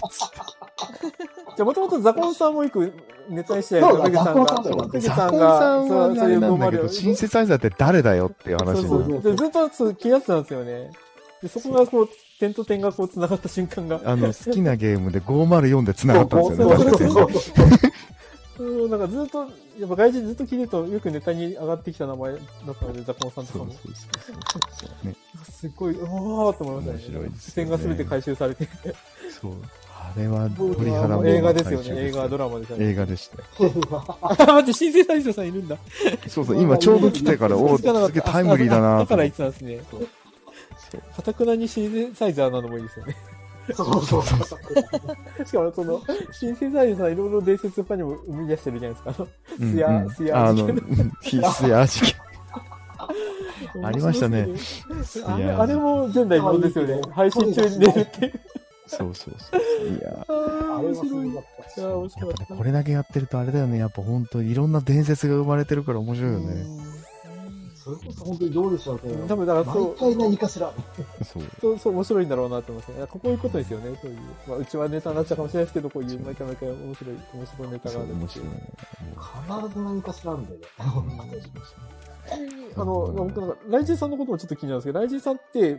じゃあ、もともとザコンさんもよくネタにしてたペグさんが。 ザコンさんはそういうなんだけど、シンセサイザーって誰だよっていう話そうそうでずっとそう気になってたんですよね。で、そこがこう、点と点がこう繋がった瞬間が。 あの、好きなゲームでごーまるよんで繋がったんですよね。 そう、なんかずっと、やっぱ外人ずっと聞いてるとよくネタに上がってきた名前だったので、ザコンさんとかも。そうそうそうそう、ね、すごい、おーって思いましたね。面白いです、ね。視線が全て回収されて。そう。 あれは鳥肌も映画ですよね。映画、ドラマでしたね。 映画でした。 あ、待って、シンセサイザーさんいるんだ。 そうそう、今ちょうど来てから、おー、すげえタイムリーだな。 だから言ってたんですね。かたくなにシンセサイザーなのもいいですよね。 そうそうそう。 しかも、その、シンセサイザーさんいろいろ伝説他にも生み出してるじゃないですか。あの、スヤ、スヤあの、スヤ事件。ありましたね。 あれ、あれも前代未聞ですよね。配信中に寝るっていう。 そうそうそう。いやー、あれ面白い。 やっぱね、これだけやってるとあれだよね。やっぱ本当にいろんな伝説が生まれてるから面白いよね。 それこそ本当にどうでしょうね。 多分だからそう。 毎回何かしら。 そう。そう、そう面白いんだろうなと思いますね。こういうことですよね。そういう。まあ、うちはネタになっちゃうかもしれないですけど、こういう毎回毎回面白い、面白いネタがある。面白い。 必ず何かしらあるんだよね。 あの、僕なんか、ライジンさんのこともちょっと気になるんですけど、ライジンさんって、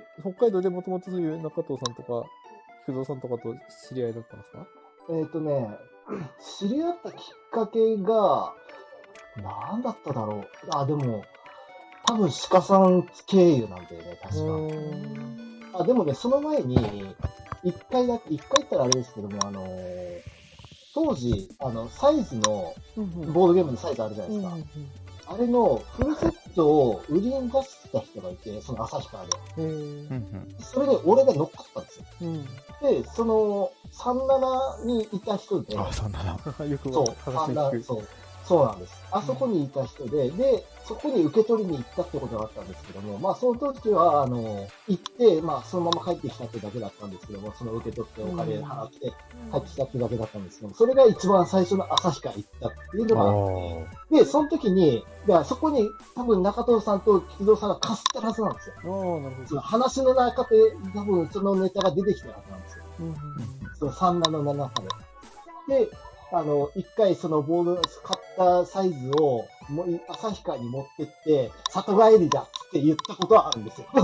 北海道でもともとそういう中藤さんとか、菊蔵さんとかと知り合いだったんですか？ えっとね、知り合ったきっかけが、何だっただろう。あ、でも、多分鹿さん経由なんだよね、確か。あ、でもね、その前に、一回だけ、一回言ったらあれですけども、あのー、当時、あの、サイズの、ボードゲームのサイズあるじゃないですか。あれのフルセットを売りに出した人がいて、その旭川で。それで俺が乗っかったんですよ。うん、で、そのさんじゅうななにいた人で。 あ、さんじゅうなな。 よくそう、さんじゅうなな、そう。そうなんです。あそこにいた人で、で、そこに受け取りに行ったってことがあったんですけども、まあ、その時は、あの、行って、まあ、そのまま帰ってきたってだけだったんですけども、その受け取ってお金払って帰ってきたってだけだったんですけども、それが一番最初の旭川行ったっていうのがあって、で、その時に、そこに多分中藤さんと木戸さんがかすったはずなんですよ。 なるほど。 その話の中で多分そのネタが出てきたはずなんですよ。うんうんうん、そのさんじゅうななの中で。で、あの、一回そのボール、買ったサイズを、もう、旭川に持ってって、里帰りだって言ったことはあるんですよ。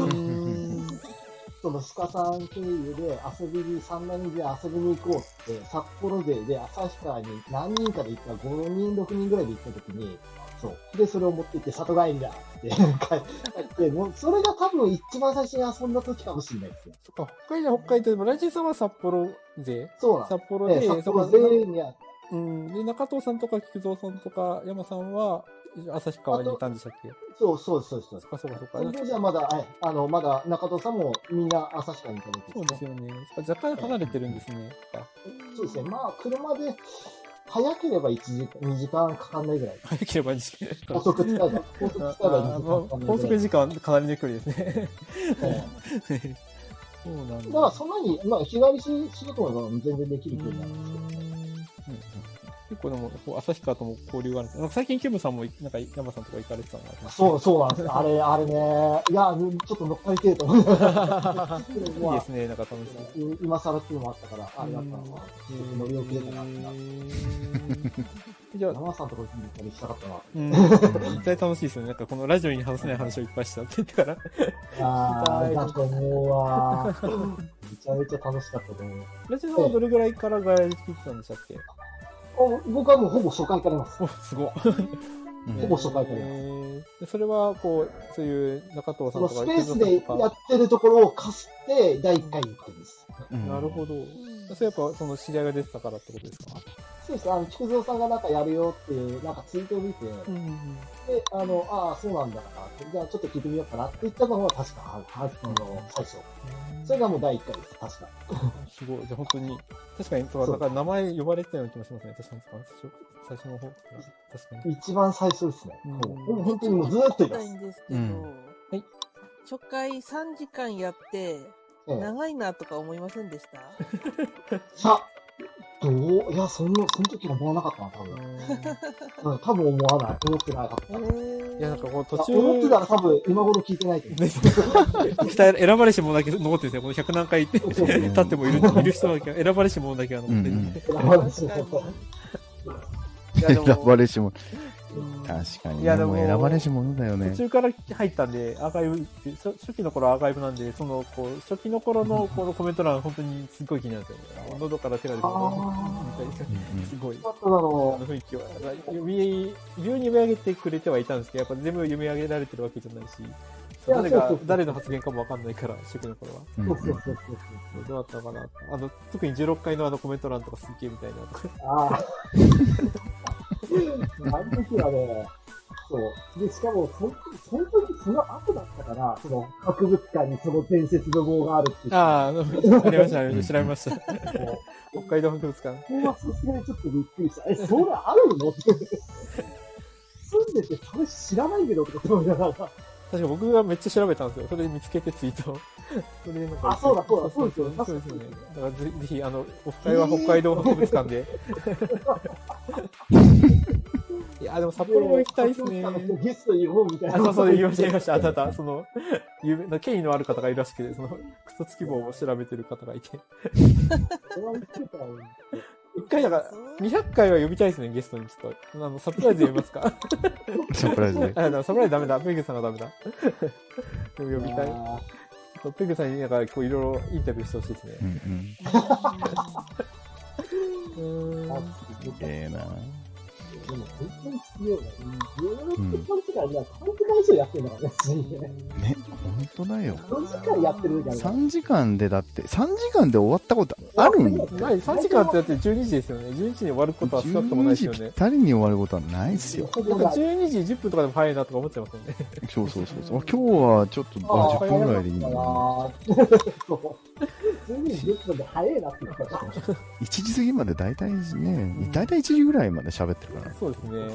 その鹿さん経由で遊びに、さんじゅうななにで遊びに行こうって、札幌で、で、旭川に何人かで行ったらごにん、ろくにんぐらいで行った時に、そう。で、それを持って行って、里帰りだって帰って、もう、それが多分一番最初に遊んだ時かもしれないですね。 そっか、北海道、北海道でも、ライジンさんは札幌勢そうなん札幌で、 えー、札幌勢にあって。 うん。で、中藤さんとか菊蔵さんとか山さんは、旭川にいたんでしたっけ？ そうそうそうそう。 そっかそっかそっか。 その当時はまだ、あの、まだ中藤さんもみんな旭川にいた時です、 ね。そうですよね。若干離れてるんですね。 そうですね。まあ、車で、早ければいちじかん、にじかんかかんないぐらい。 早ければにじかん。 高速使えば、高速使えばにじかんかかんないぐらい。 高速時間はかなりの距離ですね。そうなんだ。 だからそんなに、まあ、日帰り仕事も全然できる距離なんですけど。 結構でも、旭川とも交流があるんです。最近、ケムさんも、なんか、山さんとか行かれてたのが、 そう、そうなんです。あれ、あれね、いや、ちょっと乗っかりてえと思う。いいですね、なんか楽しそう。今更っていうのもあったから、あれだったのは、乗り遅れたなってな。じゃあ、山さんとか行ったりしたかったな。 うん。絶対楽しいですよね。なんか、このラジオに話せない話をいっぱいしたって言ってから。 ああ、だと思うわ。めちゃめちゃ楽しかったと思う。 ラジオはどれぐらいから外来聞いてたんでしたっけ？ 僕はもうほぼ初回からです。 お、すごい。 ほぼ初回からです。 それは、こう、そういう中藤さんとかスペースでやってるところを貸して、だいいっかい行ってるんです。 なるほど。それやっぱ、その知り合いが出てたからってことですか？ そうです。あの、菊蔵さんがなんかやるよっていう、なんかツイートを見て、で、あの、ああ、そうなんだな、じゃあちょっと聞いてみようかなって言ったのが確か、あの、最初。それがもうだいいっかいです、確か。 すごい。じゃあ本当に、確かに、なんか名前呼ばれてたような気もしますね。確かに、最初の方。確かに。 一番最初ですね。もう本当にもうずーっといます。 んですけど、はい。初回さんじかんやって、長いなとか思いませんでした？ さ、 どういや、そんな、その時は思わなかったな、多分。うん、多分思わない。思ってなかった。 いや、なんかこう途中。 思ってたら多分今頃聞いてないけど。 選ばれし者だけ残ってるんですよ。このひゃく何回経ってもいる、いる人だけ、選ばれし者だけが残ってるんで。選ばれし者。 選ばれし者。確かに、ね、いやでも選ばれし者だよね。 途中から入ったんで、アーカイブ、初期の頃アーカイブなんで、その、こう、初期の頃のこのコメント欄、本当にすごい気になるんですよね。喉から手が出てる。すごい。あの雰囲気は。読み、読み上げてくれてはいたんですけど、やっぱ全部読み上げられてるわけじゃないし、誰が、誰の発言かもわかんないから、初期の頃は。そうそうそうそう。どうだったのかな。あの、特にじゅうろっかいのあのコメント欄とかすっげえみたいな。ああ。 あの時はね、そう。で、しかも、そ、その時その後だったから、その、博物館にその伝説の棒があるって。 ああ、ありました、ありました、調べました。北海道博物館。 ここはさすがにちょっとびっくりした。え、それあるのって。住んでて、それ知らないけどって思いながら。 確か僕がめっちゃ調べたんですよ。それで見つけてツイートを。 それでなんか。あ、そうだ、そうだ、そうですよね。 そうですよね。だからぜひ、あの、オフ会は北海道博物館で。いや、でも札幌も行きたいですね。 ゲストに呼ぶみたいな。 そうそう、言いました、言いました。あなた、その、有名な、権威のある方がいるらしくて、その、クソつき棒を調べてる方がいて。一回だから、にひゃっかいは呼びたいですね、ゲストに。ちょっと、あの、サプライズ呼びますか？ サプライズで。 あ、でもサプライズダメだ。ペグさんがダメだ。でも呼びたい。ペグさんになんか、こう、いろいろインタビューしてほしいですね。 うんうん。うーん。ええな。 でも本当に強いね。ずーっとさんじかん、いや、さんじかん以上やってるんだからね、普通にね。 ね、本当だよ。 さんじかんやってるじゃん。 さんじかんでだって、さんじかんで終わったことあるんだって。 ない、さんじかんってだってじゅうにじですよね。じゅうにじに終わることは少なくともないですよね。 じゅうにじぴったりに終わることはないですよ。 なんかじゅうにじじゅっぷんとかでも早いなとか思っちゃいますよね。 そうそうそうそう。今日はちょっと、あ、じゅっぷんぐらいでいいな。じゅうにじじゅっぷんで早いなって言ったから。 いちじ過ぎまで大体ね、大体いちじぐらいまで喋ってるから。 そうですね。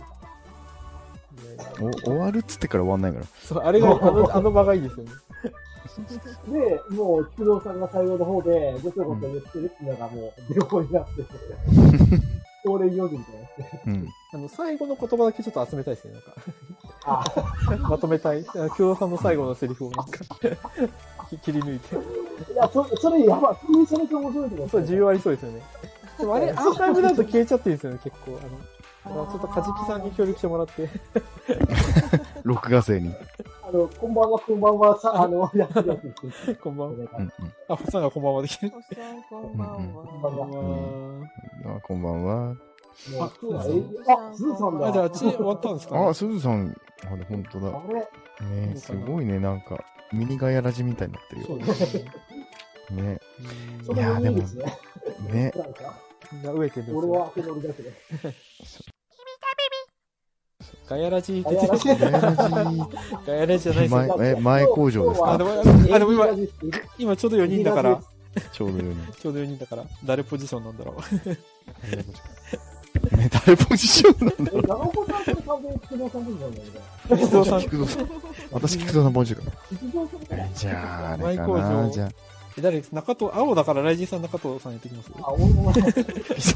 お終わるっつってから終わんないから。 そう、あれが、あの、あの場がいいですよね。 で、もう、菊蔵さんが最後の方で、ごちょごちょ言ってるっていうのがもう、両方になってて、恒例行事みたいになって。うん。あの、最後の言葉だけちょっと集めたいですね、なんか。あまとめたい。菊蔵さんの最後のセリフをなんか、切り抜いて。 いや、そそれやばい。それめちゃめちゃ面白いけど。 そう、需要ありそうですよね。でもあれ、アーカイブだと消えちゃってるんですよね、結構。あのちょっとカジキさんに協力してもらって。 録画生に。 あの、こんばんは、こんばんは、さ、あの、やってるやつ。 こんばんは。あ、ホッサンがこんばんはできる。 こんばんは。 こんばんは。 あ、こんばんは。 あ、すずさんだ。 あ、じゃあ、あっち終わったんですか？ あ、すずさん、あれ、ほんとだ。ね、すごいね、なんか、ミニガヤラジみたいになってるよ。ね。いや、でも、ね。 みんな飢えてるんですよ。 俺は当て乗りだけど。 ガヤラジーって言ってた。ガヤラジー。ガヤラジじゃないですよ。 え、前工場ですか？ あ、でも、あ、でも今、今ちょうどよにんだから。 ちょうどよにん。 ちょうどよにんだから。誰ポジションなんだろう。ね、誰ポジションなんだろう。 長岡さんって完全に菊蔵さんポジションなんだけど。菊蔵さん。 菊蔵さん。私菊蔵さんポジションかな。じゃあ、あれかな。じゃあ。 誰中藤、青だからライジンさん中藤さんやってきます？ あ、俺も中藤さん。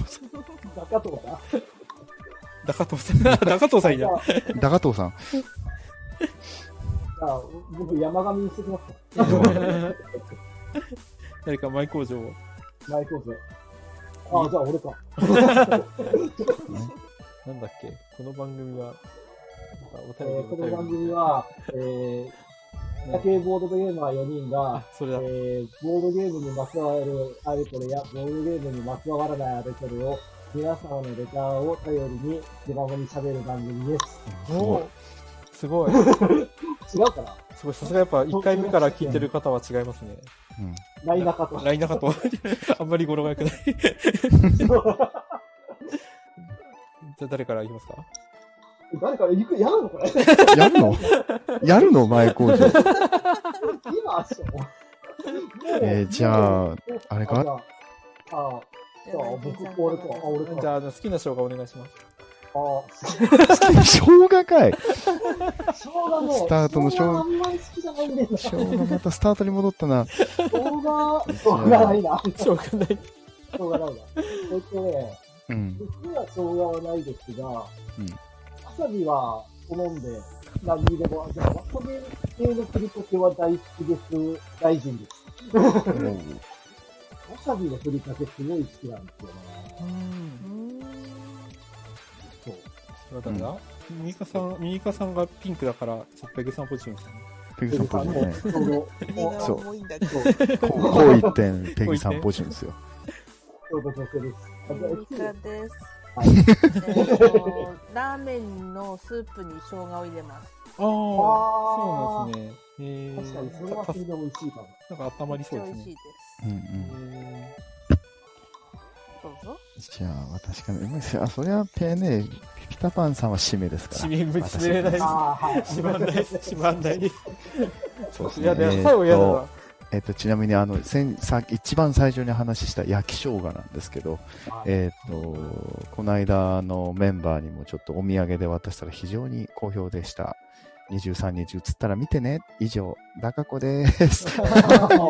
中藤さん。中藤さんいいじゃん。 中藤さん。 じゃあ、僕山上にしてきますか。 誰か前工場を。 前工場。あ、じゃあ俺か。 なんだっけこの番組は、 この番組は、えー、竹ボードゲーマーよにんが、 それだえー、ボードゲームにまつわるあれこれや、ボードゲームにまつわらないあれこれを、皆様のレターを頼りに、気ままに喋る番組です。 おー、すごい。 違うかな？ すごい、さすがやっぱいっかいめから聞いてる方は違いますね。 うん。ライナカと。 ライナカと。あんまり語呂が良くない。じゃあ誰からいきますか？ 誰から行く、やるのこれ。 やるのやるの前工場。 今、 えー、じゃあ、あれかああ、じゃあ、僕、俺か。あ、俺か。 じゃあ、好きな生姜お願いします。 ああ、 生姜かい。 生姜ね。 スタートの生姜。 あんまり好きじゃないんです生姜またスタートに戻ったな。 生姜、生姜ないな。 生姜ない。 しょうがないな。えっとね、 うん。 僕には生姜はないですが、 うん。 わさびは好んで何にでも、じゃあわさび系のふりかけは大好きです。大臣です。わさびのふりかけすごい好きなんですよね。うん。 そう。それは誰だ？ミミカさん、ミミカさんがピンクだから、ペグさんポジションですよね。 ペグさんポジションね。 そう。 こう一点、ペグさんポジションですよ。 ちょうど女性です。 ミカです。 はい。 ラーメンのスープに生姜を入れます。 ああ、そうなんですね。 えー、確かにそれはそれで美味しいかも。 なんか温まりそうですね。 美味しいです。 うんうん。 どうぞ。 じゃあ、私から、あ、それはペね、ピピタパンさんは締めですから。 締め、締めれないです。締まんないです。締まんないです。 そうですね。 いや、でも最後嫌だな。 えっと、ちなみに、あの、先、さ、一番最初に話した焼き生姜なんですけど、えっと、この間のメンバーにもちょっとお土産で渡したら非常に好評でした。にじゅうさんにち移ったら見てね。以上、ダカ子です。 焼き生姜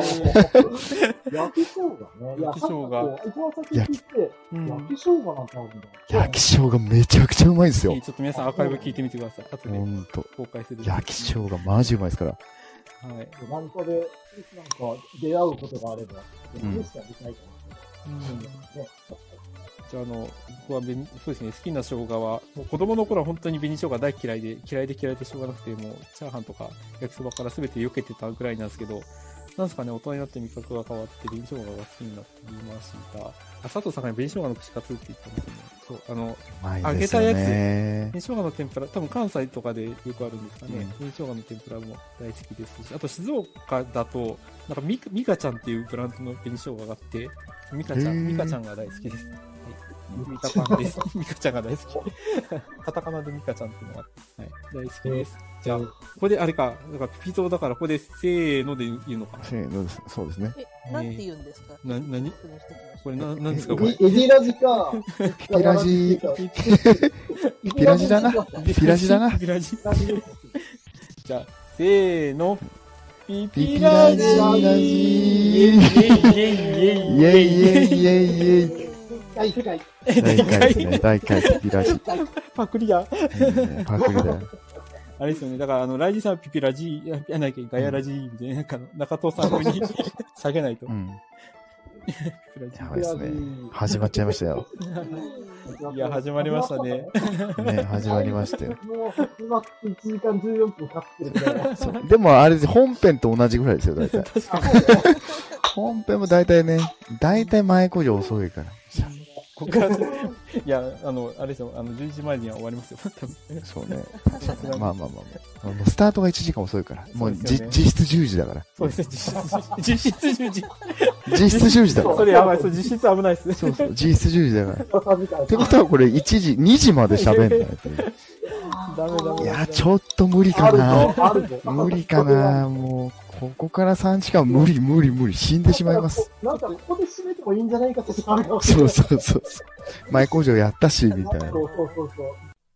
ね。 焼き生姜。 焼き生姜なんてあるんだ。 焼き生姜めちゃくちゃうまいですよ。 ちょっと皆さんアーカイブ聞いてみてください。後でほんと。 公開する。 焼き生姜マジうまいですから。 はい。 なんかで、なんか出会うことがあれば、うん、してあげたいかな。うん。ね。 じゃあ、あの、僕は紅、そうですね、好きな生姜は、もう子供の頃は本当に紅生姜大嫌いで、嫌いで嫌いでしょうがなくて、もう、チャーハンとか焼きそばから全て避けてたぐらいなんですけど、なんですかね、大人になって味覚が変わって、紅生姜が好きになっていました。あ、佐藤さんが紅生姜の串カツって言ってますね。そう、あの、揚げたやつ、紅生姜の天ぷら、多分関西とかでよくあるんですかね、うん、紅生姜の天ぷらも大好きですし、あと静岡だと、なんかミカ、ミカちゃんっていうブランドの紅生姜があって、ミカちゃん、ミカちゃんが大好きです。ミカパンです。ミカちゃんが大好き。カタカナでミカちゃんっていうのがあって、はい、大好きです。じゃあ、ここであれか、だからピピトーだから、ここでせーので言うのかな。 せーのです。そうですね。 え、なんて言うんですか？ な、なにこれな、なんですかこれ。 エディラジか。 ピラジ。ピラジだな。ピラジだな。 ピラジ。じゃあ、せーの。ピピラジー。イェイイェイイェイイェイイェイイェイイェイ。 第一回。 第一回ですね。第一回ピピラジ。 パクリや。 パクリだよ。 あれですよね。だから、あの、ライジさんはピピラジ、いや、なんかガヤラジみたいな、なんか、中藤さん風に下げないと。うん。 ピピラジ。やばいですね。始まっちゃいましたよ。 いや、始まりましたね。 ね、始まりましたよ。 もう、うまくいちじかんじゅうよんぷんかかってるみたいな。 でも、あれ、本編と同じぐらいですよ、大体。 確かに。 本編も大体ね、大体前工場遅いから。 ここから、いや、あの、あれですよ、あの、じゅういちじまえには終わりますよ、多分。 そうね。まあまあまあまあ。もうスタートがいちじかん遅いから。もう、ね、実質じゅうじだから。 そうですね、実質じゅうじ。 実質じゅうじだから。 それやばい、それ実質危ないっすね。 そうそう、実質じゅうじだから。ってことはこれいちじ、にじまで喋んないという。 ダメダメ。 いや、ちょっと無理かな。無理かな、もう。ここからさんじかん無理無理無理死んでしまいます。 なんかここで締めてもいいんじゃないかってあるかもしれない。そうそうそう。前工場やったし、みたいな。 そうそうそうそう。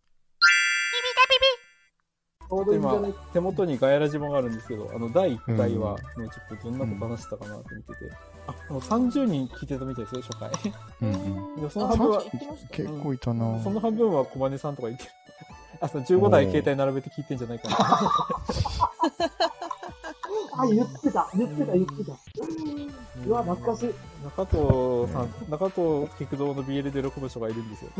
今、手元にガヤラジもがあるんですけど、あの、だいいっかいは、もうちょっとどんなこと話したかなって見てて、あ、あの、さんじゅうにん聞いてたみたいですよ、初回。 うんうん。 その半分は、 結構いたな。 その半分は小金さんとか言って、あ、そのじゅうごだい携帯並べて聞いてんじゃないかな。 あ、言ってた、言ってた、言ってた。うわ、懐かしい。 中藤さん、中藤菊蔵の ビーエル で喜ぶ人がいるんですよ。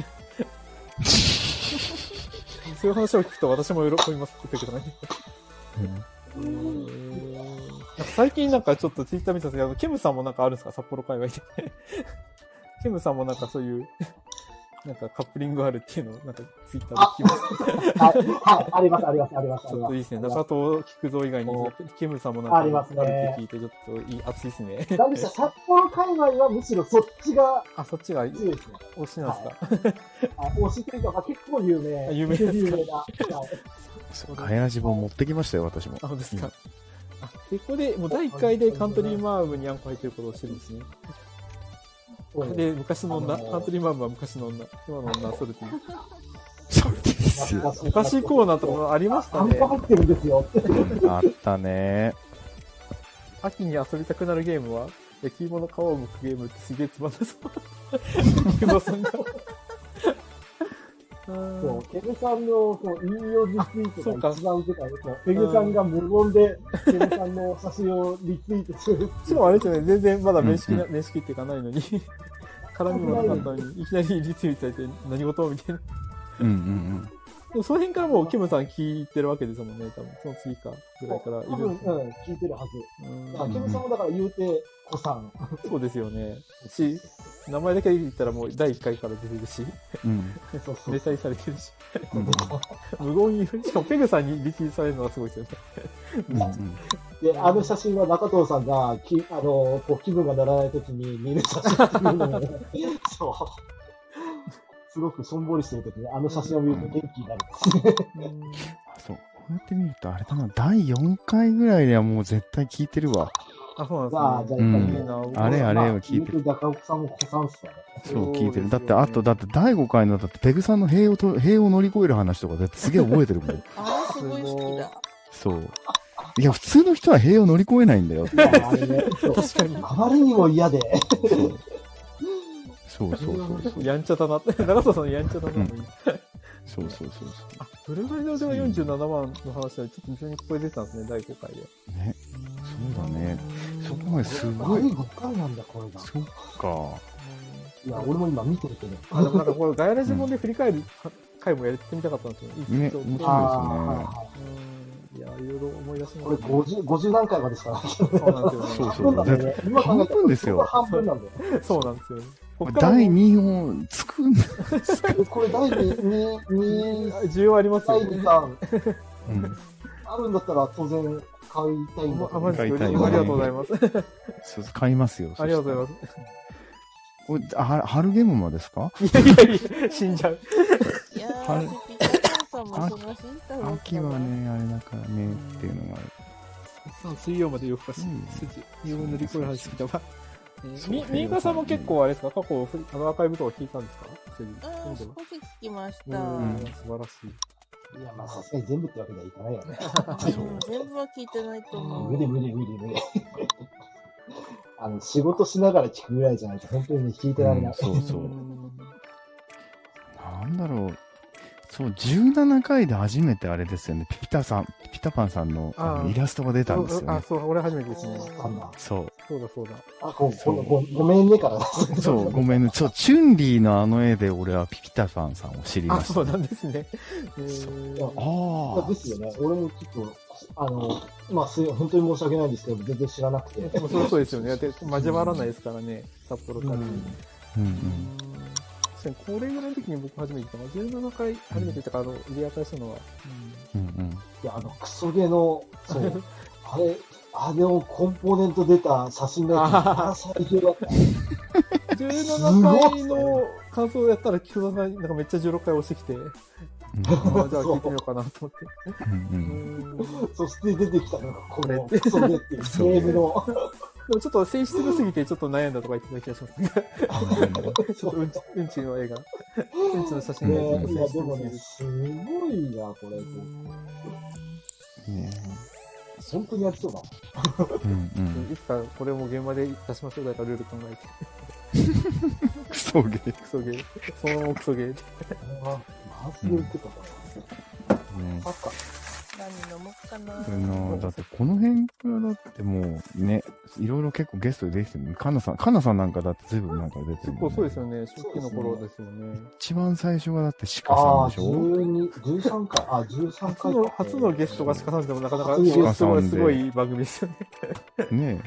そういう話を聞くと私も喜びますって言ってください。うん、なんか最近なんかちょっとツイッター見たんですけど、ケムさんもなんかあるんですか、札幌界隈で。ケムさんもなんかそういう、なんかカップリングあるっていうのをなんかツイッターで聞きました。はい、あります、あります、あります。 ちょっといいですね。中藤菊蔵以外に、ケムさんもなんかあるって聞いて、ちょっといい、熱いですね。 なんでした、札幌界隈はむしろそっちが、 あ、そっちがいいですね。推しなんですか。 推しというか、まあ結構有名。 有名ですか。有名な。 ガヤラジも持ってきましたよ、私も。 あ、そうですか。あ、で、ここで、もうだいいっかいでカントリーマームにあんこ入ってることをしてるんですね。で、昔の女、カントリーマームは昔の女、今の女はソルティ。 ソルティですよ。 お菓子コーナーとかありましたね。 あんこ入ってるんですよ。 あったね。 秋に遊びたくなるゲームは焼き芋の皮を剥くゲームってすげえつまんなそう。工藤さんが。 そう、ケムさんのそう引用リツイートが一番受けたんですよ。ケムさんが無言でケムさんの写真をリツイートする。 しかもあれですよね、全然まだ面識な、面識っていうかないのに、絡みもなかったのに、いきなりリツイートされて何事みたいな。 うんうんうん。 でもその辺からもうケムさん聞いてるわけですもんね、多分。その次かぐらいからいる。 多分、うん、聞いてるはず。だからケムさんもだから言うて、子さん。 そうですよね。し、名前だけで言ったらもうだいいっかいから出てるし、うん、ネタにされてるし、うん、無言言う。しかもペグさんにリツイートされるのがすごいですよね。 うんうん、で、あの写真は中藤さんがき、あの、こう気分が乗らないときに見る写真っていうのを、そう。すごくしょんぼりしてるときに、あの写真を見ると元気になるんですね。 そう。こうやって見ると、あれだな、だいよんかいぐらいではもう絶対聞いてるわ。 あ、そうなんですね。 あ、じゃあ、やっぱり、うん、あれあれを聞いてる。 中岡さんも子さんっすよね。 そう、聞いてる。だって、あと、だってだいごかいの、だってペグさんの塀をと、塀を乗り越える話とか、だってすげえ覚えてるもん。 あれすごい好きだ。 そう。いや、普通の人は塀を乗り越えないんだよ。 あれね、確かに。あまりにも嫌で。 そうそうそうそう。 やんちゃだなって。長藤さんやんちゃだな。うん、 そうそうそうそう。 あ、ブルガリの腕はよんじゅうななばんの話はちょっと別にここで出てたんですね、だいごかいで。 ね。そうだね。そこまですごい。 だいごかいなんだ、これが。 そっか。 いや、俺も今見てるけど。 あ、でもなんかこれガヤラジモンで振り返る回もやってみたかったんですよね。 ね、面白いですね。 いや、いろいろ思い出します。 これごじゅう、ごじゅう何回までしかない。 そうなんですよね。 そうそう。 だね。今半分ですよ。 半分なんだよ。 そうなんですよ。 だいにを作るんですか？ これだいに、に、に、 需要ありますよね。 だいに、さん。あるんだったら当然買いたいんだけど。 あ、マジですか？ありがとうございます。 そう、買いますよ。 ありがとうございます。 これ、あ、春ゲームマですか？ いやいやいや、死んじゃう。 いやー、ピピタさんも忙しいんだろうかな。 秋はね、あれだからね、っていうのがある。 水曜まで夜更かし、水曜乗り越える話好きだわ。み、みかさんも結構あれですか、過去、あのアーカイブとか聞いたんですか？ うん、少し聞きました。 うん、素晴らしい。いや、まあさすがに全部ってわけにはいかないよね。 全部は聞いてないと思う。 無理無理無理無理。あの、仕事しながら聞くぐらいじゃないと本当に聞いてられない。 そうそう。なんだろう。そう、じゅうななかいで初めてあれですよね。ピピタさん、ピピタパンさんのイラストが出たんですよね。 あ、そう、俺初めてですね。 そう。 そうだそうだ。 あ、ご、ご、ごめんねから。 そう、ごめんね。そう、チュンリーのあの絵で俺はピピタパンさんを知りました。 あ、そうなんですね。 ああ。ですよね。俺もちょっと、あの、まあ、す本当に申し訳ないんですけど、全然知らなくて。 でもそうそうですよね。で、交わらないですからね、札幌から。うんうん。これぐらいの時に僕初めて行ったのは、じゅうななかい初めて行ったから、あの、リアタイしたのは。 うんうん。いや、あの、クソゲの、そう、あれ、あれをコンポーネント出た写真が、あ最強だった。 じゅうななかいの感想をやったら、木戸さんがなんかめっちゃじゅうろっかい押してきて、じゃあ聞いてみようかなと思って。 そして出てきたのが、このクソゲっていうゲームの。 でもちょっと性質がすぎてちょっと悩んだとか言ってた気がしますね。ちょっとうんち、うんちの絵が、うんちの写真が。 いや、でもね、すごいな、これ。ね本当にやりそうだ。 うんうん。いつかこれも現場で出しましょう。だからルール考えて。 クソゲー。 クソゲー。そのままクソゲーで。 あ、マジで言ってたから。ね。サッカー。 何飲もうかな。 のだってこの辺からだってもうね、いろいろ結構ゲストで出てるね。カナさん、カナさんなんかだって随分なんか出てる、ね。 結構そうですよね。初期の頃ですよね。 一番最初がだってシカさんでしょ。 じゅうに、じゅうさんかい、あ、じゅうさんかい。 初の、初のゲストがシカさんでもなかなかすごい、すごい番組ですよね。 ね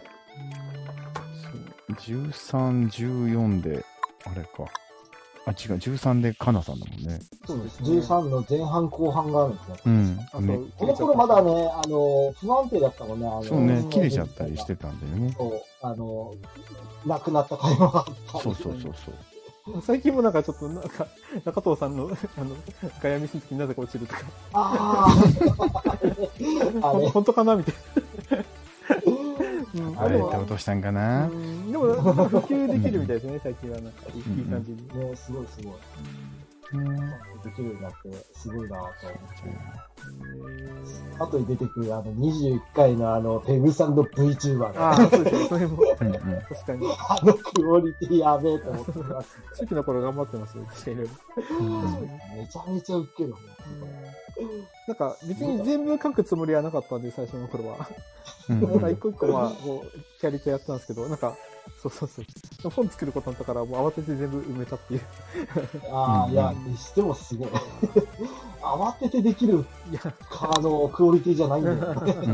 え。じゅうさん、じゅうよんで、あれか。あ、違う、じゅうさんでカナさんだもんね。 そうですね。じゅうさんの前半後半があるんですね。 うん。ね、 この頃まだね、あの、不安定だったもんね。あのそうね、切れちゃったりしてたんだよね。 そう、あの、亡くなった会話があった。 そうそうそうそう。最近もなんかちょっと、なんか、中藤さんの、あの、ガヤミスの時になぜか落ちるとか。 ああ。本当かなみたいな。 あれって落としたんかな。 でも、普及できるみたいですね、最近は。なんか、いい感じに。 ね、すごいすごい。できるようになって、すごいなぁと思って。 後に出てくるあのにじゅういっかいのあのペグさんの VTuber ああ、そうですね、それも、確かに。 あのクオリティやべえと思ってます。 初期の頃頑張ってますよ、確かに。 めちゃめちゃウケる。 なんか別に全部書くつもりはなかったんで、最初の頃は。なんか一個一個まあ、こう、キャリアやったんですけど、なんか、そうそうそう。本作ることになったから、もう慌てて全部埋めたっていう。 ああ、いや、にしてもすごい。慌ててできる、あの、クオリティじゃないんだよ。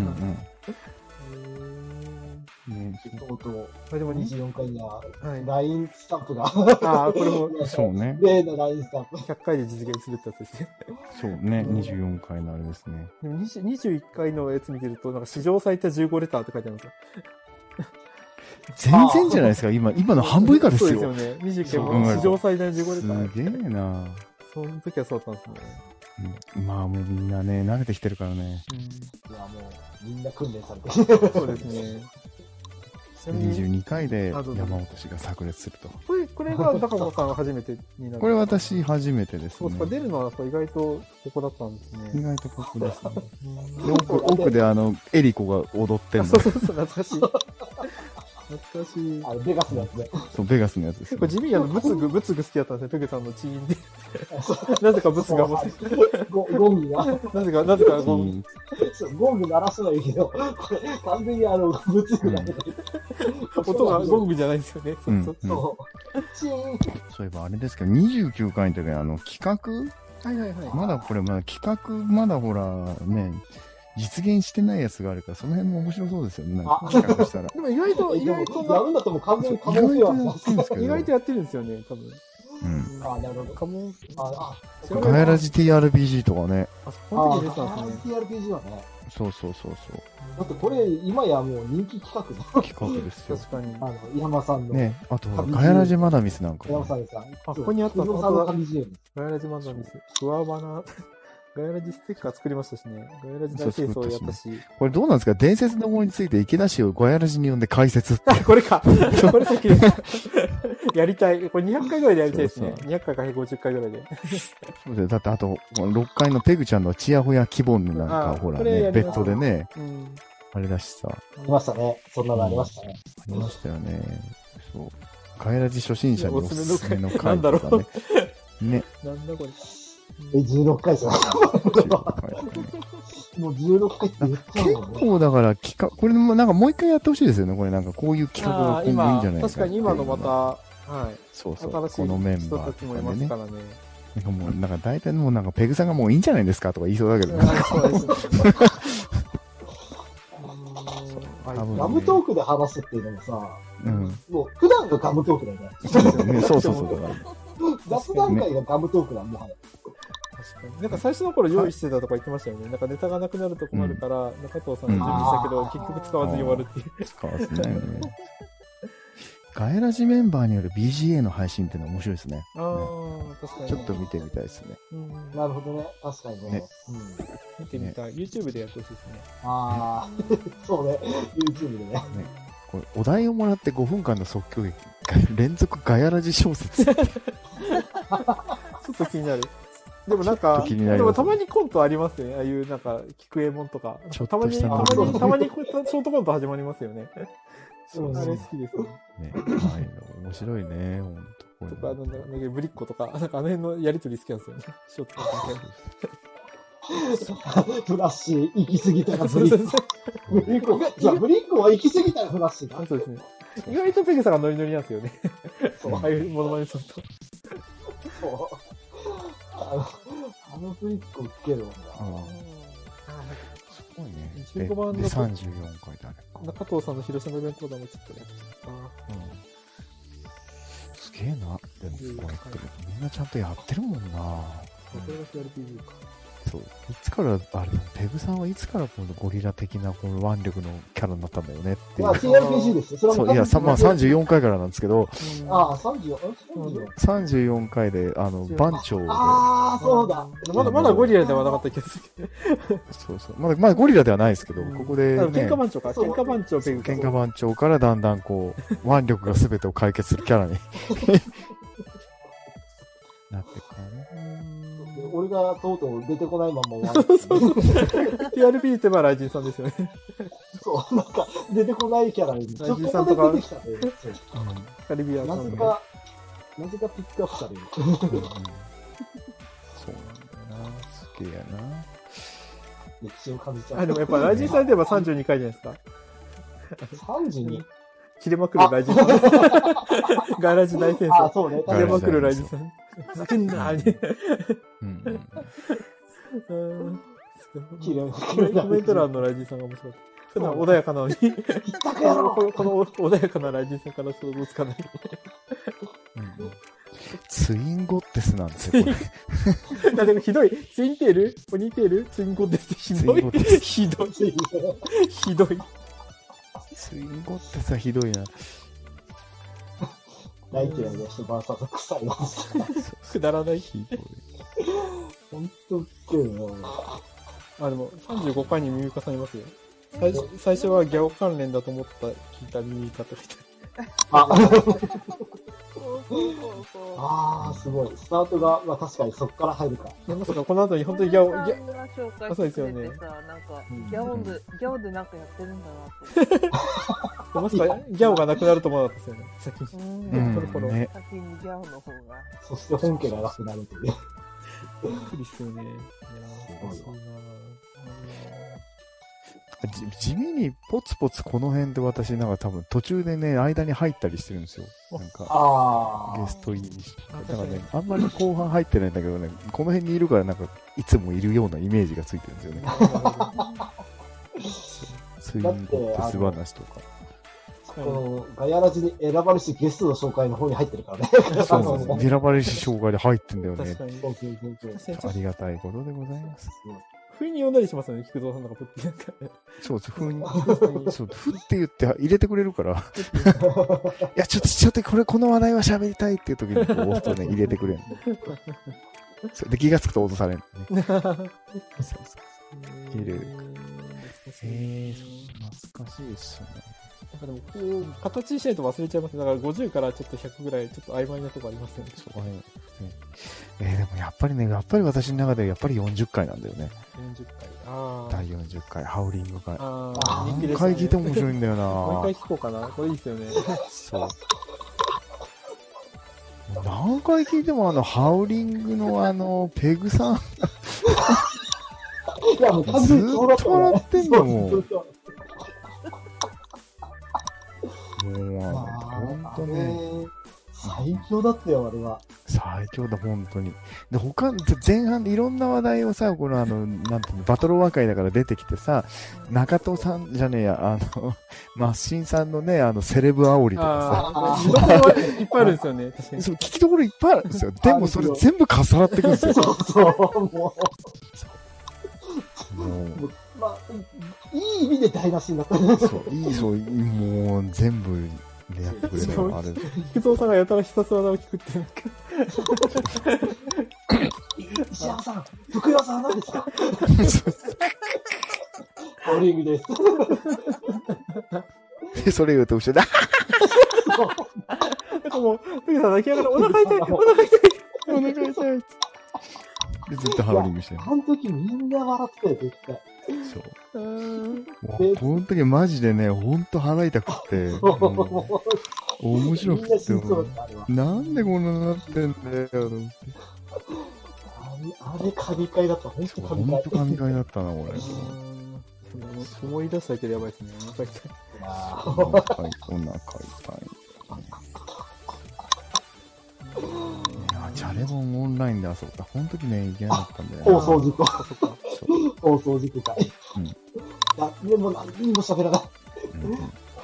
とうとう、でもにじゅうよんかいには、ラインスタンプが。 ああ、これも、 そうね。 例のラインスタンプ。 ひゃっかいで実現するってやつですね。 そうね、にじゅうよんかいのあれですね。 でもにじゅういっかいのやつ見てると、なんか史上最多じゅうごレターって書いてあるんですよ。 全然じゃないですか、今、今の半分以下ですよ。 そうですよね。にじゅういっかいも史上最大じゅうごレター。 すげえな。 その時はそうだったんですね。 うん、まあもうみんなね、慣れてきてるからね。うん、 いやもう、みんな訓練されてる。 そうですね。 にじゅうにかいで山本氏が炸裂すると。 これ、これが高野さんは初めてになる。 これ私初めてですね。 そうですか、出るのは意外とここだったんですね。 意外とここですね。で奥、奥であの、エリコが踊ってるの。 そうそうそう、懐かしい。懐かしい。 あれ、ベガスのやつね。 そう、ベガスのやつです、 ね。結構地味にあの、ブツグ、ブツグ好きだったんですね、ペグさんのチーンで。なぜかブツがもゴゴングが。 なぜか、なぜかゴング。 ゴング鳴らすのはいいけど、これ、完全にあの、ブツグだけ。 音がゴングじゃないんですよね。そうそうそう。チーン。 そういえばあれですけど、にじゅうきゅうかいの時にあの、企画はいはいはい。 まだこれ、まだ企画、まだほら、ね、実現してないやつがあるから、その辺も面白そうですよね。なんか企画したら。 でも意外と、意外と。 やるんだともう完全に可能性は意外とやってるんですよね、多分。 うん。 あ、なるほど。 かも。 あ、 あ。ガヤラジ ティーアールピージー とかね。 あ、その時出てたんですね。 ガヤラジ ティーアールピージー はね。 そうそうそうそう。 だってこれ、今やもう人気企画企画ですよ。 確かに。 あの、山さんの。 ね、あと、ガヤラジマダミスなんか。 山さんですか。 あ、ここにあったの。ガヤラジマダミス。ふわばな。ガヤラジステッカー作りましたしね。ガヤラジ大清掃やったし。 これどうなんですか、伝説のものについて池田氏をガヤラジに呼んで解説って。 あ、これか。これさっきです。やりたい。これにひゃっかいぐらいでやりたいですね。そうそうにひゃっかいかひゃくごじゅっかいぐらいで。 そうですよ。だってあと、ろっかいのペグちゃんのチヤホヤ希望なんか、ほらね、ベッドでね、うん、あれだしさ。 ありましたね。そんなのありましたね。 ありましたよね。そう。ガヤラジ初心者におすすめの回とかね。ね。 なんだこれ。 え、じゅうろっかいじゃないもうじゅうろっかいって言っちゃうもんね。 結構だから企画、これもなんかもう一回やってほしいですよね。これなんかこういう企画が今後いいんじゃないか。 確かに今のまた、はい。 そうそう。このメンバーとかもいますからね。 なんかもう、なんか大体もうなんかペグさんがもういいんじゃないですかとか言いそうだけどね。 そうですね。ガムトークで話すっていうのもさ、うん、もう普段がガムトークだよね。 そうですよね。そうそうそう。 雑談会がガムトークだ、もはや。 確かに。なんか最初の頃用意してたとか言ってましたよね。なんかネタがなくなると困るから、うん、中藤さんが準備したけど、うん、結局使わずに終わるっていう。 使わずね。ガヤラジメンバーによる ビージーエー の配信っていうのは面白いですね。 ああ、確かに。 ちょっと見てみたいですね。 うん、なるほどね。確かにね。ねうん、見てみたい。YouTube でやってほしいですね。 ああ、そうね。YouTube でね。ねこれお題をもらってごふんかんの即興劇、連続ガヤラジ小説。ちょっと気になる。でもなんか、でもたまにコントありますよね。ああいうなんか、菊右衛門とか。たまに、たまに、たまにショートコント始まりますよね。そうあれ好きですね。 ね、面白いね、ほんと。とか、あの、ブリッコとか、なんかあの辺のやりとり好きなんですよね。ショートコント。フラッシー、行き過ぎたらブリッコ。ブリッコ、じゃあブリッコは行き過ぎたらフラッシーだ。 そうですね。意外とペグさんがノリノリなんですよね。そう。ああいうモノマネすると。 そう。あの、あのブリッコウケるわな。 すごいね。 じゅうごばんのさんじゅうよんかいだね。 中藤さんの広島イベントとかもちょっとやってた。うん。 すげえな。でもこれってみんなちゃんとやってるもんな。これが アールピージー か。 そう。いつから、あれ、ペグさんはいつからこのゴリラ的なこの腕力のキャラになったんだよねっていう。 まあ、ティーアールピージー ですよ。それはそう、いや、まあさんじゅうよんかいからなんですけど。 ああ、さんじゅうよん、 さんじゅうよんかいで、あの、番長で。 ああ、そうだ。 まだ、まだゴリラではなかった気がする。 そうそう。まだ、まだゴリラではないですけど、ここで、ね。 喧嘩番長か。喧嘩番長ペグ。 喧嘩番長からだんだんこう、腕力が全てを解決するキャラになってくからね。 俺がとうとう出てこないまま終わる。 そうそうそう。ティーアールピー って言えばライジンさんですよね。 そう、なんか、出てこないキャラに、ちょっと出てきたね。 カリビアンなぜか、なぜかピックアップされる。 そうなんだよな。すげえやな。 歴史を感じちゃう。 あ、でもやっぱライジンさんで言えばさんじゅうにかいじゃないですか。 さんじゅうに? 切れまくるライジンさん。ガラジ大戦争。 あ、そうね。 切れまくるライジンさん。ふざけんなーね。 切れまくる。コメント欄のライジンさんが面白かった。普段穏やかなのに、この穏やかなライジンさんから想像つかない。 ツインゴッテスなんですよ、これ。だってひどい。ツインテールポニーテールツインゴッテスってひどい。ひどい。ひどい。 ツインゴッテスはひどいな。 大嫌いな人バーサス臭いな。 くだらない。ひどい。 ほんとウケるな。 あ、でもさんじゅうごかいに耳かさりますよ。最初、最初はギャオ関連だと思った聞いた耳かとか言って。 ああー、すごい。スタートが、まあ確かにそこから入るか。 まさかこの後に本当にギャオ、ギャオ、そうですよね。なんか、ギャオで、ギャオでなんかやってるんだなって。 まさかギャオがなくなると思わなかったですよね、先に。 うん、先にギャオの方が。 そして本家がなくなるという。 びっくりっすよね。いやー、すごいな。 地味にポツポツこの辺で私なんか多分途中でね、間に入ったりしてるんですよ。なんか、ゲスト入りして。だからね、あんまり後半入ってないんだけどね、この辺にいるからなんか、いつもいるようなイメージがついてるんですよね。ツインゴッテス話とか。 このガヤラジに選ばれしゲストの紹介の方に入ってるからね。 そうそうそう。選ばれし紹介で入ってんだよね。 ありがたいことでございます。 ふいに呼んだりしますよね、菊蔵さんとか、ふってなんか。 そうです、ふうに。そう、ふって言って入れてくれるから。いや、ちょっと、ちょっとこれ、この話題は喋りたいっていう時にこう押すとね、入れてくれる。で、気がつくと落とされるね。そうそう。入れる。えー、懐かしいですよね。 なんかでも、こう、形にしないと忘れちゃいます。だからごじゅうからちょっとひゃくぐらい、ちょっと曖昧なとこありますよね。 そうね。えー、でもやっぱりね、やっぱり私の中でやっぱりよんじゅっかいなんだよね。 よんじゅっかい。ああ。 だいよんじゅっかい、ハウリング会。 ああ、 人気ですね。何回聞いても面白いんだよな。 もう一回聞こうかな。これいいですよね。 そう。何回聞いてもあの、ハウリングのあの、ペグさん。 いや、もう完全にそうだったずっと笑ってんのもう。もう、ほんとね。 最強だったよ、あれは。 最強だ、本当に。で、他、前半でいろんな話題をさ、このあの、なんていうの、バトル和解だから出てきてさ、中戸さんじゃねえや、あの、マッシンさんのね、あの、セレブ煽りとかさ。見どころいっぱいあるんですよね、確かに。 そう、聞きどころいっぱいあるんですよ。でもそれ全部重なってくるんですよ。 そうそう、もう。 もう。 まあ、いい意味で台無しになったね。 そう、いい、そう、もう、全部、でやってくれるのがある。 菊蔵さんがやたら必殺技を聞くってなんか。 石山さん、福山さん何ですか？ハウリングです。 で、それ言うと後ろで、 なんかもう、福山さん泣きながら、お腹痛い、お腹痛い、 お腹痛い。で、ずっとハウリングしてる。 あの時みんな笑ってたよ、絶対。 そう。もう、この時マジでね、ほんと腹痛くて、面白くて、なんでこんなになってんだよ、と思って。 あれ、神回だった、ほんと神回。 ほんと神回だったな、これ。 思い出すだけでやばいですね、お腹痛い。 お腹痛い、お腹痛い。チャレボンオンラインで遊ぶか。この時ね、いけなかったんだよね。 放送事故。放送事故かい。うん。あ、でも何にも喋らない。うん。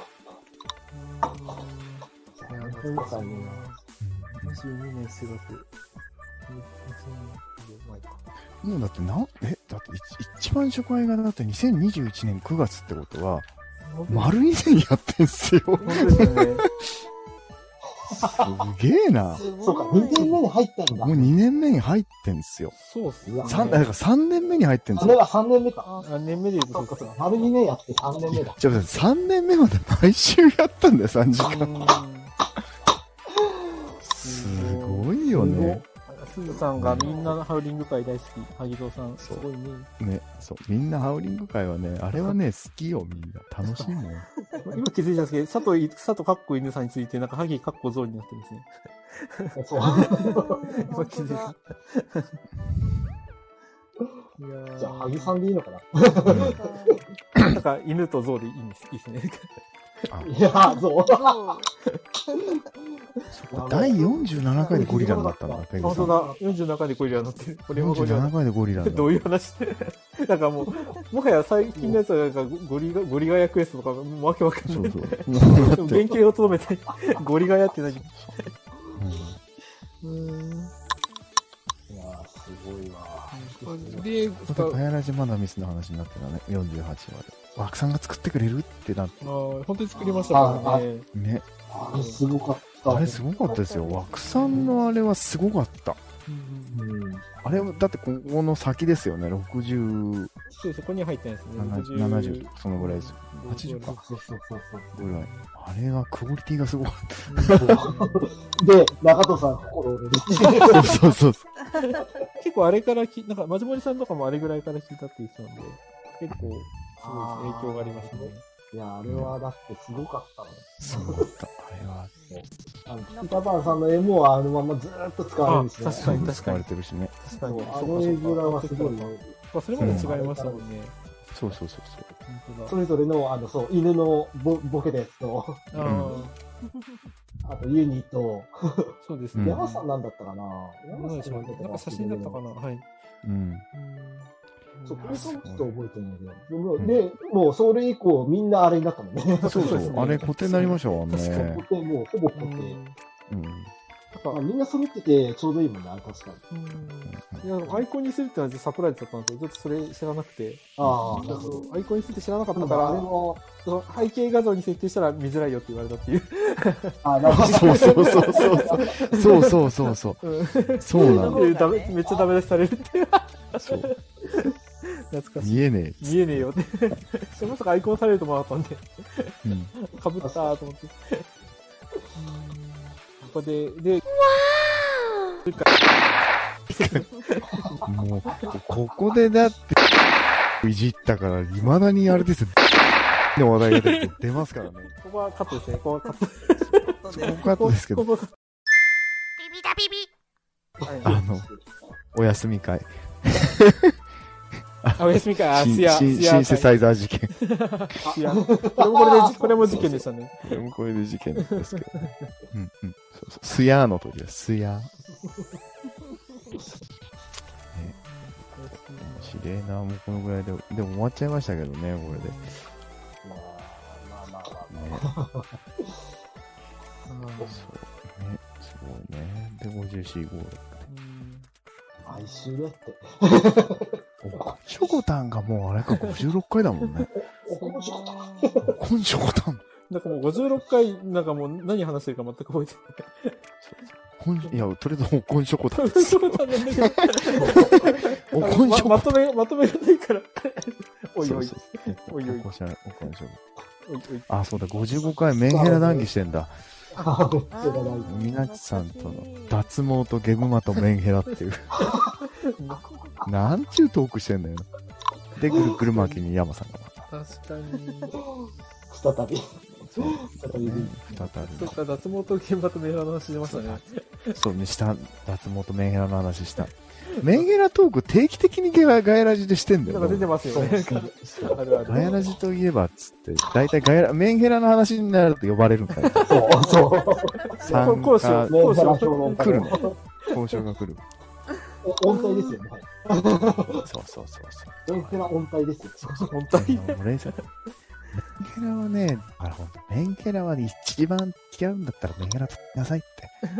今回ね、 にじゅうにねんしがつ。 もうだってな、え、だって一番初回がだってにせんにじゅういちねんくがつってことは、丸にねんやってんすよ。すげえな。 そうか、にねんめに入ったんだ。 もうにねんめに入ってんすよ。 そうっすね。 だからさんねんめに入ってんすよ。 あれはさんねんめか。 さんねんめで言うとそうか。 丸にねんやってさんねんめだ。 じゃあさんねんめまで毎週やったんだよ、さんじかん。すごいよね。 すずさんがみんなハウリング会大好き。萩蔵さん、すごいね。 ね、そう。みんなハウリング会はね、あれはね、好きよ、みんな。楽しいもん。 今気づいたんですけど、佐藤、佐藤かっこ犬さんについて、なんか、ハギかっこゾウになってるんですね。そう。今気づいた。 いやじゃあ、ハギさんでいいのかな。なんか、犬とゾウでいいんです。いいですね。 いや、ゾウ。 だいよんじゅうななかいでゴリラになったんだ、ペグさん。 本当だ、よんじゅうななかいでゴリラになってる。 これもゴリラ。よんじゅうななかいでゴリラになってる。 どういう話なんかもう、もはや最近のやつはなんかゴリガ、ゴリガヤクエストとか、もうわけわかんない。そうそう。原型をとどめて、ゴリガヤって何うん。いやー、すごいわ。 で、 ガヤラジまだミスの話になってたね、よんじゅうはちわで。枠さんが作ってくれるってなって。 ああ、本当に作りましたからね。 ね。 あれすごかった。 あれすごかったですよ。枠さんのあれはすごかった。うん、あれだってここの先ですよね、ろくじゅう。 そう、そこに入ってないですね。 ななじゅう、そのぐらいですよ。はちじゅうか。 そうそうそうそう。 ぐらい。あれはクオリティがすごかった。 で、中藤さん、心折れる。 そうそうそう。 結構あれからき、なんか、まじもりさんとかもあれぐらいから聞いたって言ってたんで、結構、すごい影響がありましたね。 いや、あれはだってすごかったの。 すごかった。あれは。 あの、ピタパンさんの絵もあのままずーっと使われるしね。 確かに確かに。 使われてるしね。 確かに。 あの絵面はすごい。 それまで違いましたもんね。 そうそうそうそう。 それぞれの、あの、そう、犬のボボケたやつと、あとユニと、 そうですね。 山さんなんだったかな山さんなんか写真だったかなはい。 うん。 そう、これちょっと覚えてないけど。で、もうそれ以降みんなあれになったもんね。 そうそう。あれ固定になりましたもんね。 固定、もうほぼ固定。 うん。 まあ、みんな揃っててちょうどいいもんね、確かに。いや、アイコンにするってのはサプライズだったんですけど、ちょっとそれ知らなくて。 ああ。アイコンにするって知らなかったから、あれも、背景画像に設定したら見づらいよって言われたっていう。 あ、なるほど。 そうそうそうそう。そうそうそうそう。そうなんだ。 めっちゃダメ出しされるっていう。そう。懐かしい。 見えねえ。 見えねえよって。まさかアイコンされると思わなかったんで。かぶったーと思って。ここで、で、 もう、ここでだって、いじったから、未だにあれですよ。の話題が出ますからね。 ここはカットですね。ここはカット。 ここカットですけど。 ビビだビビ。 あの、お休み会。 あ、お休み会、あ、スヤ、 シンセサイザー事件。 スヤ。これもこれで、これも事件でしたね。 これもこれで事件ですけど。うんうん。そうそう。スヤーの時です。スヤー。しれな、もうこのぐらいで、でも終わっちゃいましたけどね、これで。 まあまあまあまあ。 そうね、すごいね。で、ごじゅうよん、ごじゅうろく。 毎週だって。 おこんしょこたんがもうあれかごじゅうろっかいだもんね。 おこんしょこたん。 おこんしょこたん。 なんかもうごじゅうろっかい、なんかもう何話してるか全く覚えてない。いや、とりあえずおこんしょこたん。 おこんしょこたんなんだけど。 おこんしょこたん。 まとめ、まとめがないから。おいおい。 おいおい。おこんしょこたん。あ、そうだ、ごじゅうごかいメンヘラ談義してんだ。みなちさんとの脱毛とゲムマとメンヘラっていう。なんちゅうトークしてんだよ。で、ぐるぐる巻きに山さんがまた。確かに。 再び。 そう。再び。再び。そっか、脱毛と現場とメンヘラの話してましたね。 そうね、した。脱毛とメンヘラの話した。メンヘラトーク定期的にガヤラジでしてんだよ。 なんか出てますよね。 ガヤラジといえばっつって、だいたいガヤラ、メンヘラの話になると呼ばれるんだよ。 そうそう。 参加、来るね。交渉が来る。 音体ですよね。 そうそうそうそう。 メンヘラ音体ですよ。 音体。 メンヘラはね、あらほんと、メンヘラは一番付き合うんだったらメンヘラとなさいって。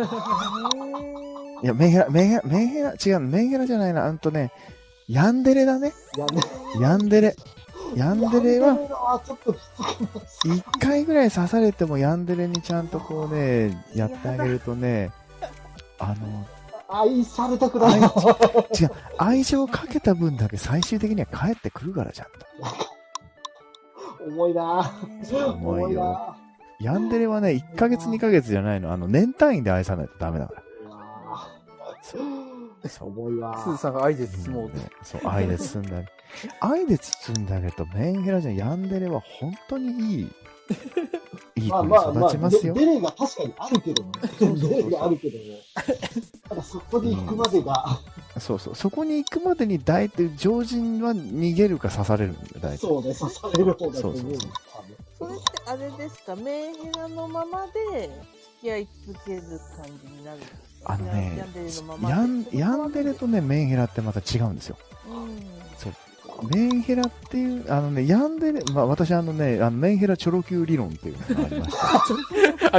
いや、メンヘラ、メンヘラ、メンヘラ、違う、メンヘラじゃないな、あんとね、ヤンデレだね。ヤンデレ。ヤンデレは、一回ぐらい刺されてもヤンデレにちゃんとこうね、やってあげるとね、あの、 愛されたくない。 違う、愛情をかけた分だけ最終的には帰ってくるから、ちゃんと。 重いな重いよ。ヤンデレはね、いっかげつにかげつじゃないの。あの、年単位で愛さないとダメだから。 重いわ。 すずさんが愛で包もうと。 そう、愛で包んだり。愛で包んであげると、メンヘラじゃん、ヤンデレは本当にいい。いい子に育ちますよ。 デレが確かにあるけどね。デレがあるけども。ただそこに行くまでが。 そうそう。そこに行くまでに大体、常人は逃げるか刺されるんだよ、大体。 そうね、刺される方だと思う。 それってあれですか、メンヘラのままで付き合い続ける感じになるんですか？ あのね、ヤン、ヤンデレとね、メンヘラってまた違うんですよ。うん、そう。メンヘラっていう、あのね、ヤンデレ、まあ私あのね、あのメンヘラチョロ Q 理論っていうのがありました。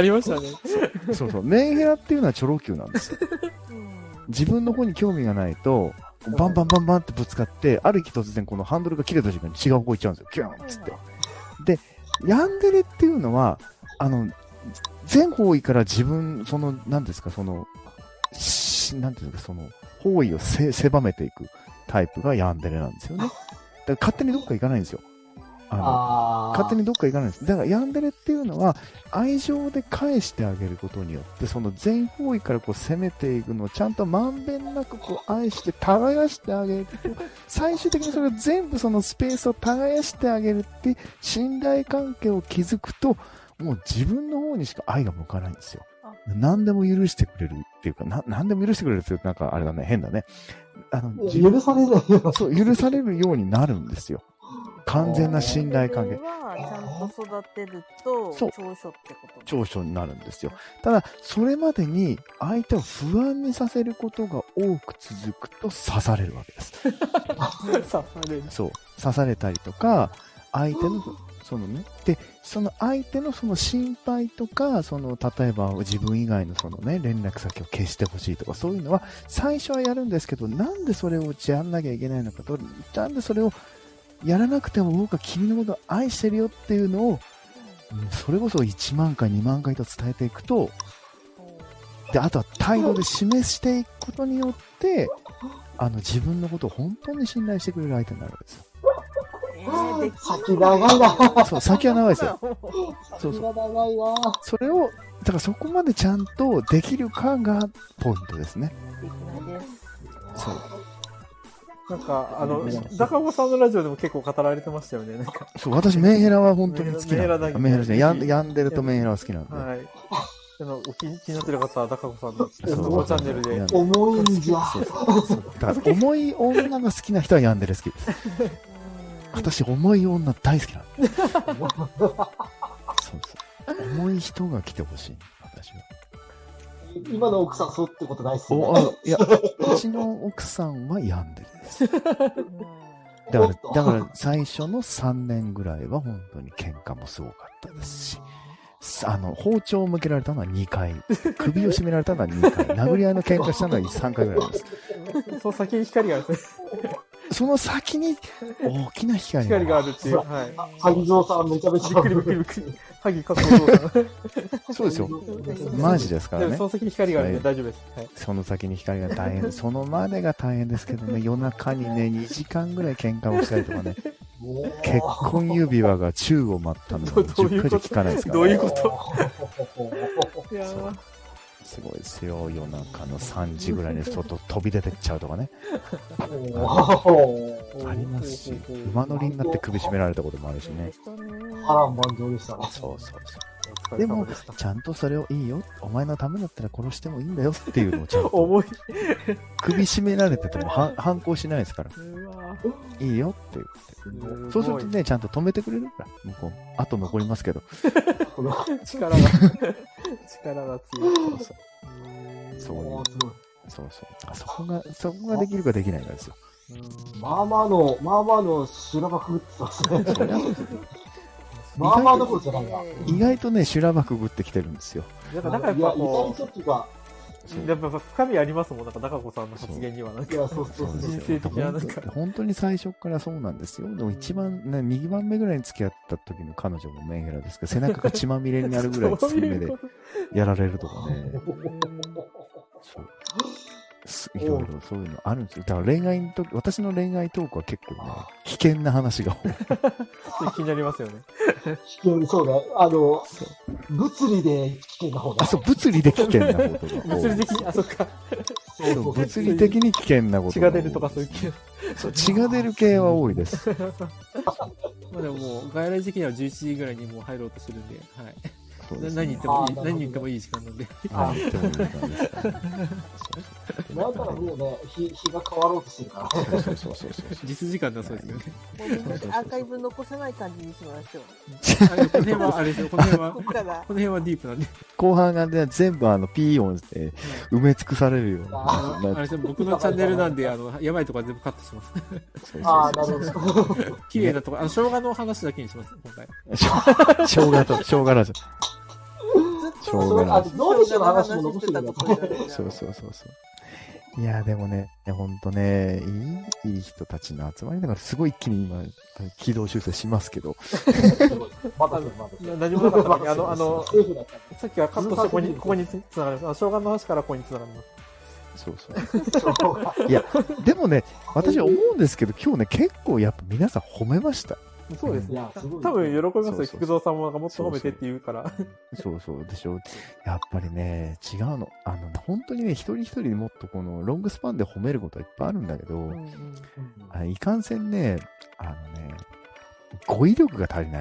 ありましたね。 そうそう。メンヘラっていうのはチョロ Q なんですよ。自分の方に興味がないと、バンバンバンバンってぶつかって、ある日突然このハンドルが切れた時間に違う方向行っちゃうんですよ。キューンっつって。で、ヤンデレっていうのは、あの、全方位から自分、その、何ですか、その、し、なんていうか、その、方位をせ狭めていくタイプがヤンデレなんですよね。だから勝手にどっか行かないんですよ。あのあ勝手にどっか行かないんです。だからヤンデレっていうのは、愛情で返してあげることによって、その全方位からこう攻めていくのをちゃんとまんべんなくこう愛して耕してあげる。最終的にそれを全部そのスペースを耕してあげるって信頼関係を築くと、もう自分の方にしか愛が向かないんですよ。何でも許してくれるっていうか、な何でも許してくれるっていうか、なんかあれだね、変だね。あの許されないよ。 そう、許されるようになるんですよ。完全な信頼関係。 はちゃんと育てると長所ってこと。 長所になるんですよ。ただ、それまでに相手を不安にさせることが多く続くと刺されるわけです。 刺される。 そう。刺されたりとか、相手の、そのね、で、その相手のその心配とか、その、例えば自分以外のそのね、連絡先を消してほしいとか、そういうのは最初はやるんですけど、なんでそれをやんなきゃいけないのかと、なんでそれをやらなくても僕は君のことを愛してるよっていうのを、それこそいちまんかいにまんかいと伝えていくと、で、あとは態度で示していくことによって、あの、自分のことを本当に信頼してくれる相手になるわけですよ。 先長いな。 そう、先は長いですよ。そうそう。 先が長いわ。 それを、だからそこまでちゃんとできるかがポイントですね。そう。 なんか、あの、高子さんのラジオでも結構語られてましたよね。なんかそう、私、メンヘラは本当に好きなメンヘラだけどメンヘラじゃないヤン、ヤンデレとメンヘラは好きなんで。 はい。あの、お気になってる方は高子さんのチャンネルで。 重いんじゃ。 だから、重い女が好きな人はヤンデレ好きです。私、重い女大好きなんで。そうそう。重い人が来てほしい、私は。 今の奥さん、そうってことないっすよね。いや、うちの奥さんはヤンデレです。だから、だから最初のさんねんぐらいは本当に喧嘩もすごかったですし、あの、包丁を向けられたのはにかい、首を絞められたのはにかい、殴り合いの喧嘩したのはさんかいぐらいです。 その先に光があるんですね。 その先に大きな光がある。光があるっていう。はい。 萩蔵さんめちゃめちゃ。 びっくりびっくりびっくり。萩勝三さん。 そうですよ。マジですからね。 その先に光があるんで大丈夫です。 はい。その先に光が大変。そのまでが大変ですけどね、夜中にね、にじかんぐらい喧嘩をしたりとかね。結婚指輪が宙を舞ったのをじゅっかいじゃ聞かないですから、 ね。どういうこといやー。 すごいですよ。夜中のさんじぐらいに外飛び出てっちゃうとかね。ありますし、馬乗りになって首絞められたこともあるしね。 波乱万丈でしたね。 そうそうそう。でも、ちゃんとそれをいいよ。お前のためだったら殺してもいいんだよっていうのをちゃんと。 重い。 首絞められてても反抗しないですから。いいよって言って。そうするとね、ちゃんと止めてくれるから。向こう。あと残りますけど。 力が。力が強い。 そういう。そうそう。あそこが、そこができるかできないかですよ。 まあまあの、まあまあの修羅場くぐってますね。まあまあどころじゃないな。 意外とね、修羅場くぐってきてるんですよ。 だからやっぱこう、 ちょっとが、 やっぱ深みありますもん、なんか中子さんの発言にはなんか。いや、そうそう人生的ななんか。 本当に最初からそうなんですよ。でも一番、ね、右番目ぐらいに付き合った時の彼女もメンヘラですけど、背中が血まみれになるぐらいつり目でやられるとかね。そう。いろいろそういうのあるんですよ。だから恋愛の時、私の恋愛トークは結構ね、危険な話が多い。 気になりますよね。 危険、そうだ。あの、物理で危険な方だ。 あ、そう、物理で危険な方とか。 物理的に、あ、そっか。 物理的に危険なこと。 血が出るとかそういう系。 そう、血が出る系は多いです。 まあでももう、外来時期にはじゅういちじぐらいにもう入ろうとしてるんで、はい。何言ってもいい、何言ってもいい時間なんで。 何言ってもいい時間ですからね。 なんだらもうね、日、日が変わろうとしてるから。 そうそうそうそう。 実時間だそうですよね。 アーカイブ残さない感じにしましょう。 この辺は、あれですよ、この辺は、この辺はディープなんで。 後半がね、全部あの、ピー音で埋め尽くされるような。 あれですよ、僕のチャンネルなんで、あの、やばいとこは全部カットします。 ああ、なるほど。 綺麗なとこ、あの、生姜の話だけにします、今回。 生姜と、生姜ラジオ。 しょうがない。どうでしょうの話も残してるんだそうそうそうそう。いや、でもね、ほんとね、いい、いい人たちの集まりだからすごい一気に今、軌道修正しますけど。 まだまだ。 何もなかったのに、あの、あの、さっきはカットしてここに、ここにつながります。生姜の話からここにつながります。 そうそう。いや、でもね、私思うんですけど、今日ね、結構やっぱ皆さん褒めました。 そうですね。多分喜びますよ。菊蔵さんももっと褒めてって言うから。 そうそうでしょ。やっぱりね、違うの。あの、本当にね、一人一人もっとこのロングスパンで褒めることはいっぱいあるんだけど、うんうん、いかんせんね、あのね、語彙力が足りない。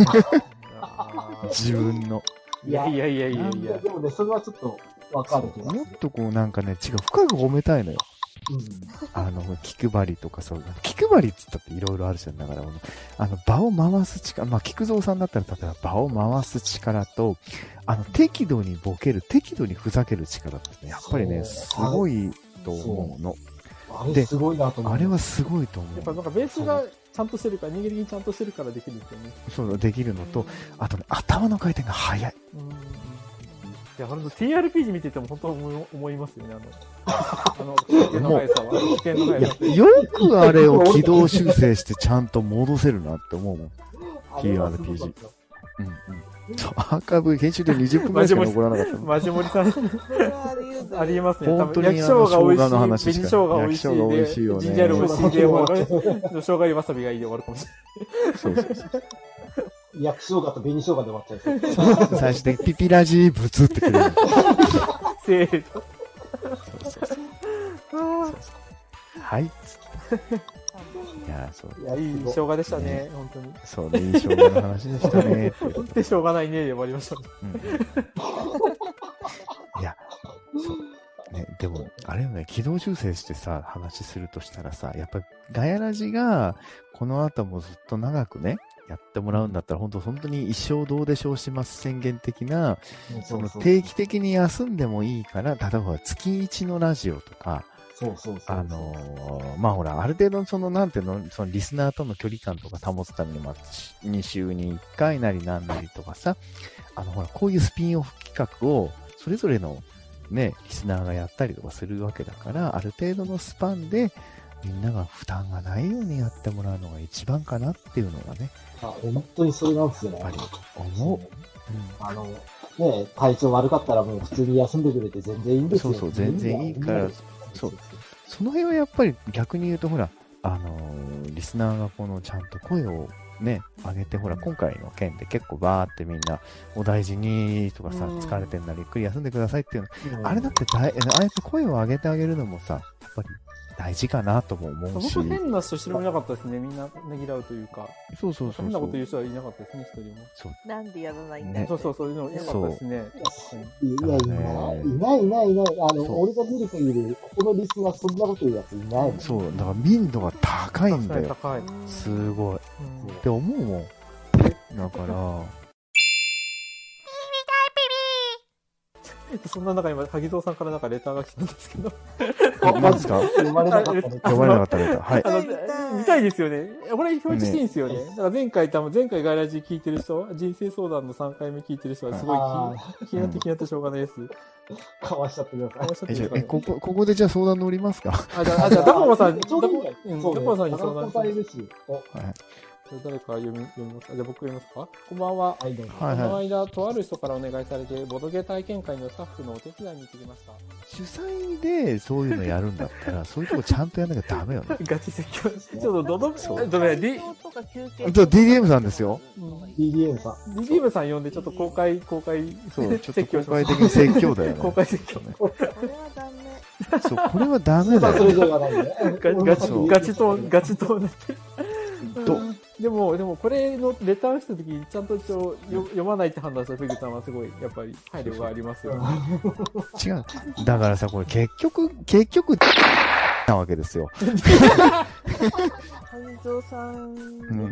自分の。 いやいやいやいやいや。 でもね、それはちょっとわかる気がする。 もっとこうなんかね、違う、深く褒めたいのよ。うん、あの、気配りとかそう、気配りっつったっていろいろあるじゃん。だから、あの、場を回す力、まあ、菊蔵さんだったら、例えば場を回す力と、あの、適度にボケる、適度にふざける力ってね、やっぱりね、すごいと思うの。 あれすごいなと思う。 あれはすごいと思う。 やっぱなんかベースがちゃんとしてるから、人間的にちゃんとしてるからできるんですよね。 そう、できるのと、あとね、頭の回転が速い。うんいや、ほんと ティーアールピージー 見てても本当思い思いますよね、あの、あの、危険の速さは。危険の速さ。 よくあれを軌道修正してちゃんと戻せるなって思うもん。ティーアールピージー。うんうん。そう、アーカイブ編集でにじゅっぷんぐらいしか残らなかった。 マジモリさん。ありえますね。 本当に焼き生姜美味しい。 の話紅生姜美味しい。 美味しいよね。 ジンジャール美味しいで終わる。生姜わさびがいいで終わるかもしれない。そうそうそう。 焼き生姜と紅生姜で終わっちゃう。最終的にピピラジーブツってくる。 せーの。 はい。いや、そう。 いや、いい生姜でしたね、本当に。 そうね、いい生姜の話でしたね。 で、しょうがないね、で終わりました。 いや、そう。ね、でも、あれよね、軌道修正してさ、話するとしたらさ、やっぱりガヤラジが、この後もずっと長くね、やってもらうんだったら、本当本当に一生どうでしょうします宣言的な、その定期的に休んでもいいから、例えば月一のラジオとか、 そうそうそう。 あのー、まあほら、ある程度その、なんていうの、そのリスナーとの距離感とか保つために、まあ、に週にいっかいなりなんなりとかさ、あのほら、こういうスピンオフ企画を、それぞれのね、リスナーがやったりとかするわけだから、ある程度のスパンで、みんなが負担がないようにやってもらうのが一番かなっていうのがね。 あ、本当にそれなんですよね。 やっぱり思う。うん、 あの、ね、体調悪かったらもう普通に休んでくれて全然いいんですよ。 そうそう、全然いいから、そう。その辺はやっぱり逆に言うと、ほら、あのー、リスナーがこのちゃんと声をね、上げて、ほら、今回の件で結構バーってみんな、お大事にとかさ、疲れてんならゆっくり休んでくださいっていうの、あれだってだい、ああやって声を上げてあげるのもさ、やっぱり、大事かなとも思うし。 僕変な人知らなかったですね。みんなねぎらうというか。 そうそうそうそう。 変なこと言う人はいなかったですね、一人も。 そう。なんでやらないんだ、 ね、そうそう、そういうのなかったですね。 いやいない、いないいないいない。あの、俺が見る限り、ここのリスナーそんなこと言うやついない。 そう、だから民度が高いんだよ。 高い。 すごい。って思うもん。だから、 そんな中今、萩蔵さんからなんかレターが来たんですけど。 あ、何ですか読まれなかったレター。 読まれなかったレター。はい。 あの、見たいですよね。これ表示していいんですよね。だから前回、多分前回ガイラジ聞いてる人、人生相談のさんかいめ聞いてる人はすごい気になって気になってしょうがないです。 かわしちゃってください。かわしちゃってください。 え、ここ、ここでじゃあ相談乗りますか？ あ、じゃあ、じゃあ、ダコモさん、ダコモさんに相談して。はい。 誰か読み、読みますか？じゃあ僕読みますか？こんばんは。 はい、どうぞ。 この間、とある人からお願いされて、ボドゲ体験会のスタッフのお手伝いに行ってきました。 主催でそういうのやるんだったら、そういうとこちゃんとやらなきゃダメよね。 ガチ説教。ちょっと、どの、そう。どれ、D、 ディーディーエム さんですよ。 ディーディーエム さん。 ディーディーエム さん呼んで、ちょっと公開、公開、 そう、ちょっと公開的に説教だよね。 公開説教ね。 これはダメ。 そう、これはダメだよ。 それぞれがないね。 ガチ、ガチと、ガチとなってる。でも、でも、これのレターしたときに、ちゃんと一応読まないって判断したフグさんはすごい、やっぱり配慮がありますよ。 違う。だからさ、これ結局、結局、なわけですよ。 海蔵さんで、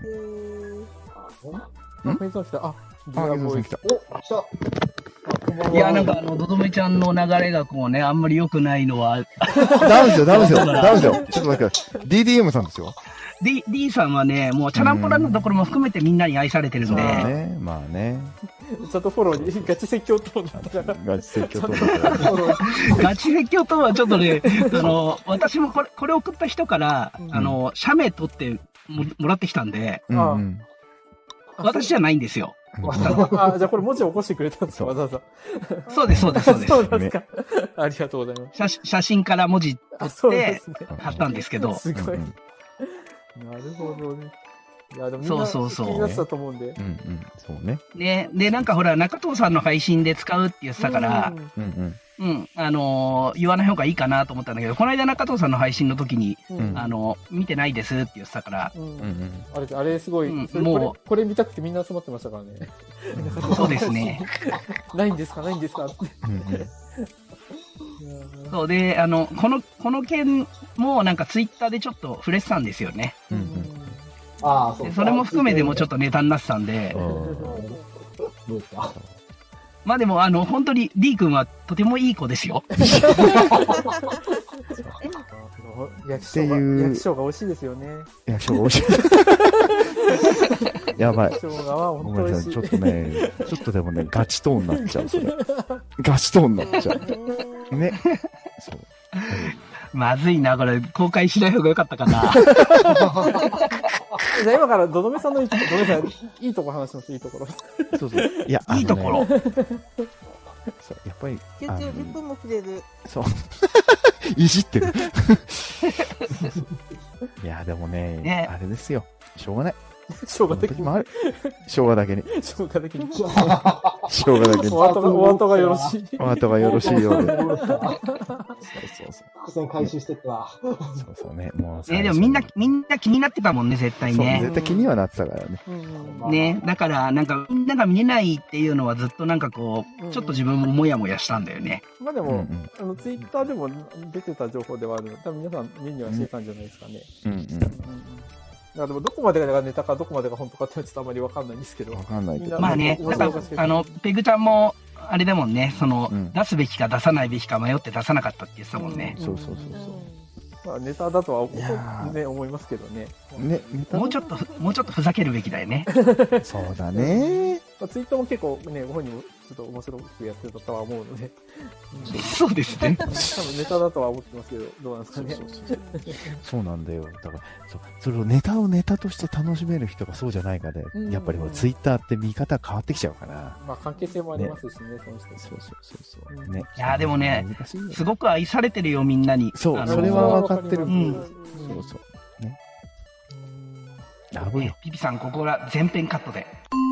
あ、海蔵さん来た。あ、 海蔵さん来た。 お、来た。 いや、なんかあの、どどめちゃんの流れがこうね、あんまり良くないのは。 ダメですよ、ダメですよ、ダメですよ。ちょっと待って、ディーディーエム さんですよ。 D、D さんはね、もうチャランポランのところも含めてみんなに愛されてるんで。 まあね、まあね。 ちょっとフォローに、ガチ説教トーンだったら。 ガチ説教トーン。ガチ説教トーンはちょっとね、あの、私もこれ、これ送った人から、うん、あの、写メ撮ってももらってきたんで、うんうん、私じゃないんですよ。 あ、じゃあこれ文字起こしてくれたんですか、わざわざ。 そうです、そうです、そうです。 そうなんですか。ありがとうございます。 写写真から文字撮って貼ったんですけど。 すごい。なるほどね。いや、でもみんな気になってたと思うんで。 うんうん、そうね。 で、で、なんかほら、中藤さんの配信で使うって言ってたから、うん、うん、あのー、言わない方がいいかなと思ったんだけど、この間中藤さんの配信の時に、うん、あの、見てないですって言ってたから、うんうん、 あれ、あれすごい、うん、もうこれ、これ見たくてみんな集まってましたからね。 そうですね。 ないんですか、ないんですかって。 そうで、あの、この、この件もなんかツイッターでちょっと触れてたんですよね。うんうん、 ああ、そう。 それも含めてもちょっとネタになってたんで。 どうですか？ まあでも、あの、本当に D 君はとてもいい子ですよ。 焼き生姜、焼き生姜美味しいですよね。 焼き生姜美味しい。やばい。 焼き生姜は本当美味しい。 ちょっとね、ちょっとでもね、ガチトーンになっちゃう、それ。ガチトーンになっちゃう。ね。そう。 まずいな、これ、公開しない方がよかったかな。 じゃあ今から、どどめさんのいいところ、どどめさん、いいところ話します、いいところ。 そうそう。いや、 いいところ。 そう、やっぱり。 きゅうじゅうじゅっぷんも切れる。 そう。いじってる。いや、でもね、ねあれですよ。しょうがない。 しょうがだけに。 生姜だけに。 生姜だけに。 生姜だけに。 お後が、お後がよろしい。 お後がよろしいようで。そうそうそう。 伏線回収してったわ。 そうそうね。もう。 え、でもみんな、みんな気になってたもんね、絶対ね。 絶対気にはなってたからね。 ね。だから、なんか、みんなが見えないっていうのはずっとなんかこう、ちょっと自分ももやもやしたんだよね。 まあでも、あの、ツイッターでも出てた情報ではあるので、多分皆さん目にはしてたんじゃないですかね。うんうん。でもどこまでがネタかどこまでが本当かってちょっとあまりわかんないんですけど。 わかんないけど。 まあね、だから、あの、ペグちゃんも、あれだもんね、その、うん、出すべきか出さないべきか迷って出さなかったって言ってたもんね。 うん、そうそうそうそう。 まあネタだとは、ね、思いますけどね。 ね、 もうちょっと、もうちょっとふざけるべきだよね。 そうだね。 まあ、ツイッターも結構ね、ご本人もちょっと面白くやってたとは思うので。 そうですね。 多分ネタだとは思ってますけど、どうなんですかね。 そうそうそう。そうなんだよ。だから、そう、それをネタをネタとして楽しめる人がそうじゃないかで、やっぱりツイッターって見方変わってきちゃうかな。 まあ関係性もありますしね、その人。 そうそうそうそう。ね。 いや、でもね、すごく愛されてるよ、みんなに。 そう、それは分かってる。うん。そうそう。ね。ラブよ。 ピピさん、ここら全編カットで。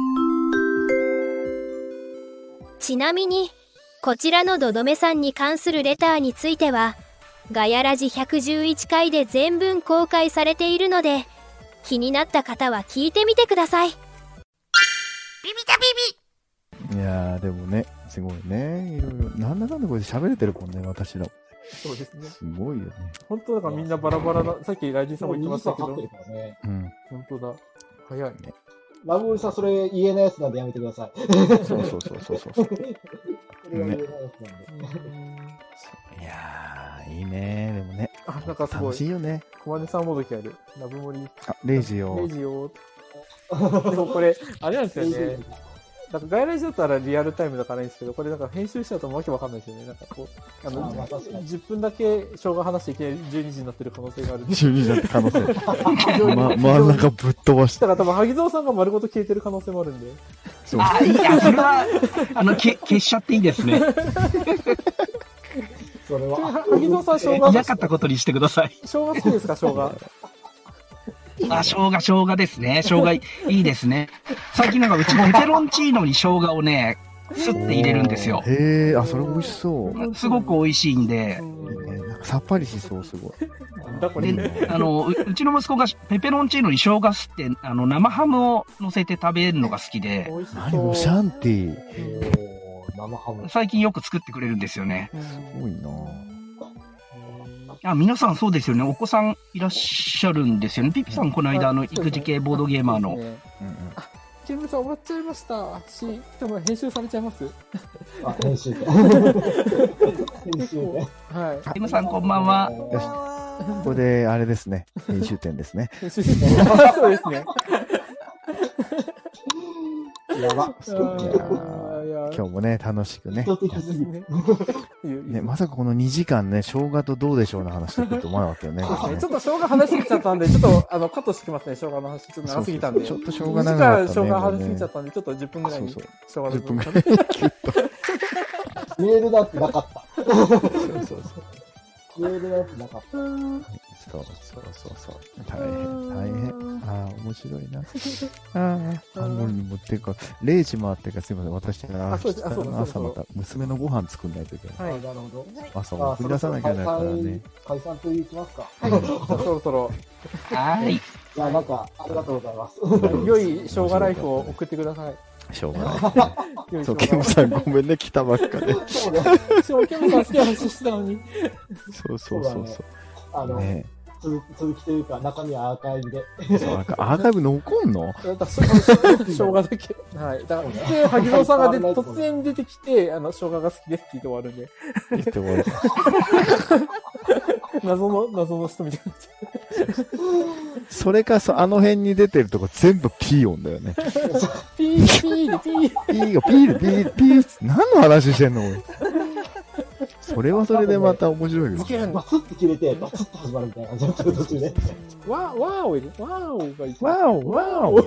ちなみに、こちらのどどめさんに関するレターについては、ガヤラジひゃくじゅういっかいで全文公開されているので、気になった方は聞いてみてください。ビビタビビ。いやー、でもね、すごいね。いろいろ、なんだかんだこれで喋れてるもんね、私ら。 そうですね。 すごいよね。 本当だからみんなバラバラな、さっきライジンさんも言ってましたけど。うん。本当だ。早いね。 ラブさん、それ言えないやつなんでやめてください。 そうそうそうそうそう。これは言えないやつなんで。 いやー、いいね。でもね。 あ、なんかすごい。 楽しいよね。 小金さんもどきある。ラブモリ。 あ、レイジよ。 レイジよ。でもこれ、あれなんですよね。なんか外来だったらリアルタイムだからいいんですけど、これなんか編集しちゃうとわけわかんないですよね。なんかこう、あの、じゅっぷんだけ生姜話していきなりじゅうにじになってる可能性がある。 じゅうにじになってる可能性。ま、真ん中ぶっ飛ばして。 だから多分、萩蔵さんが丸ごと消えてる可能性もあるんで。 あ、いや、それは、あの、け、消しちゃっていいですね。 それは。 萩蔵さん生姜。 嫌かったことにしてください。 生姜好きですか、生姜。 あ、生姜、生姜ですね。生姜いいですね。最近なんかうちペペロンチーノに生姜をね、すって入れるんですよ。 へえ、あ、それ美味しそう。 すごく美味しいんで。 さっぱりしそう、すごい。 だこれ、ね、あのう、うちの息子がペペロンチーノに生姜すって、あの、生ハムを乗せて食べるのが好きで。 何オシャンティー。生ハム。 最近よく作ってくれるんですよね。 すごいなあ、皆さんそうですよね。お子さんいらっしゃるんですよね。ピピさん、この間、あの、育児系ボードゲーマーの。 ケムさん終わっちゃいました。し、でも編集されちゃいます。 あ、編集で。編集で。 はい。 ケムさんこんばんは。 よし。ここで、あれですね。編集点ですね。 編集点。そうですね。 やば。 今日もね、楽しくね。ね、まさかこのにじかんね、生姜とどうでしょうの話してくると思わなかったよね。 ちょっと生姜話しすぎちゃったんで、ちょっと、あの、カットしてきますね、生姜の話。ちょっと長すぎたんで。 ちょっと生姜長かったね。 にじかん生姜話しすぎちゃったんで、ちょっとじゅっぷんぐらいに生姜の。 じゅっぷんぐらいにキュッと。 メールだってなかった。 そうそうそう。 メールだってなかった。 そうそうそうそう。大変、大変。ああ、面白いな。ああ、あ、もう、もう、てか、れいじ回ってか、すいません、私が、朝また、娘のご飯作んないといけない。 はい、なるほど。 朝も送り出さなきゃいけないからね。 解散といきますか。 はい、そろそろ。 はい。 いや、なんか、ありがとうございます。 良い生姜ライフを送ってください。 しょうがない。そう、ケムさんごめんね、来たばっかで。 そう、ケムさん好きな話してたのに。 そうそうそうそう。 あの、続きというか、中身はアーカイブで。 そう、アーカイブ残んの生姜だけ。はい。だから、で、萩野さんがで突然出てきて、あの、生姜が好きですって言って終わるんで。 言って終わる。 謎の、謎の人みたいな。 それか、あの辺に出てるとこ全部ピー音だよね。 ピー、ピーで、ピー。 ピーがピーで、ピー、ピー。何の話してんの俺。それはそれでまた面白いです。バツって切れて、バツって始まるみたいな感じだった途中で。 わ、わーおいる。わーおがいい。 わーお、わーお。 ち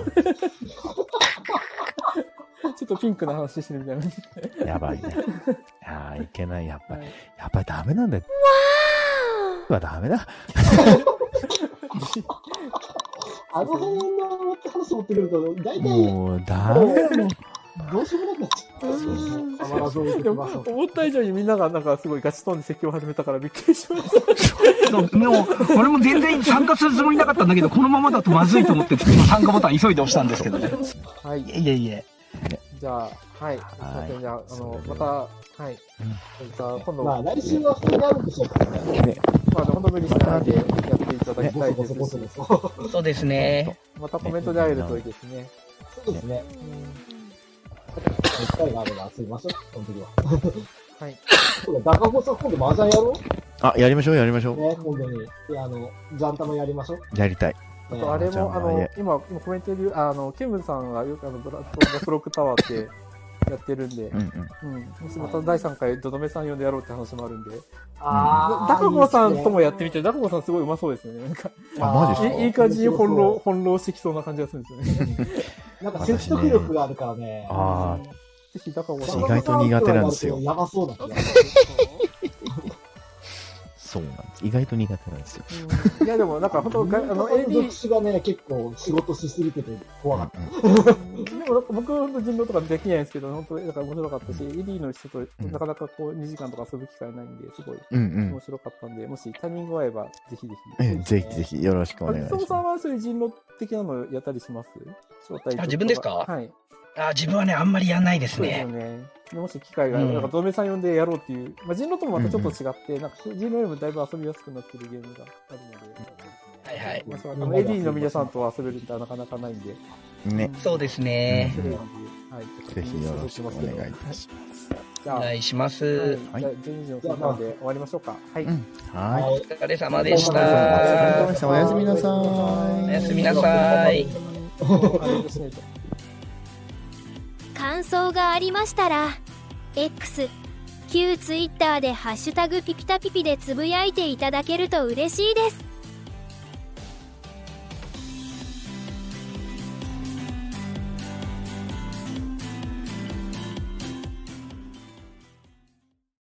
ょっとピンクな話してるみたいな。 やばいね。ああ、いけない。やっぱり、やっぱりダメなんだよ。わーはダメだ。 あの辺の話持ってくると、大体。 もう、ダメだもん。 どうしようもなくなっちゃった。たまらず置いてきましょう。 思った以上にみんながなんかすごいガチトーンで説教を始めたからびっくりしました。 そう、でも、俺も全然参加するつもりなかったんだけど、このままだとまずいと思って、今参加ボタン急いで押したんですけどね。 はい。 いえいえ。 じゃあ、はい。じゃあ、あの、また、はい。じゃあ、今度。 まあ、来週は普通にあるんでしょうからね。 まあ、本当無理しないでやっていただきたいですし。 そうですね。 またコメントで会えるといいですね。 そうですね。機会があれば遊びましょう、その時は。はい。そうだ、ダカホさん今度麻雀やろう？ あ、やりましょう、やりましょう。 ね、今度に。あの、ジャンタもやりましょう。 やりたい。 あと、あれも、あの、今、今コメントで、あの、ケムさんがよくあの、ブラックタワーってやってるんで、うんうん。うん。もしまただいさんかい、ドドメさん呼んでやろうって話もあるんで。ああ。ダカゴさんともやってみて、ダカゴさんすごい上手そうですよね。なんか。 あ、マジですか？ いい感じに翻弄、翻弄してきそうな感じがするんですよね。 なんか説得力があるからね。 ああ。 ぜひ、ダカゴさん。 意外と苦手なんですよ。 やばそうだね。 そうなんです。意外と苦手なんですよ。 いや、でも、なんか、本当、あの、エーディー。 属詞がね、結構仕事しすぎてて怖かった。 でも、僕、本当人狼とかできないんですけど、本当、だから面白かったし、エーディー の人となかなかこう、にじかんとか遊ぶ機会ないんで、すごい面白かったんで、もしタイミング合えば、ぜひぜひ。ぜひぜひ、よろしくお願いします。 松尾さんはそういう人狼的なのやったりします？ 招待。あ、自分ですか？ はい。 あ、自分はね、あんまりやんないですね。 そうですよね。もし機会があれば、なんか、ドメさん呼んでやろうっていう、まあ、人狼ともまたちょっと違って、なんか、人狼よりもだいぶ遊びやすくなってるゲームがあるので、 はいはい。 まあ、その、エディの皆さんと遊べるってなかなかないんで。 ね。 そうですね。 はい。ぜひよろしくお願いいたします。 じゃあ、 お願いします。 はい。じゃあ、じゅうにじのそんなんで終わりましょうか。はい。 はい。 お疲れ様でした。 おやすみなさい。 おやすみなさい。 感想がありましたら X、旧 Twitter でハッシュタグピピタピピでつぶやいていただけると嬉しいです。